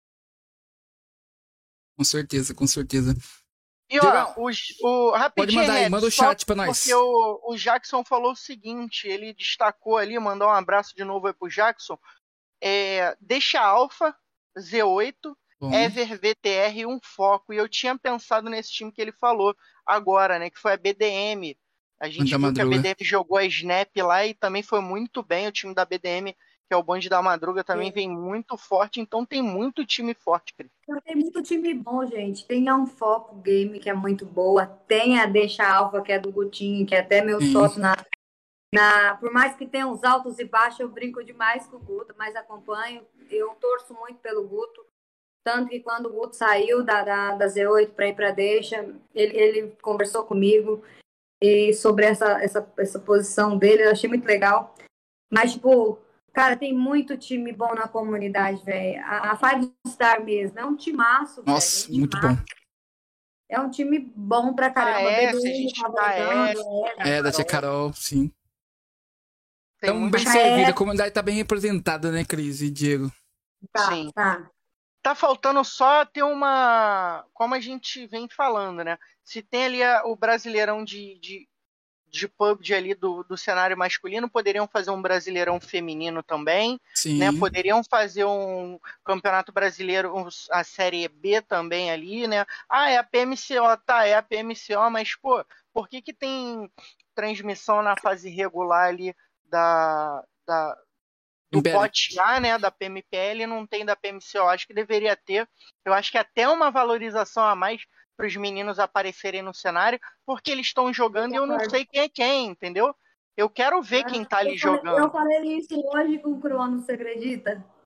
Com certeza, com certeza. E ó, o, o, rapidinho, Pode mandar aí, manda o chat pra nós. Porque o, o Jackson falou o seguinte, ele destacou ali, mandou um abraço de novo aí pro Jackson, é, deixa Alpha, Z oito, Bom. Ever, V T R, um foco. E eu tinha pensado nesse time que ele falou agora, né? Que foi a B D M. A gente viu que a B D M jogou a Snap lá e também foi muito bem. O time da B D M, que é o Bonde da Madruga, também Sim. vem muito forte. Então tem muito time forte, Cris. Tem muito time bom, gente. Tem a Um Foco Game, que é muito boa. Tem a Deixa Alpha, que é do Gutinho, que é até meu Sim. sócio na... Na, por mais que tenha uns altos e baixos, eu brinco demais com o Guto, mas acompanho. Eu torço muito pelo Guto. Tanto que quando o Guto saiu da, da, da Z oito para ir para Deixa, ele, ele conversou comigo e sobre essa, essa, essa posição dele, eu achei muito legal. Mas, tipo, cara, tem muito time bom na comunidade, velho. A, a Five Star mesmo, é um timaço, velho. Nossa, é um muito bom. É um time bom pra caramba. Ah, é, se a gente tá é, é, da Tia Carol, sim. Então, bem servida, a comunidade tá bem representada, né, Cris e Diego? Tá, sim. tá. Tá faltando só ter uma... Como a gente vem falando, né? Se tem ali a, o Brasileirão de, de, de P U B G ali do, do cenário masculino, poderiam fazer um Brasileirão feminino também. Sim. Né? Poderiam fazer um Campeonato Brasileiro, um, a Série B também ali, né? Ah, é a P M C O, tá, é a P M C O, mas, pô, por que que tem transmissão na fase regular ali da... da do pote A, né, da P M P L, não tem da P M C O. Acho que deveria ter. Eu acho que até uma valorização a mais para os meninos aparecerem no cenário, porque eles estão jogando e eu não sei quem é quem, entendeu? Eu quero ver quem tá ali eu jogando. Falei, eu falei isso hoje com o Crono, você acredita?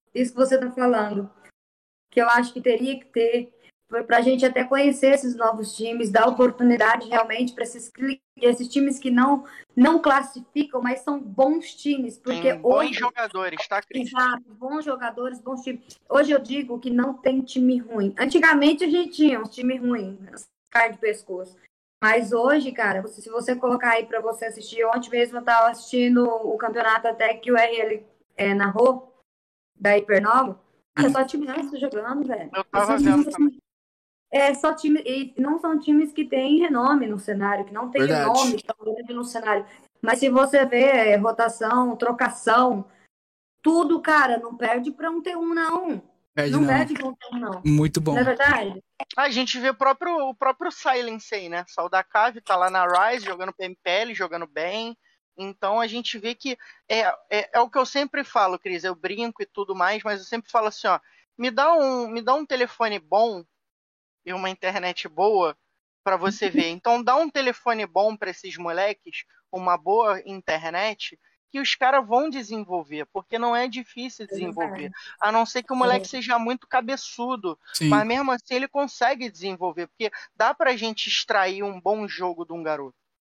isso que você está falando, que eu acho que teria que ter, para a gente até conhecer esses novos times, dar oportunidade realmente para esses, esses times que não, não classificam, mas são bons times, porque Tem bons hoje... jogadores, tá, Cris? Exato, bons jogadores, bons times. Hoje eu digo que não tem time ruim. Antigamente a gente tinha uns times ruins, carne de pescoço. Mas hoje, cara, você, se você colocar aí para você assistir, ontem mesmo eu estava assistindo o campeonato até que o R L é, narrou, da Hipernova. É só time nosso jogando, velho. Eu tava vendo times, também. É só time, e não são times que têm renome no cenário, que não tem Verdade. nome tão grande no cenário. Mas se você vê é, rotação, trocação, tudo, cara, não perde para um T um, não. Perde não, não. perde para um T um, não. Muito bom. Não é verdade? A gente vê o próprio, o próprio Silence aí, né? Saiu da Cave, tá lá na Rise, jogando P M P L, jogando bem. Então a gente vê que é, é, é o que eu sempre falo, Cris. Eu brinco e tudo mais, mas eu sempre falo assim, ó. Me dá um, me dá um telefone bom e uma internet boa para você ver. Então dá um telefone bom para esses moleques, uma boa internet, que os caras vão desenvolver, porque não é difícil desenvolver, a não ser que o moleque seja muito cabeçudo, Sim. mas mesmo assim ele consegue desenvolver, porque dá pra gente extrair um bom jogo de um garoto.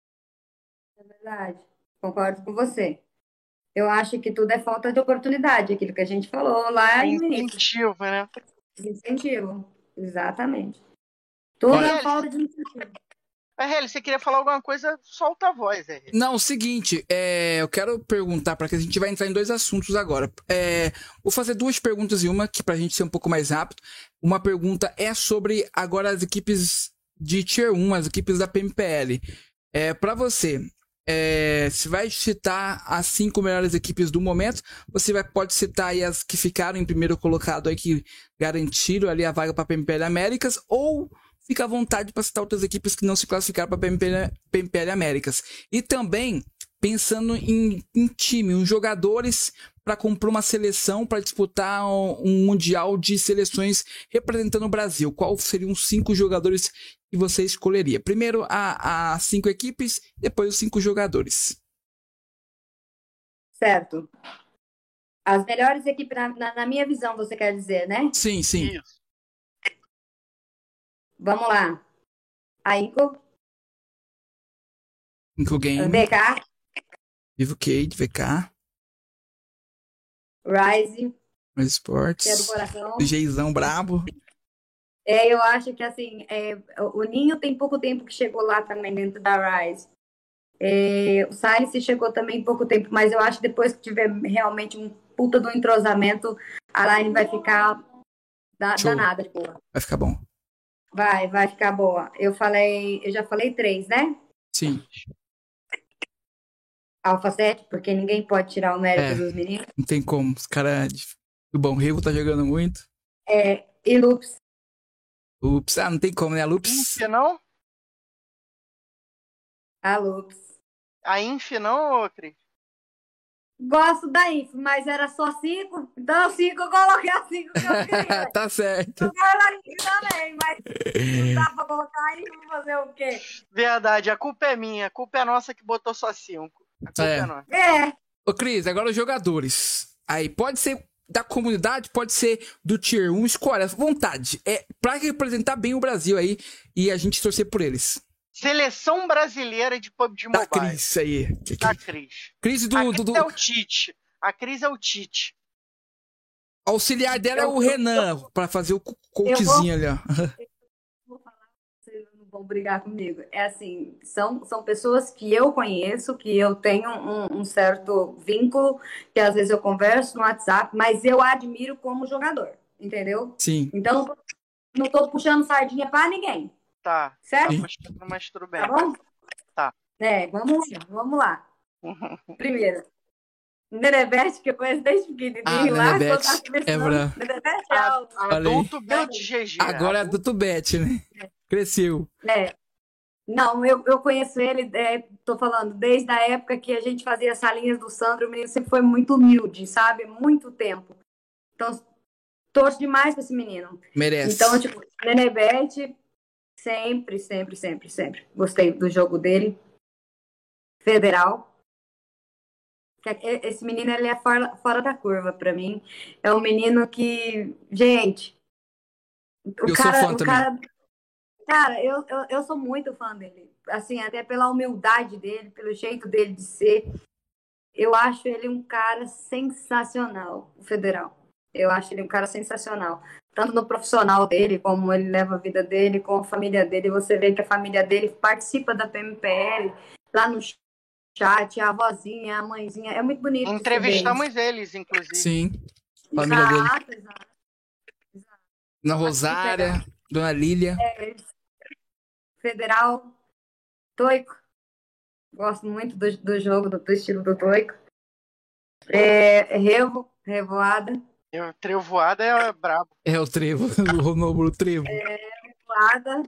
É verdade, concordo com você. Eu acho que tudo é falta de oportunidade, aquilo que a gente falou lá É no início. incentivo, né? Incentivo, exatamente. Tudo Olha, é falta de incentivo. R L, você queria falar alguma coisa? Solta a voz, R L. Não, o seguinte, é, eu quero perguntar, para que a gente vai entrar em dois assuntos agora. É, vou fazer duas perguntas em uma, que pra gente ser um pouco mais rápido. Uma pergunta é sobre agora as equipes de Tier um, as equipes da P M P L. É, para você, é, você vai citar as cinco melhores equipes do momento? Você vai, pode citar aí as que ficaram em primeiro colocado aí, que garantiram ali a vaga para P M P L Américas, ou fica à vontade para citar outras equipes que não se classificaram para P M P L, P M P L Américas. E também pensando em, em time, em jogadores para comprar uma seleção para disputar um, um mundial de seleções representando o Brasil. Qual seriam os cinco jogadores que você escolheria? Primeiro a, a cinco equipes, depois os cinco jogadores. Certo. As melhores equipes, na, na, na minha visão, você quer dizer, né? Sim, sim. Isso. Vamos lá. A Inco. Inco Game. V K. Vivo Cade, V K. Rise. Mais Sports. Que é do coração. Geizão brabo. É, eu acho que assim, é, o Ninho tem pouco tempo que chegou lá também dentro da Rise. É, o Silence chegou também pouco tempo, mas eu acho que depois que tiver realmente um puta do entrosamento, a line vai ficar da, danada, pô. Vai ficar bom. Vai, vai ficar boa. Eu falei, eu já falei três, né? Sim. Alpha sete, porque ninguém pode tirar o mérito É, dos meninos. não tem como. Os caras do Bom Rio tá jogando muito. É, e Loops. Ups, ah, não tem como, né? A Loops. Inf não? A Loops. A Inf não, ô Cris? Gosto da Inf, mas era só cinco. Então, cinco eu coloquei a cinco que eu queria. Tá certo. Eu quero a Inf também, mas não dá pra colocar a Inf pra fazer o quê? Verdade, a culpa é minha. A culpa é nossa que botou só cinco. A culpa é, É. é nossa. É. Ô, Cris, agora os jogadores. Aí, pode ser da comunidade, pode ser do Tier um, escolhe, à vontade. É pra representar bem o Brasil aí e a gente torcer por eles. Seleção brasileira de P U B G Da Mobile. Cris aí. Da Cris. Cris do, A do, Cris do... é o Tite. A Cris é o Tite. auxiliar dela é Eu- o Renan, pra fazer o co- coachzinho ali, ó. Vou falar, vocês não vão brigar comigo. É assim, são, são pessoas que eu conheço, que eu tenho um, um certo vínculo, que às vezes eu converso no WhatsApp, mas eu admiro como jogador, entendeu? Sim. Então, não tô puxando sardinha pra ninguém, Tá. Tá certo? puxando, mas tudo bem. Tá bom? Tá. É, vamos lá, vamos lá. Primeiro, Nerebete, que eu conheço desde pequenininho Ah, lá. Nerebete, só tá é bravo. Nerebete é A- algo. Falei. Adulto Bet G G. Agora é do Tubete, né? Cresceu. É. Não, eu, eu conheço ele, é, tô falando, desde a época que a gente fazia salinhas do Sandro, o menino sempre foi muito humilde, sabe? Muito tempo. Então, torço demais pra esse menino. Merece. Então, tipo, Nenebete, sempre, sempre, sempre, sempre. Gostei do jogo dele. Federal. que esse menino ele é fora, fora da curva pra mim. É um menino que, gente, o Eu sou cara, fã o também. cara, cara, eu, eu, eu sou muito fã dele. Assim, até pela humildade dele, pelo jeito dele de ser. Eu acho ele um cara sensacional, o Federal. Eu acho ele um cara sensacional. Tanto no profissional dele, como ele leva a vida dele, com a família dele. Você vê que a família dele participa da P M P L, lá no chat, a avózinha, a mãezinha. É muito bonito de se ver isso. Entrevistamos eles, inclusive. Sim, família dele. Exato, exato. Dona Rosária, Dona Lília. É, Federal, Toico. Gosto muito do, do jogo, do, do estilo do Toico. É, Revo, Revoada. Eu, Trevoada é brabo. É o Trevo, o novo Trevo. É, Revoada.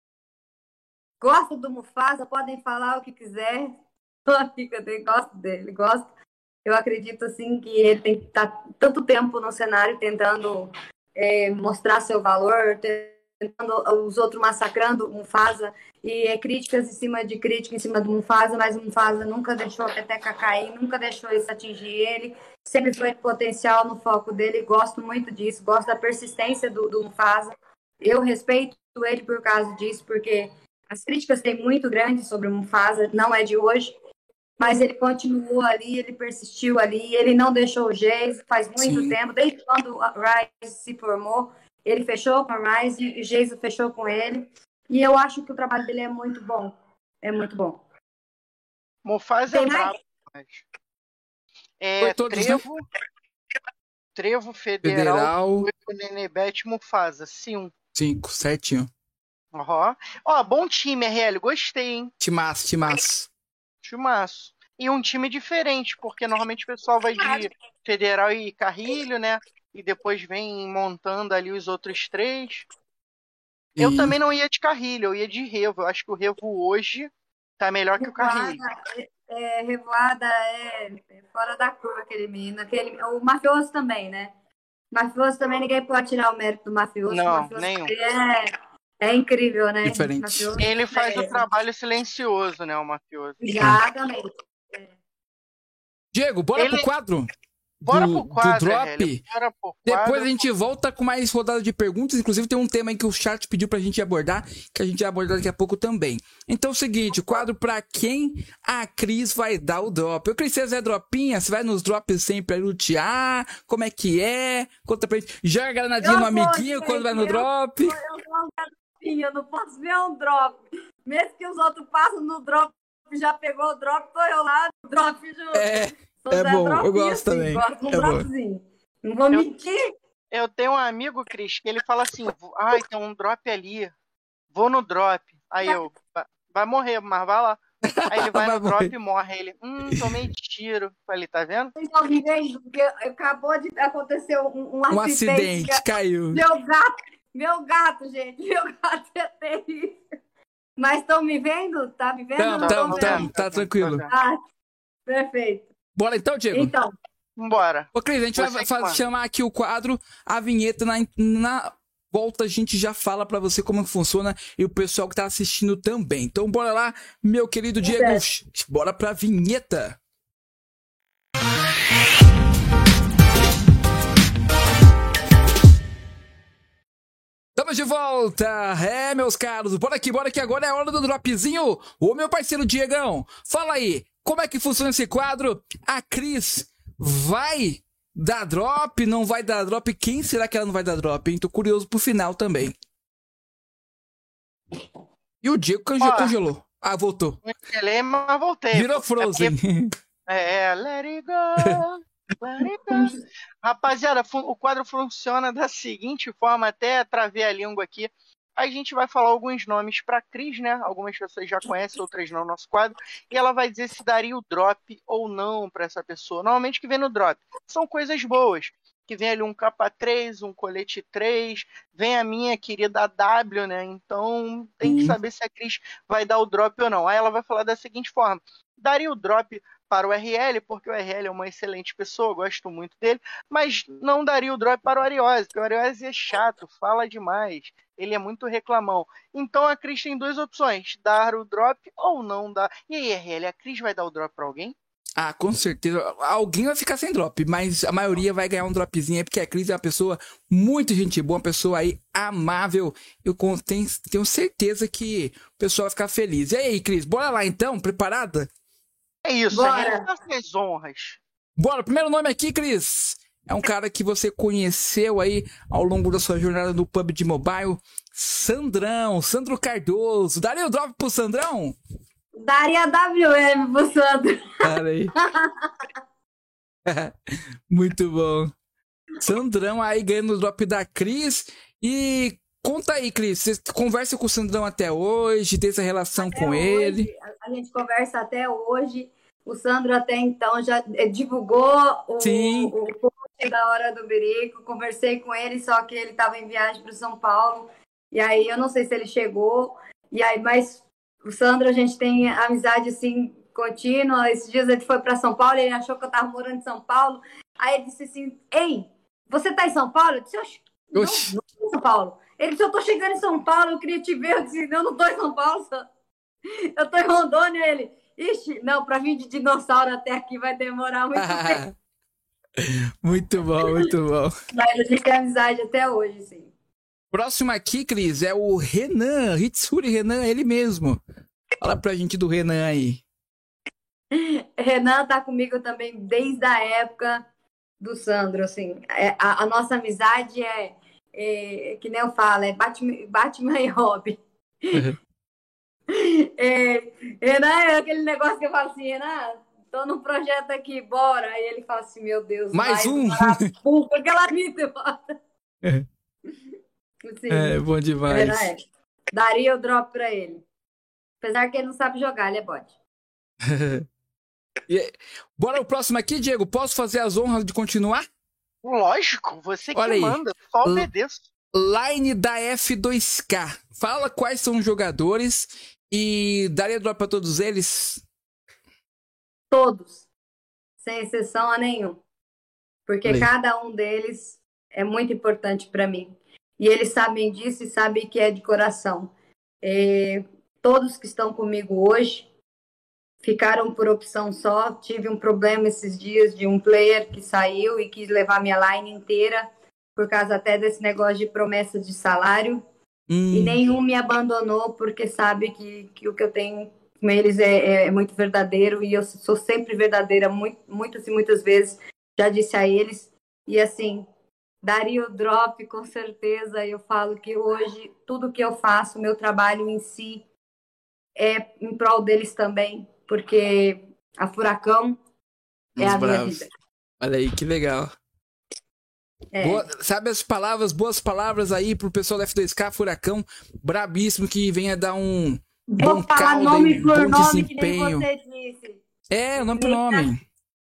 Gosto do Mufasa, podem falar o que quiser. Eu gosto dele, gosto. Eu acredito, assim, que ele tem que estar tanto tempo no cenário tentando é, mostrar seu valor, tentando os outros massacrando o Mufasa, e é críticas em cima de crítica em cima do Mufasa, mas o Mufasa nunca deixou a peteca cair, nunca deixou isso atingir ele, sempre foi potencial no foco dele, gosto muito disso, gosto da persistência do, do Mufasa. Eu respeito ele por causa disso, porque as críticas têm muito grandes sobre o Mufasa, não é de hoje, mas ele continuou ali, ele persistiu ali, ele não deixou o Geis faz muito Sim. tempo, desde quando a Rise se formou, ele fechou com a Rise e o Geis fechou com ele, e eu acho que o trabalho dele é muito bom, é muito bom. Mufasa é Tem mais? brabo, mas... É, Foi todos, Trevo, né? Trevo, Federal, Federal, Nenebete, Mufasa, sim. cinco, certinho. Ó, ó, bom time, R L, gostei, hein? Timaço, timaço. Timaço. E um time diferente, porque normalmente o pessoal vai de Federal e Carrilho, né? E depois vem montando ali os outros três. Eu E- também não ia de Carrilho, eu ia de Revo. Eu acho que o Revo hoje tá melhor que o Carrilho. Revoada, é, Revoada é, é fora da curva aquele menino, aquele, o Mafioso também, né? Mafioso também, ninguém pode tirar o mérito do Mafioso. Não, o Mafioso nenhum. É, é incrível, né? Diferente. Mafioso, Ele faz é, o trabalho silencioso, né, o mafioso. Exatamente. Diego, bora Ele- pro quadro? Bora do, pro quadro, do R drop. L, bora pro Depois quadro. a gente volta com mais rodada de perguntas. Inclusive tem um tema aí que o chat pediu pra gente abordar, que a gente vai abordar daqui a pouco também. Então é o seguinte, o quadro pra quem a Cris vai dar o drop. Eu Cris, você é dropinha? Você vai nos drops sempre aí lutear? Como é que é? Conta pra gente. Joga granadinha Eu no vou, amiguinho gente, quando vai no eu- drop. Eu sou um gatinho, eu não posso ver um drop. Mesmo que os outros passam no drop, já pegou o drop, tô eu lá no drop junto. É, Sou é Zé bom, eu Dropinha, gosto sim, também. Gosto de um É bom. dropzinho. Não vou Eu- mentir. Eu tenho um amigo, Cris, que ele fala assim, ai, tem um drop ali, vou no drop. Aí eu, "Va- vai morrer, mas vai lá. Aí ele vai, Vai no drop morrer. e morre. Aí ele, hum, tomei tiro. Falei, tá vendo? Vocês estão me vendo? Porque acabou de acontecer um, um Um acidente. acidente, caiu. Meu gato, meu gato, gente, meu gato é terrível. Mas estão me vendo? Tá me vendo? Tamo, Não tamo, tô tamo. vendo. Tá tranquilo. vendo. Ah, perfeito. Bora então, Diego? Então, Vambora. Ô, Cris, a gente Você vai que fa- manda. chamar aqui o quadro, a vinheta na, na volta a gente já fala pra você como funciona e o pessoal que tá assistindo também. Então bora lá, meu querido Diego, bora pra vinheta. Estamos de volta! É, meus caros, bora aqui, bora aqui, agora é a hora do dropzinho. Ô, meu parceiro Diegão, fala aí, como é que funciona esse quadro? A Cris vai dar drop, não vai dar drop? Quem será que ela não vai dar drop, hein? Tô curioso pro final também. E o Diego conge- Ó. congelou. Ah, voltou. Congelei, mas voltei. Virou É Frozen. porque- É, let it go, let it go. Rapaziada, fu- o quadro funciona da seguinte forma, até travei a língua aqui. A gente vai falar alguns nomes pra Cris, né? Algumas pessoas já conhecem, outras não, nosso quadro. E ela vai dizer se daria o drop ou não pra essa pessoa. Normalmente que vem no drop são coisas boas. Que vem ali um capa três, um colete três, vem a minha querida W, né? Então tem que Sim. saber se a Cris vai dar o drop ou não. Aí ela vai falar da seguinte forma: daria o drop para o R L, porque o R L é uma excelente pessoa, gosto muito dele, mas não daria o drop para o Ariose, porque o Ariose é chato, fala demais, ele é muito reclamão. Então a Cris tem duas opções: dar o drop ou não dar. E aí, R L, a Cris vai dar o drop para alguém? Ah, com certeza. Alguém vai ficar sem drop, mas a maioria vai ganhar um dropzinho aí, porque a Cris é uma pessoa muito gente boa, uma pessoa aí amável. Eu con- tenho, tenho certeza que o pessoal vai ficar feliz. E aí, Cris, bora lá então? Preparada? É isso, Bora. gente. Faça as honras. Bora, primeiro nome aqui, Cris. É um cara que você conheceu aí ao longo da sua jornada no P U B G Mobile. Sandrão, Sandro Cardoso. Daria o drop pro Sandrão? Daria W M pro Sandro. Cara aí. Muito bom. Sandrão aí ganhando o drop da Cris. E conta aí, Cris. Você conversa com o Sandrão até hoje? Tem essa relação Até com hoje, ele? a gente conversa até hoje. O Sandro até então já eh, divulgou o, Sim. o post da Hora do Birico. Conversei com ele, só que ele estava em viagem para São Paulo. E aí eu não sei se ele chegou. E aí, mas o Sandro, a gente tem amizade assim contínua. Esses dias ele foi para São Paulo, ele achou que eu estava morando em São Paulo. Aí ele disse assim: Ei, você tá em São Paulo? Eu disse: Oxi, não, Oxi. não tô em São Paulo. Ele disse: Eu tô chegando em São Paulo, eu queria te ver. Eu disse: Não, não tô em São Paulo, Sandro. Eu tô em Rondônia. Ele: Ixi, não, pra vir de dinossauro até aqui vai demorar muito tempo. Muito bom, muito bom. Mas a gente tem amizade até hoje, sim. Próximo aqui, Cris, é o Renan. Hitsuri Renan, ele mesmo. Fala pra gente do Renan aí. Renan tá comigo também desde a época do Sandro, assim. É, a, a nossa amizade é, é, que nem eu falo, é Batman, Batman e Robin. É, Renan é aquele negócio que eu falo assim: Renan, tô num projeto aqui, bora. Aí ele fala assim: meu Deus, Mais um? Puxa, aquela vida. Assim, É, bom demais. Renan é. Daria o drop pra ele. Apesar que ele não sabe jogar, ele é bot. E- Bora o próximo aqui, Diego. Posso fazer as honras de continuar? Lógico, você que Olha aí. manda, só L- obedeço. Line da F dois K. Fala quais são os jogadores e daria drop pra todos eles? Todos. Sem exceção a nenhum. Porque Olha aí. cada um deles é muito importante pra mim. E eles sabem disso e sabem que é de coração. É, todos que estão comigo hoje ficaram por opção só. Tive um problema esses dias de um player que saiu e quis levar minha line inteira, por causa até desse negócio de promessa de salário. Hum, E nenhum me abandonou, porque sabe que, que o que eu tenho com eles é, é muito verdadeiro. E eu sou sempre verdadeira, muito, muitas e muitas vezes. Já disse a eles. E assim, daria o drop, com certeza. Eu falo que hoje, tudo que eu faço, meu trabalho em si, é em prol deles também. Porque a Furacão é os a minha bravos. vida. Olha aí, que legal. É. Boa- sabe as palavras, boas palavras aí pro pessoal da F dois K, Furacão, brabíssimo, que venha dar um bom Vou falar caldo, nome hein, por bom nome, que nem desempenho. você disse. É, o nome por Neita, nome.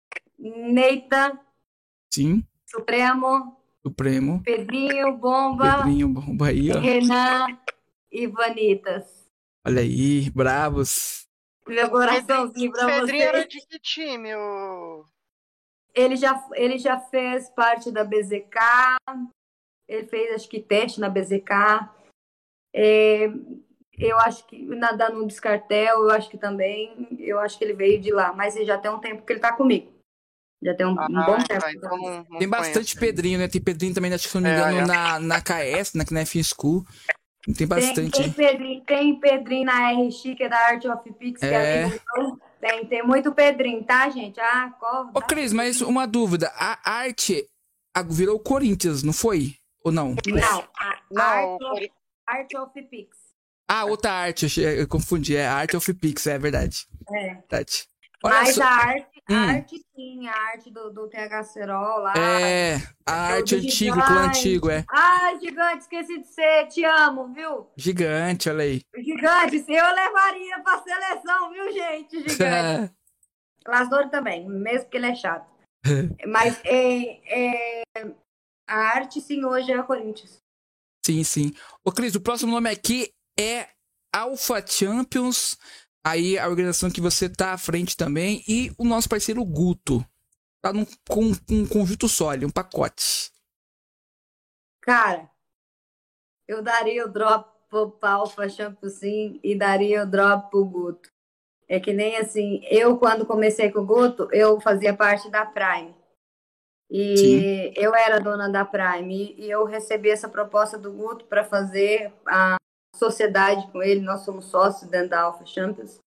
Neita, Sim, Supremo, Supremo, Pedrinho, Bomba, Pedrinho, Bomba aí, ó. Renan e Vanitas. Olha aí, bravos. Meu coraçãozinho pra Pedrinho era vocês. de que time? O... Ele já, ele já fez parte da B Z K, ele fez acho que teste na B Z K. É, eu acho que nadar no Descartel, eu acho que também, eu acho que ele veio de lá, mas ele já tem um tempo que ele tá comigo. Já tem um, um bom Ah, tempo. tá, então não, não Tem bastante conheço. Pedrinho, né? Tem Pedrinho também, acho que se não me É, engano, é. na, na K S, na, na F School. Tem Tem, bastante. tem, Pedrinho, tem Pedrinho na R X, que é da Art of Pix, que é É. amigo meu. Tem, tem muito Pedrinho, tá, gente? Ah, corre. Ô, Cris, mas uma dúvida. A arte a- virou Corinthians, não foi? Ou não? Não, a Não, Art, o of, Art of Pix. Ah, outra arte, eu, achei- eu confundi. É Art of Pix, é verdade. É. verdade. Olha Mas só. a arte, a Hum. arte sim, a arte do, do T H Cerol lá. É, a arte do antiga, o Gigante. clã antigo, é. Ai, Gigante, esqueci de ser, te amo, viu? Gigante, olha aí. Gigante, eu levaria pra seleção, viu, gente? Gigante. Lasdor também, mesmo que ele é chato. Mas é, é, a arte sim hoje é a Corinthians. Sim, sim. Ô, Cris, o próximo nome aqui é Alpha Champions. Aí a organização que você tá à frente também. E o nosso parceiro Guto. Tá num, com, com um conjunto sólido, um pacote. Cara, eu daria o drop pro Alpha Champions sim e daria o drop pro Guto. É que nem assim, eu quando comecei com o Guto, eu fazia parte da Prime. E Sim. eu era dona da Prime. E eu recebi essa proposta do Guto para fazer a sociedade com ele. Nós somos sócios dentro da Alpha Champions.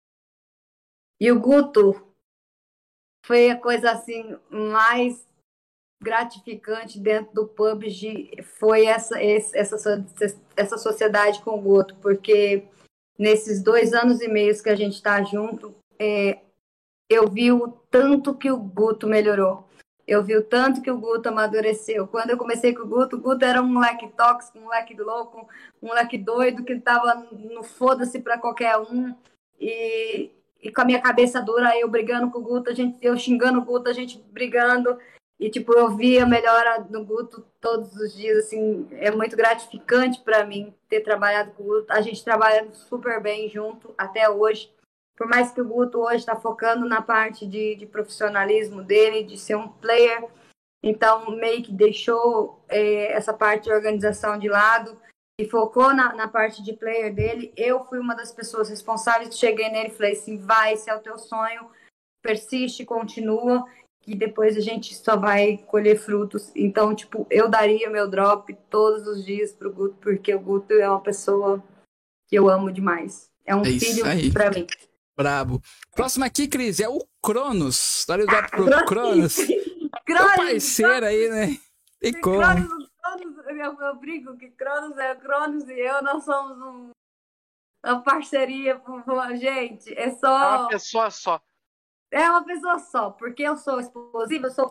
E o Guto foi a coisa assim mais gratificante dentro do P U B G. Foi essa, essa, essa sociedade com o Guto. Porque nesses dois anos e meio que a gente está junto, é, eu vi o tanto que o Guto melhorou. Eu vi o tanto que o Guto amadureceu. Quando eu comecei com o Guto, o Guto era um moleque tóxico, um moleque louco, um moleque doido, que estava no foda-se para qualquer um. E, e com a minha cabeça dura, eu brigando com o Guto, a gente, eu xingando o Guto, a gente brigando. E, tipo, eu vi a melhora do Guto todos os dias, assim, é muito gratificante para mim ter trabalhado com o Guto. A gente trabalha super bem junto até hoje. Por mais que o Guto hoje está focando na parte de, de profissionalismo dele, de ser um player, então meio que deixou é, essa parte de organização de lado e focou na, na parte de player dele. Eu fui uma das pessoas responsáveis, cheguei nele e falei assim, vai, esse é o teu sonho, persiste, continua, e depois a gente só vai colher frutos. Então, tipo, eu daria meu drop todos os dias pro Guto, porque o Guto é uma pessoa que eu amo demais. É um é filho aí. pra mim. Brabo. Próximo aqui, Cris, é o Cronos. Dá o drop pro Cronos. Cronos, meu parceiro aí, né? E como? Cronos, Cronos, eu, eu brinco que Cronos é Cronos e eu, nós somos um, uma parceria, gente. É só. É uma pessoa só. É uma pessoa só, porque eu sou explosiva, eu sou.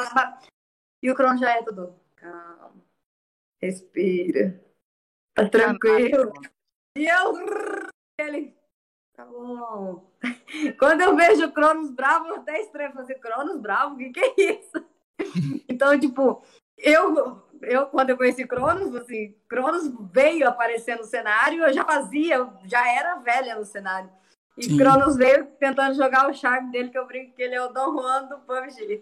E o Cronos já é tudo. Calma. Respira. Tá tranquilo. E eu. Ele. Tá bom. Quando eu vejo o Cronos bravo, eu até estranho fazer Cronos bravo, o que, que é isso? Então, tipo, eu, eu quando eu conheci Cronos, assim, Cronos veio aparecer no cenário, eu já fazia, eu já era velha no cenário. E Sim. Cronos veio tentando jogar o charme dele, que eu brinco que ele é o Dom Juan do P U B G.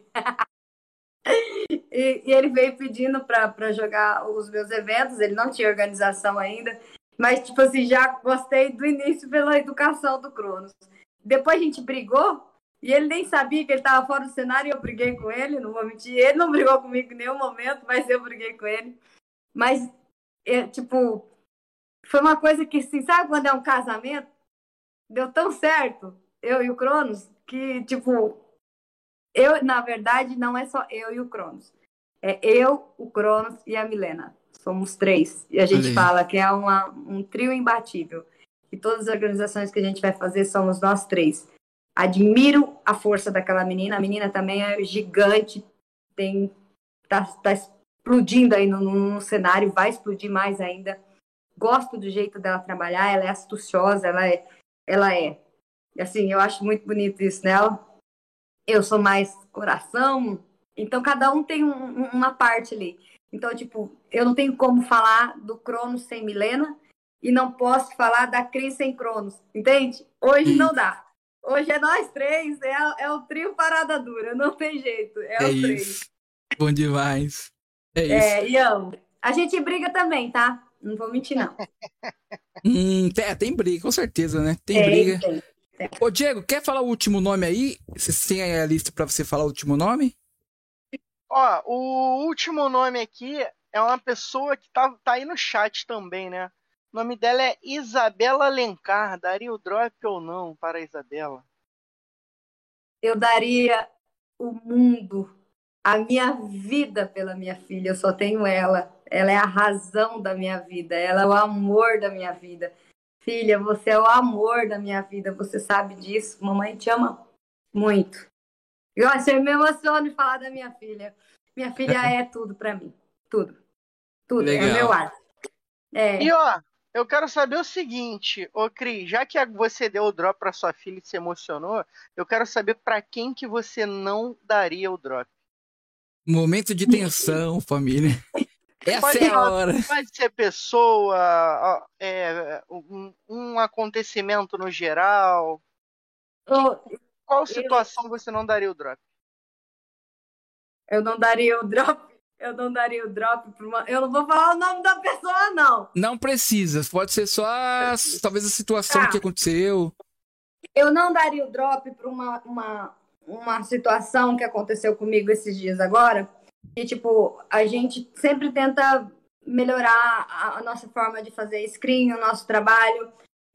e, e ele veio pedindo para jogar os meus eventos, ele não tinha organização ainda. Mas, tipo assim, já gostei do início pela educação do Cronos. Depois a gente brigou, e ele nem sabia que ele estava fora do cenário, e eu briguei com ele, não vou mentir. Ele não brigou comigo em nenhum momento, mas eu briguei com ele. Mas, é, tipo, foi uma coisa que, assim, sabe quando é um casamento? Deu tão certo, eu e o Cronos, que, tipo, eu, na verdade, não é só eu e o Cronos. É eu, o Cronos e a Milena. Somos três. E a gente Ali. fala que é uma, um trio imbatível. E todas as organizações que a gente vai fazer somos nós três. Admiro a força daquela menina. A menina também é gigante. Tem, tá, tá explodindo aí no, no cenário. Vai explodir mais ainda. Gosto do jeito dela trabalhar. Ela é astuciosa. Ela é... Ela é. Assim, eu acho muito bonito isso nela. Eu sou mais coração. Então, cada um tem um, uma parte ali. Então, tipo, eu não tenho como falar do Cronos sem Milena e não posso falar da Cris sem Cronos, entende? Hoje não dá. Hoje é nós três, é, é o trio parada dura, não tem jeito, é, é o três. Isso. Bom demais. É isso. É, e amo. A gente briga também, tá? Não vou mentir, não. hum, tem, tem briga, com certeza, né? Tem, tem briga. Tem, tem. Ô, Diego, quer falar o último nome aí? Você tem aí a lista pra você falar o último nome? Ó, o último nome aqui é uma pessoa que tá, tá aí no chat também, né? O nome dela é Isabela Alencar. Daria o drop ou não para a Isabela? Eu daria o mundo, a minha vida pela minha filha. Eu só tenho ela. Ela é a razão da minha vida. Ela é o amor da minha vida. Filha, você é o amor da minha vida. Você sabe disso. Mamãe te ama muito. Eu achei me emociono de falar da minha filha. Minha filha é tudo pra mim. Tudo. Tudo. Legal. É o meu ar. É. E ó, eu quero saber o seguinte, ô Cris, já que você deu o drop pra sua filha e se emocionou, eu quero saber pra quem que você não daria o drop. Momento de tensão, família. Essa pode, é a hora. Pode ser pessoa, é, um, um acontecimento no geral. Oh, Qual situação eu... você não daria o drop? Eu não daria o drop. Eu não daria o drop para uma... Eu não vou falar o nome da pessoa, não. Não precisa. Pode ser só a... talvez a situação ah. que aconteceu. Eu não daria o drop para uma, uma, uma situação que aconteceu comigo esses dias agora, que, tipo, a gente sempre tenta melhorar a, a nossa forma de fazer screen, o nosso trabalho,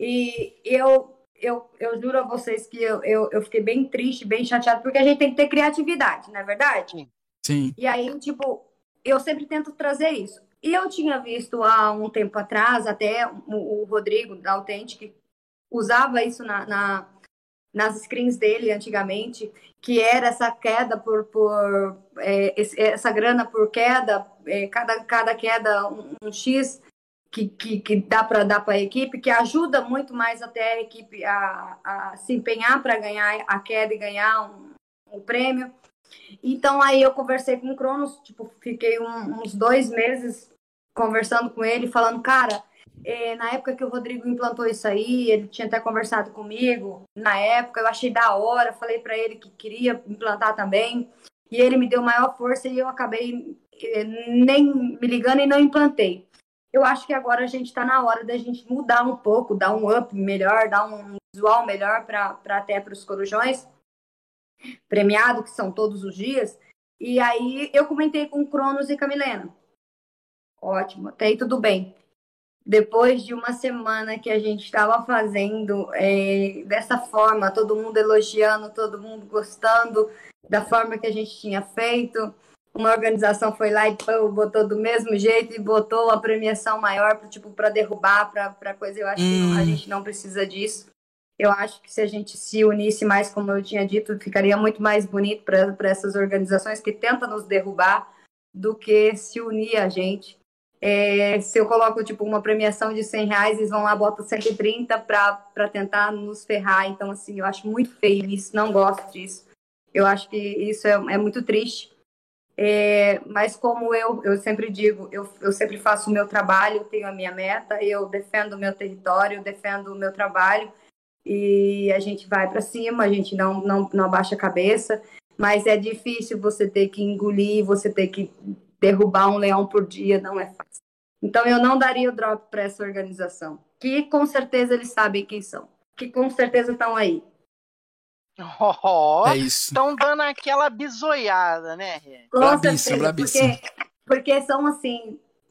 e eu, eu, eu juro a vocês que eu, eu, eu fiquei bem triste, bem chateada, porque a gente tem que ter criatividade, não é verdade? Sim. E aí, tipo, eu sempre tento trazer isso. E eu tinha visto há um tempo atrás, até o, o Rodrigo, da Authentic, usava isso na, na, nas screens dele antigamente, que era essa queda por, por é, esse, essa grana por queda, é, cada, cada queda um, um X que, que, que dá para dar para a equipe, que ajuda muito mais até a equipe a, a se empenhar para ganhar a queda e ganhar um, um prêmio. Então aí eu conversei com o Cronos, tipo, fiquei um, uns dois meses conversando com ele, falando, cara, é, na época que o Rodrigo implantou isso aí, ele tinha até conversado comigo, na época eu achei da hora, falei para ele que queria implantar também, e ele me deu maior força e eu acabei é, nem me ligando e não implantei. Eu acho que agora a gente está na hora da gente mudar um pouco, dar um up melhor, dar um visual melhor para até para os corujões premiado, que são todos os dias. E aí eu comentei com o Cronos e com a Milena. Ótimo, até aí tudo bem. Depois de uma semana que a gente estava fazendo é, dessa forma, todo mundo elogiando, todo mundo gostando da forma que a gente tinha feito, uma organização foi lá e pô, botou do mesmo jeito e botou a premiação maior tipo, para derrubar, para coisa. Eu acho hum. que não, a gente não precisa disso. Eu acho que se a gente se unisse mais, como eu tinha dito, ficaria muito mais bonito para essas organizações que tentam nos derrubar do que se unir a gente. É, se eu coloco tipo, uma premiação de cem reais, eles vão lá, botam cento e trinta para tentar nos ferrar. Então, assim, eu acho muito feio isso, não gosto disso. Eu acho que isso é, é muito triste. É, mas como eu, eu sempre digo, eu, eu sempre faço o meu trabalho, tenho a minha meta, eu defendo o meu território, eu defendo o meu trabalho. E a gente vai para cima, a gente não, não, não abaixa a cabeça, mas é difícil você ter que engolir, você ter que derrubar um leão por dia, não é fácil. Então eu não daria o drop para essa organização, que com certeza eles sabem quem são, que com certeza estão aí. Oh, é isso. Estão dando aquela bisoiada, né? Com brabíssimo, certeza, brabíssimo. Porque, porque são assim, o,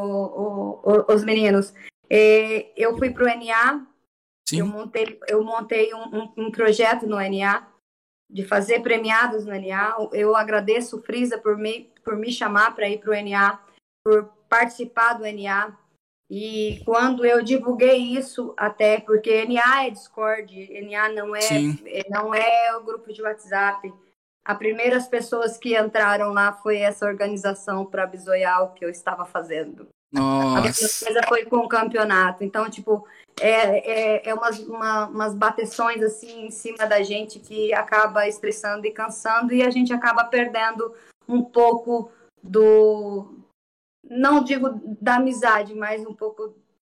o, o, os meninos. É, eu fui pro N A, Sim. Eu montei, eu montei um, um, um projeto no N A, de fazer premiados no N A. Eu agradeço o Frieza por me, por me chamar para ir para o N A, por participar do N A. E quando eu divulguei isso, até porque N A é Discord, N A não é, não é o grupo de WhatsApp. As primeiras pessoas que entraram lá foi essa organização para bisoiar o que eu estava fazendo. Nossa. A mesma coisa foi com o campeonato. Então, tipo, é, é, é umas, uma, umas bateções assim em cima da gente que acaba estressando e cansando e a gente acaba perdendo um pouco do, não digo da amizade, mas um pouco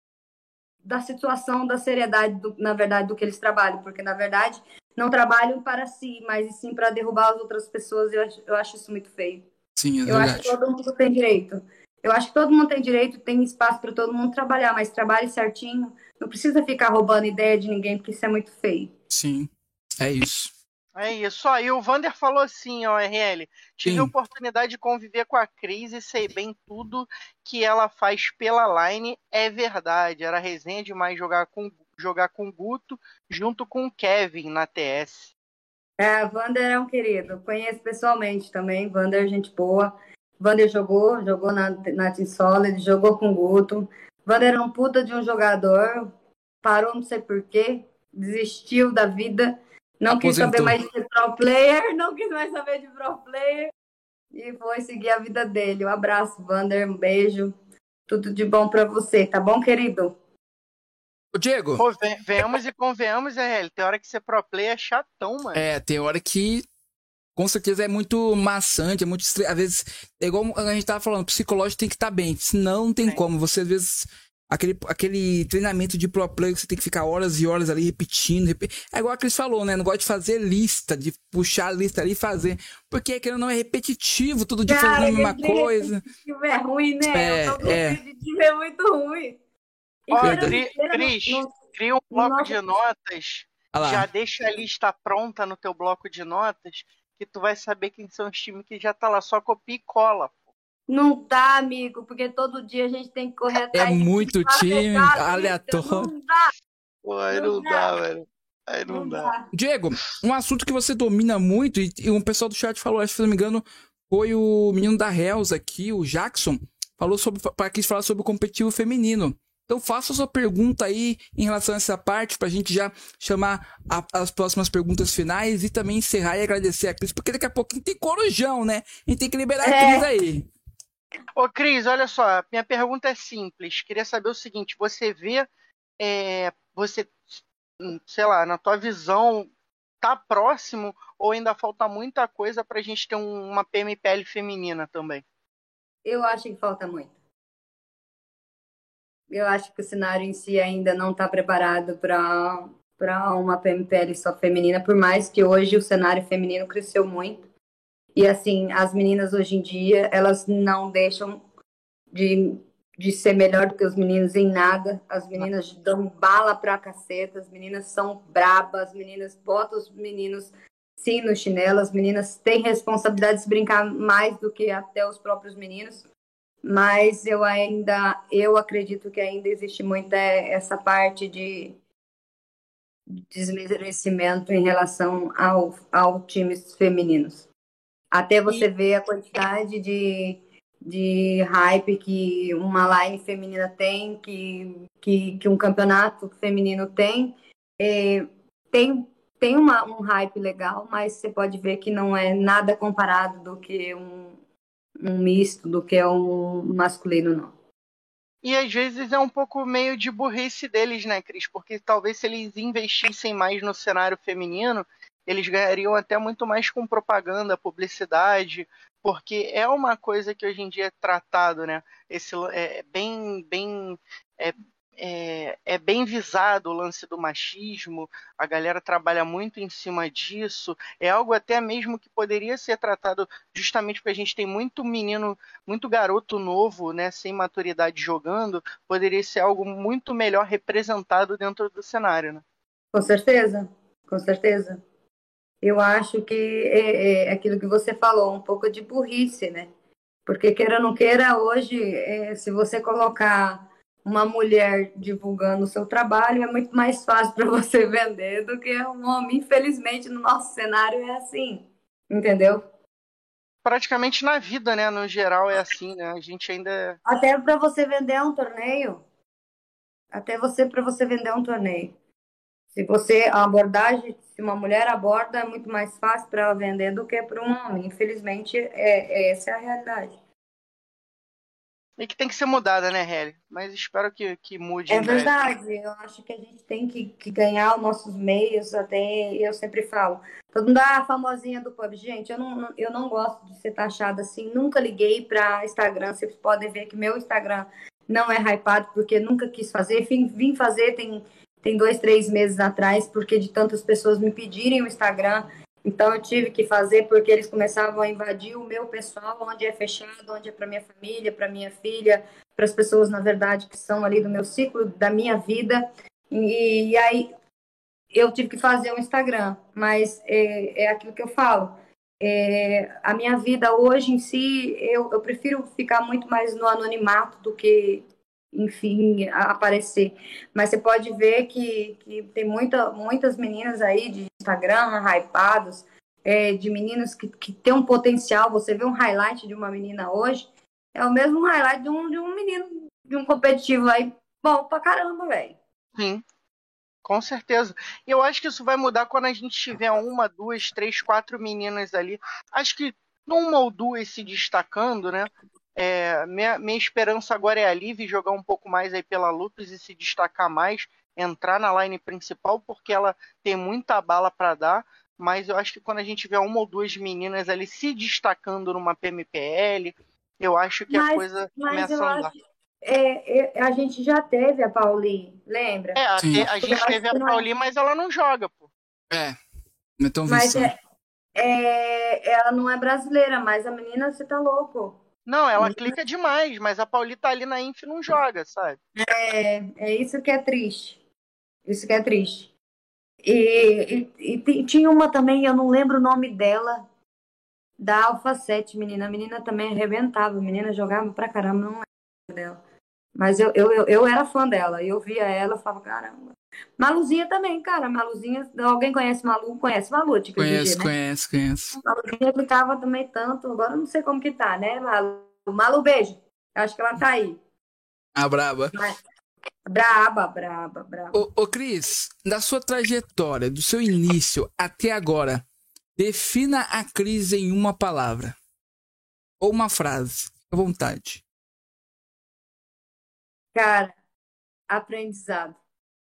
da situação, da seriedade, do, na verdade, do que eles trabalham. Porque, na verdade, não trabalham para si, mas sim para derrubar as outras pessoas. Eu acho, eu acho isso muito feio. Sim, é eu verdade. acho que todo mundo tem direito. Eu acho que todo mundo tem direito, tem espaço para todo mundo trabalhar, mas trabalhe certinho. Não precisa ficar roubando ideia de ninguém, porque isso é muito feio. Sim, é isso. É isso. Aí o Vander falou assim, ó, R L. Tive Sim. a oportunidade de conviver com a Cris e sei bem tudo que ela faz pela Line. É verdade. Era resenha demais jogar com jogar com o Guto junto com o Kevin na T S. É, o Vander é um querido. Conheço pessoalmente também. Vander é gente boa. Vander jogou, jogou na, na Team Solid, jogou com o Guto. Vander era um puta de um jogador. Parou, não sei porquê. Desistiu da vida. Não quis saber mais de pro player. Não quis mais saber de pro player. E foi seguir a vida dele. Um abraço, Vander. Um beijo. Tudo de bom pra você, tá bom, querido? Ô, Diego. Pô, venhamos e convenhamos, R L. Tem hora que ser pro player é chatão, mano. É, tem hora que, com certeza, é muito maçante, é muito estre... Às vezes, é igual a gente tava falando, o psicológico tem que estar tá bem, senão não tem Sim. como. Você, às vezes, aquele, aquele treinamento de pro player que você tem que ficar horas e horas ali repetindo. Rep... É igual a Cris falou, né? Não gosta de fazer lista, de puxar a lista ali e fazer. Porque aquilo não é repetitivo, todo dia fazendo a mesma coisa. É ruim, né? É, o é. repetitivo é muito ruim. Ó, Cris, cria um bloco nosso... de notas Olha já lá. deixa a lista pronta no teu bloco de notas, que tu vai saber quem são os times que já tá lá, só copia e cola. Não dá, amigo, porque todo dia a gente tem que correr É atrás de time muito para time fechar a lista. aleatório. Não dá, Pô, aí não não dá, dá, velho. Aí não não dá. dá. Diego, um assunto que você domina muito, e, e um pessoal do chat falou, acho que se não me engano, foi o menino da Hells aqui, o Jackson, falou sobre, para quis falar sobre o competitivo feminino. Então faça a sua pergunta aí em relação a essa parte, pra gente já chamar a, as próximas perguntas finais e também encerrar e agradecer a Cris, porque daqui a pouquinho tem corujão, né? A gente tem que liberar É. a Cris aí. Ô, Cris, olha só, minha pergunta é simples. Queria saber o seguinte, você vê, é, você, sei lá, na tua visão, tá próximo ou ainda falta muita coisa pra gente ter um- uma P M P L feminina também? Eu acho que falta muito. Eu acho que o cenário em si ainda não está preparado para para uma P M P L só feminina, por mais que hoje o cenário feminino cresceu muito. E assim, as meninas hoje em dia, elas não deixam de, de ser melhor do que os meninos em nada. As meninas dão bala pra caceta, as meninas são brabas, as meninas botam os meninos sim no chinelo, as meninas têm responsabilidade de brincar mais do que até os próprios meninos. Mas eu ainda, eu acredito que ainda existe muita essa parte de desmerecimento em relação ao, ao times femininos. Até você E, ver a quantidade de, de hype que uma line feminina tem, que, que, que um campeonato feminino tem. É, tem tem uma, um hype legal, mas você pode ver que não é nada comparado do que um, um misto, do que um masculino, não. e às vezes é um pouco meio de burrice deles, né, Cris? Porque talvez se eles investissem mais no cenário feminino, eles ganhariam até muito mais com propaganda, publicidade, porque é uma coisa que hoje em dia é tratado, né? Esse é bem, bem é, é, é bem visado o lance do machismo, a galera trabalha muito em cima disso, é algo até mesmo que poderia ser tratado justamente porque a gente tem muito menino, muito garoto novo, né, sem maturidade jogando, poderia ser algo muito melhor representado dentro do cenário, né? Com certeza, com certeza. Eu acho que é, é aquilo que você falou, um pouco de burrice, né? Porque queira ou não queira, hoje, é, se você colocar uma mulher divulgando o seu trabalho, é muito mais fácil para você vender do que um homem. Infelizmente, no nosso cenário é assim, entendeu? Praticamente na vida, né, no geral é assim, né? A gente ainda Até para você vender um torneio, até você para você vender um torneio. Se você a abordagem, se uma mulher aborda, é muito mais fácil para ela vender do que para um homem. Infelizmente, é, é, essa é a realidade. e que tem que ser mudada, né, Helly? Mas espero que, que mude É em breve. verdade, eu acho que a gente tem que, que ganhar os nossos meios, até eu sempre falo. Todo mundo, ah, a famosinha do pub. Gente, eu não, eu não gosto de ser taxada assim, nunca liguei para Instagram. Vocês podem ver que meu Instagram não é hypado, porque nunca quis fazer. Vim, vim fazer tem, tem dois, três meses atrás, porque de tantas pessoas me pedirem o Instagram. Então eu tive que fazer, porque eles começavam a invadir o meu pessoal, onde é fechado, onde é para minha família, para minha filha, para as pessoas, na verdade, que são ali do meu ciclo, da minha vida. E, e aí eu tive que fazer um Instagram, mas é, é aquilo que eu falo. É, a minha vida hoje em si, eu, eu prefiro ficar muito mais no anonimato do que, enfim, aparecer. Mas você pode ver que, que tem muita, muitas meninas aí de Instagram, hypados, é, de meninos que, que têm um potencial. Você vê um highlight de uma menina hoje, é o mesmo highlight de um, de um menino, de um competitivo aí, bom pra caramba, velho. Sim, com certeza. E eu acho que isso vai mudar quando a gente tiver uma, duas, três, quatro meninas ali. Acho que uma ou duas se destacando, né? É, minha, minha esperança agora é a Liv jogar um pouco mais aí pela Lupus e se destacar mais, entrar na line principal, porque ela tem muita bala para dar. Mas eu acho que quando a gente tiver uma ou duas meninas ali se destacando numa P M P L, eu acho que a Mas, coisa mas começa eu a andar. acho. É, é, a gente já teve a Pauli, lembra? É, a, Sim. a gente teve a Pauli, mas ela não joga, pô. É, não é tão Mas visão. é, é, ela não é brasileira, mas a menina, você tá louco. Não, ela clica demais, mas a Pauli tá ali na Inf e não joga, sabe? É, é isso que é triste. Isso que é triste. E, e, e tinha uma também, eu não lembro o nome dela, da Alfa sete, menina. A menina também arrebentava, a menina jogava pra caramba, não lembro dela. Mas eu, eu, eu, eu era fã dela, eu via ela, eu falava, caramba. Maluzinha também, cara, Maluzinha, alguém conhece Malu? Conhece Malu, tipo de G, Conheço, né? conheço, conheço. Maluzinha clicava também tanto, agora eu não sei como que tá, né, Malu? Malu, beijo. Eu acho que ela tá aí. A braba. Mas, braba, braba, braba. Ô, ô, Cris, da sua trajetória, do seu início até agora, defina a Cris em uma palavra. Ou uma frase. À vontade. Cara, aprendizado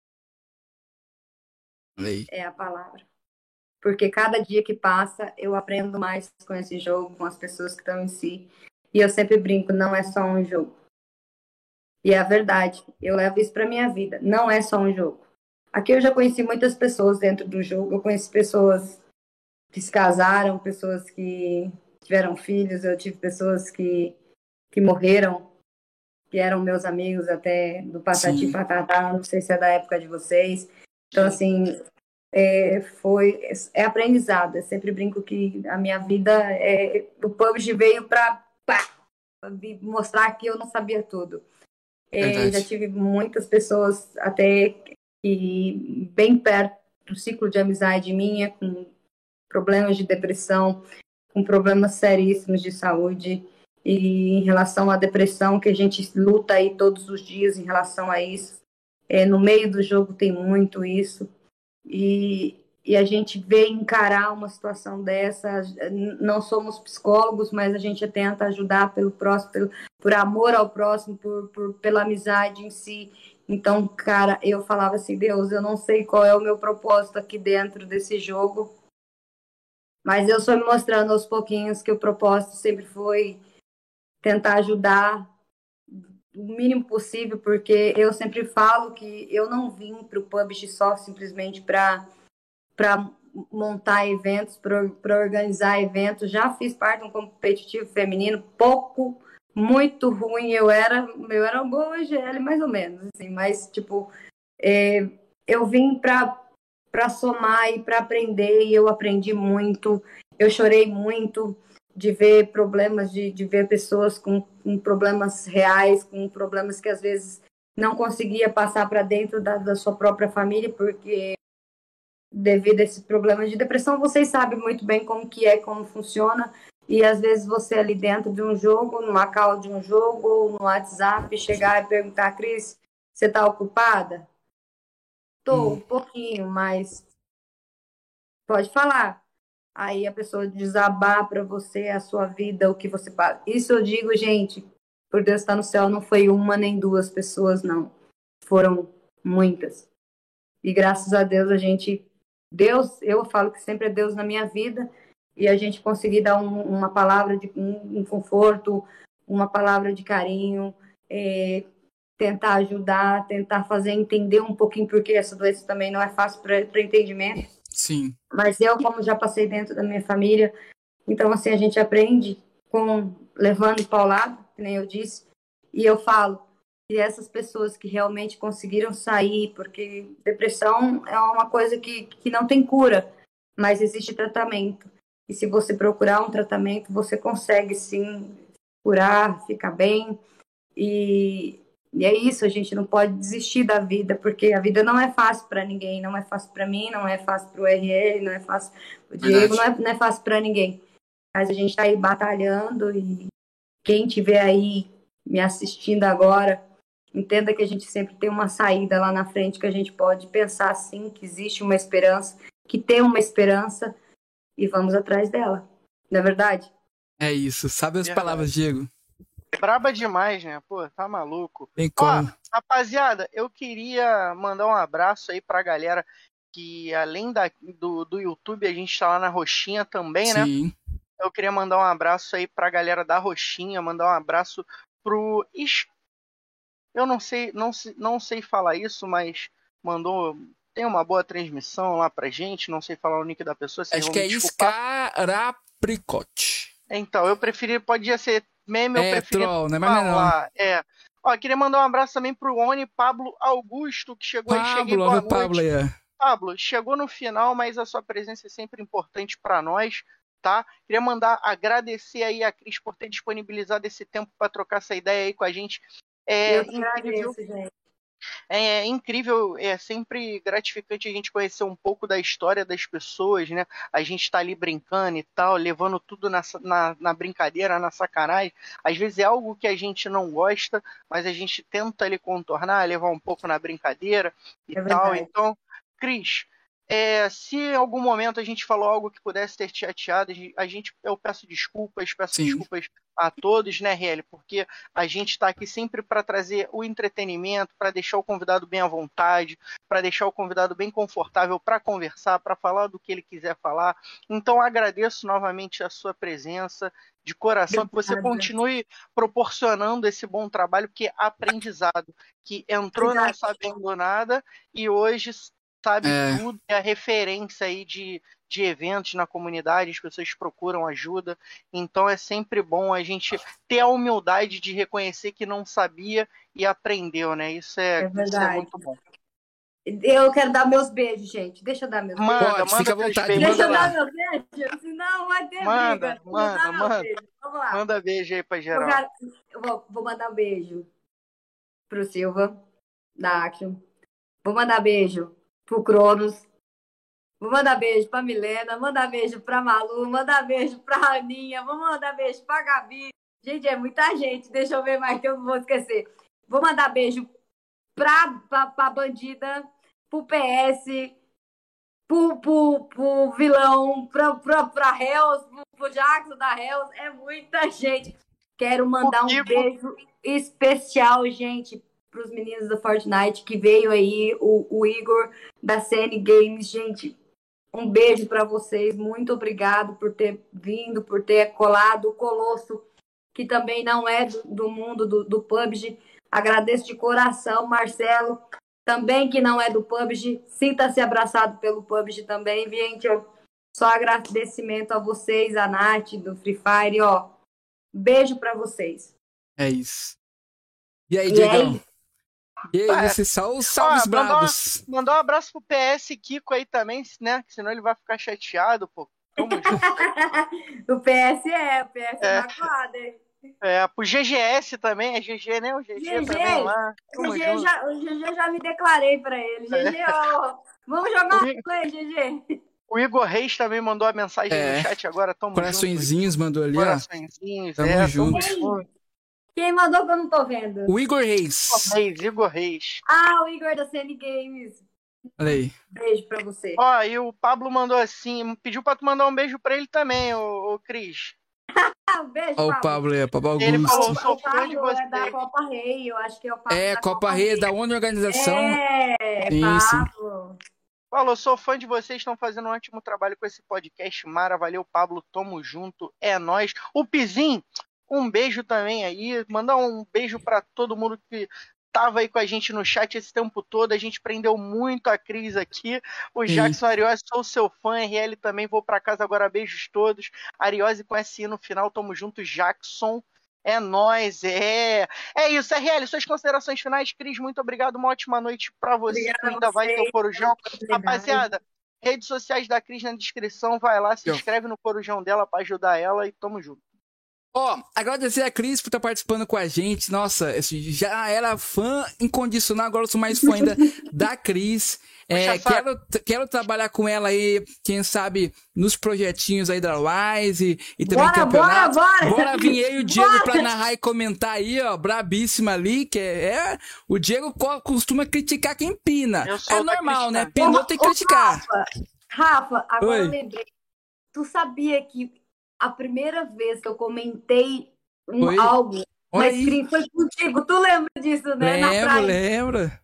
Aí. é a palavra. Porque cada dia que passa, eu aprendo mais com esse jogo, com as pessoas que estão em si. E eu sempre brinco, não é só um jogo. E é a verdade, eu levo isso para minha vida. Não é só um jogo. Aqui eu já conheci muitas pessoas dentro do jogo. Eu conheci pessoas que se casaram, pessoas que tiveram filhos. Eu tive pessoas que, que morreram, que eram meus amigos até do Patati Sim. Patatá. Não sei se é da época de vocês. Então, assim, é, foi, é aprendizado. Eu sempre brinco que a minha vida, é, o P U B G veio para mostrar que eu não sabia tudo. É, já tive muitas pessoas até que bem perto do ciclo de amizade minha, com problemas de depressão, com problemas seríssimos de saúde. E em relação à depressão, que a gente luta aí todos os dias em relação a isso. É, no meio do jogo tem muito isso. E, e a gente vê encarar uma situação dessa. Não somos psicólogos, mas a gente tenta ajudar pelo próximo, pelo, por amor ao próximo, por, por, pela amizade em si. Então, cara, eu falava assim, Deus, eu não sei qual é o meu propósito aqui dentro desse jogo, mas eu só me mostrando aos pouquinhos que o propósito sempre foi tentar ajudar o mínimo possível, porque eu sempre falo que eu não vim para o P U B G só simplesmente para para montar eventos, para organizar eventos. Já fiz parte de um competitivo feminino, pouco, muito ruim. Eu era, eu era uma boa G L, mais ou menos, assim, mas, tipo, é, eu vim para somar e para aprender, e eu aprendi muito. Eu chorei muito de ver problemas, de, de ver pessoas com, com problemas reais, com problemas que, às vezes, não conseguia passar para dentro da, da sua própria família, porque devido a esse problema de depressão, vocês sabem muito bem como que é, como funciona, e às vezes você ali dentro de um jogo, numa call de um jogo, ou no WhatsApp, chegar e perguntar, Cris, você está ocupada? Tô, um pouquinho, mas pode falar. Aí a pessoa desabar para você a sua vida, o que você passa. Isso eu digo, gente, por Deus está no céu, não foi uma nem duas pessoas, não. Foram muitas. E graças a Deus a gente Deus, eu falo que sempre é Deus na minha vida, e a gente conseguir dar um, uma palavra de um, um conforto, uma palavra de carinho, é, tentar ajudar, tentar fazer entender um pouquinho, porque essa doença também não é fácil para entendimento. Sim. Mas eu, como já passei dentro da minha família, então assim, a gente aprende com levando para o lado, que nem eu disse, e eu falo, e essas pessoas que realmente conseguiram sair, porque depressão é uma coisa que, que não tem cura, mas existe tratamento. E se você procurar um tratamento, você consegue sim curar, ficar bem. E, e é isso, a gente não pode desistir da vida, porque a vida não é fácil para ninguém, não é fácil para mim, não é fácil para o R L, não é fácil para o Diego, não é, não é fácil para ninguém. Mas a gente está aí batalhando, e quem tiver aí me assistindo agora, entenda que a gente sempre tem uma saída lá na frente, que a gente pode pensar assim, que existe uma esperança, que tem uma esperança, e vamos atrás dela. Não é verdade? É isso. Sabe as Verdade. palavras, Diego? Braba demais, né? Pô, tá maluco. Tem Ó, como. rapaziada, eu queria mandar um abraço aí pra galera que, além da, do, do YouTube, a gente tá lá na Roxinha também, né? Sim. Eu queria mandar um abraço aí pra galera da Roxinha, mandar um abraço pro... Eu não sei, não, não sei falar isso, mas mandou... Tem uma boa transmissão lá pra gente, não sei falar o nick da pessoa, vocês Acho vão que me é desculpar. Scarapricote. Então, eu preferi, podia ser meme, eu É, preferi troll, não é mais falar. É. Ó, queria mandar um abraço também pro Oni Pablo Augusto, que chegou aí, cheguei, Pablo, olha boa o Pablo noite. aí. Pablo, chegou no final, mas a sua presença é sempre importante para nós, tá? Queria mandar agradecer aí a Cris por ter disponibilizado esse tempo para trocar essa ideia aí com a gente. É Eu que incrível. agradeço, gente. É incrível, é sempre gratificante a gente conhecer um pouco da história das pessoas, né? A gente tá ali brincando e tal, levando tudo na, na, na brincadeira, na sacanagem. Às vezes é algo que a gente não gosta, mas a gente tenta ali contornar, levar um pouco na brincadeira e É tal. verdade. Então, Cris, é, se em algum momento a gente falou algo que pudesse ter te chateado, a gente, eu peço desculpas, peço Sim. desculpas a todos, né, Rieli? Porque a gente está aqui sempre para trazer o entretenimento, para deixar o convidado bem à vontade, para deixar o convidado bem confortável para conversar, para falar do que ele quiser falar. Então, agradeço novamente a sua presença, de coração, que você continue proporcionando esse bom trabalho, que é aprendizado, que entrou não sabendo nada e hoje sabe É. tudo, é a referência aí de, de eventos na comunidade, as pessoas procuram ajuda, então é sempre bom a gente ter a humildade de reconhecer que não sabia e aprendeu, né? Isso é, É isso é verdade. muito bom. Eu quero dar meus beijos, gente. Deixa eu dar meus Manda, beijos. Pode, manda fica à teus vontade, beijos. manda Deixa eu lá. dar meus beijos, senão vai ter Manda, briga. Vou manda, dar meus manda. beijos. Vamos lá. Manda beijo aí pra Eu, geral. quero- eu vou, vou mandar um beijo pro Silva, da Action. Vou mandar beijo pro Cronos. Vou mandar beijo pra Milena. Mandar beijo pra Malu. Mandar beijo pra Aninha. Vou mandar beijo pra Gabi. Gente, é muita gente. Deixa eu ver mais que eu não vou esquecer. Vou mandar beijo pra, pra, pra Bandida, pro P S, pro, pro, pro vilão, pra, pra, pra Hells, pro, pro Jackson da Hells. É muita gente. Quero mandar um beijo especial, gente, pros meninos do Fortnite que veio aí, o, o Igor da C N Games. Gente, um beijo pra vocês. Muito obrigado por ter vindo, por ter colado. O Colosso, que também não é do, do mundo do, do P U B G. Agradeço de coração, Marcelo, também que não é do P U B G. Sinta-se abraçado pelo P U B G também, gente. Eu, só agradecimento a vocês, a Nath do Free Fire, ó. Beijo pra vocês. É isso. E aí, E Diegão? aí? E aí, esses sal- os salves Ó, mandar, bravos. mandar um abraço pro P S Kiko aí também, né? Senão ele vai ficar chateado, pô. Tamo junto. O P S é, o P S é, É. magoado, hein? É, pro G G S também, é G G, né? O G G, G G, também lá. O Tamo G G, junto. já, o G G já me declarei pra ele. G G, ó, vamos jogar um play, G G. O Igor Reis também mandou a mensagem É. no chat agora. Tamo Coraçõezinhos mandou ali, junto. ó. Coraçõezinhos, Tamo é. junto. Tamo junto. Quem mandou que eu não tô vendo? O Igor Reis. Igor Reis, Igor Reis. Ah, o Igor da C N Games. Olha aí. Beijo pra você. Ó, e o Pablo mandou assim, pediu pra tu mandar um beijo pra ele também, ô, ô Cris. Ah, um beijo, Ó o Pablo. Pablo aí, Pablo Ele Augusto. falou, O sou fã de Pablo é você. da Copa Rei, eu acho que é o Pablo É, da Copa Rei, da ONU Organização. É, Sim, sim. Pablo. Falou, sou fã de vocês, estão fazendo um ótimo trabalho com esse podcast. Mara, valeu, Pablo, tamo junto, é nóis. O Pizim, um beijo também aí, mandar um beijo pra todo mundo que tava aí com a gente no chat esse tempo todo, a gente prendeu muito a Cris aqui. O Sim. Jackson Ariose, sou seu fã, R L também, vou pra casa agora, beijos todos. Ariose com S I no final, tamo junto, Jackson. É nóis, é. É isso, R L, suas considerações finais, Cris, muito obrigado, uma ótima noite pra você, Obrigada que ainda a vai ter o vocês. Corujão. Rapaziada, redes sociais da Cris na descrição, vai lá, se Eu. inscreve no Corujão dela pra ajudar ela e tamo junto. Ó, agradecer a Cris por estar participando com a gente. Nossa, esse- já era fã incondicional, agora eu sou mais fã ainda da Cris. É, Puxa saco. quero, quero trabalhar com ela aí, quem sabe, nos projetinhos aí da Wise e também Bora, campeonatos. bora, bora! Bora vir eu e o Diego Bora! pra narrar e comentar aí, ó, brabíssima ali, que é... é- o Diego co- costuma criticar quem pina. Eu sou É o da normal, né? Cristina. Pinou tem que criticar. Rafa, Rafa, agora Oi. eu lembrei. Tu sabia que a primeira vez que eu comentei um Oi. algo, uma Olha aí. screen, foi contigo. Tu lembra disso, né? Na Lembro, praia. lembro.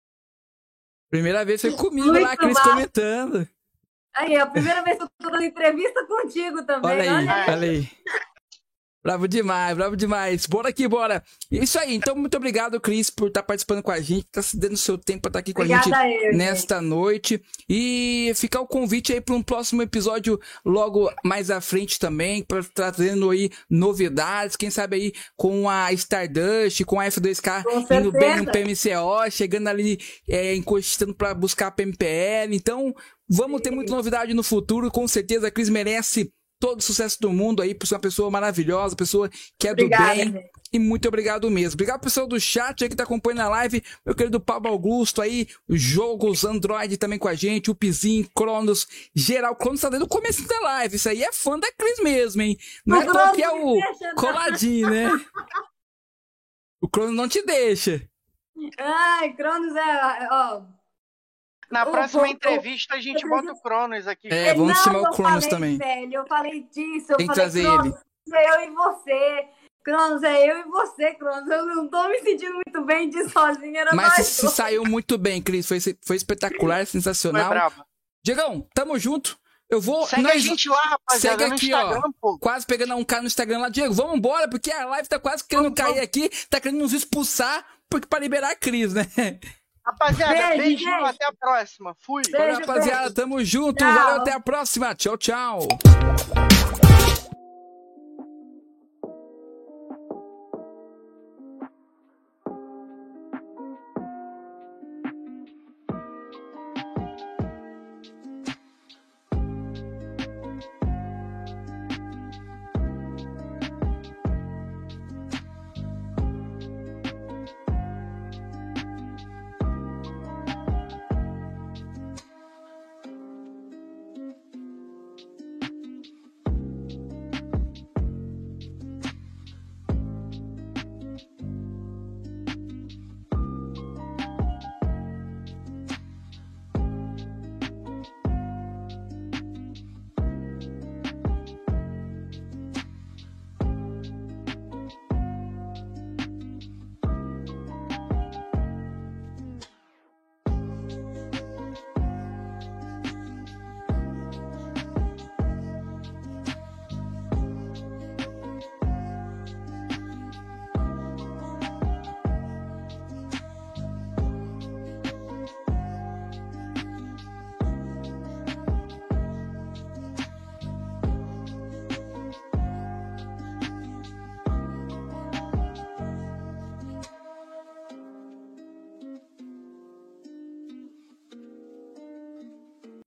Primeira vez foi comigo Muito lá, a Cris massa. comentando. Aí, a primeira vez que eu tô dando entrevista contigo também. Olha aí, Olha aí. olha aí. Bravo demais, bravo demais. Bora aqui, bora. Isso aí, então muito obrigado, Cris, por estar participando com a gente, tá se dando seu tempo pra estar aqui com Obrigada a gente eu, nesta gente. noite. E ficar o convite aí para um próximo episódio logo mais à frente também, pra, trazendo aí novidades, quem sabe aí com a Stardust, com a F dois K Com indo bem no certeza. P M C O, chegando ali, é, encostando pra buscar a P M P L. Então, vamos ter muita novidade no futuro, com certeza a Cris merece todo o sucesso do mundo aí, por ser uma pessoa maravilhosa, pessoa que é do Obrigada, bem. gente. E muito obrigado mesmo. Obrigado, pessoal do chat aí que tá acompanhando a live. Meu querido Pablo Augusto aí, os jogos Android também com a gente, o Pizinho, Cronos, geral. Cronos tá desde o começo da live. Isso aí é fã da Cris mesmo, hein? Não é O só que é Cronos o me deixa, não. coladinho, né? O Cronos não te deixa. Ai, Cronos é. Ó, Na O- próxima o- entrevista a gente eu bota o Cronos aqui. É, vamos não, chamar o eu Cronos falei, também. velho, eu falei disso, eu Tem que falei, trazer Cronos, ele. é eu e você. Cronos, é eu e você, Cronos. Eu não tô me sentindo muito bem de sozinha, era Mas nós se dois. saiu muito bem, Cris. Foi, foi espetacular, Foi sensacional. brabo. Diegão, tamo junto. Eu vou. Segue nós- a gente lá, rapaziada, Segue no aqui, Instagram, ó. pô. Quase pegando um cara no Instagram lá. Diego, vamos embora, porque a live tá quase querendo Vamos, cair vamos. aqui. Tá querendo nos expulsar porque, pra liberar a Cris, né? Rapaziada, Beijo, beijinho, gente. até a próxima. Fui. Beijo. Valeu, rapaziada. beijo. Tamo junto. Tchau. Valeu, até a próxima. Tchau, tchau.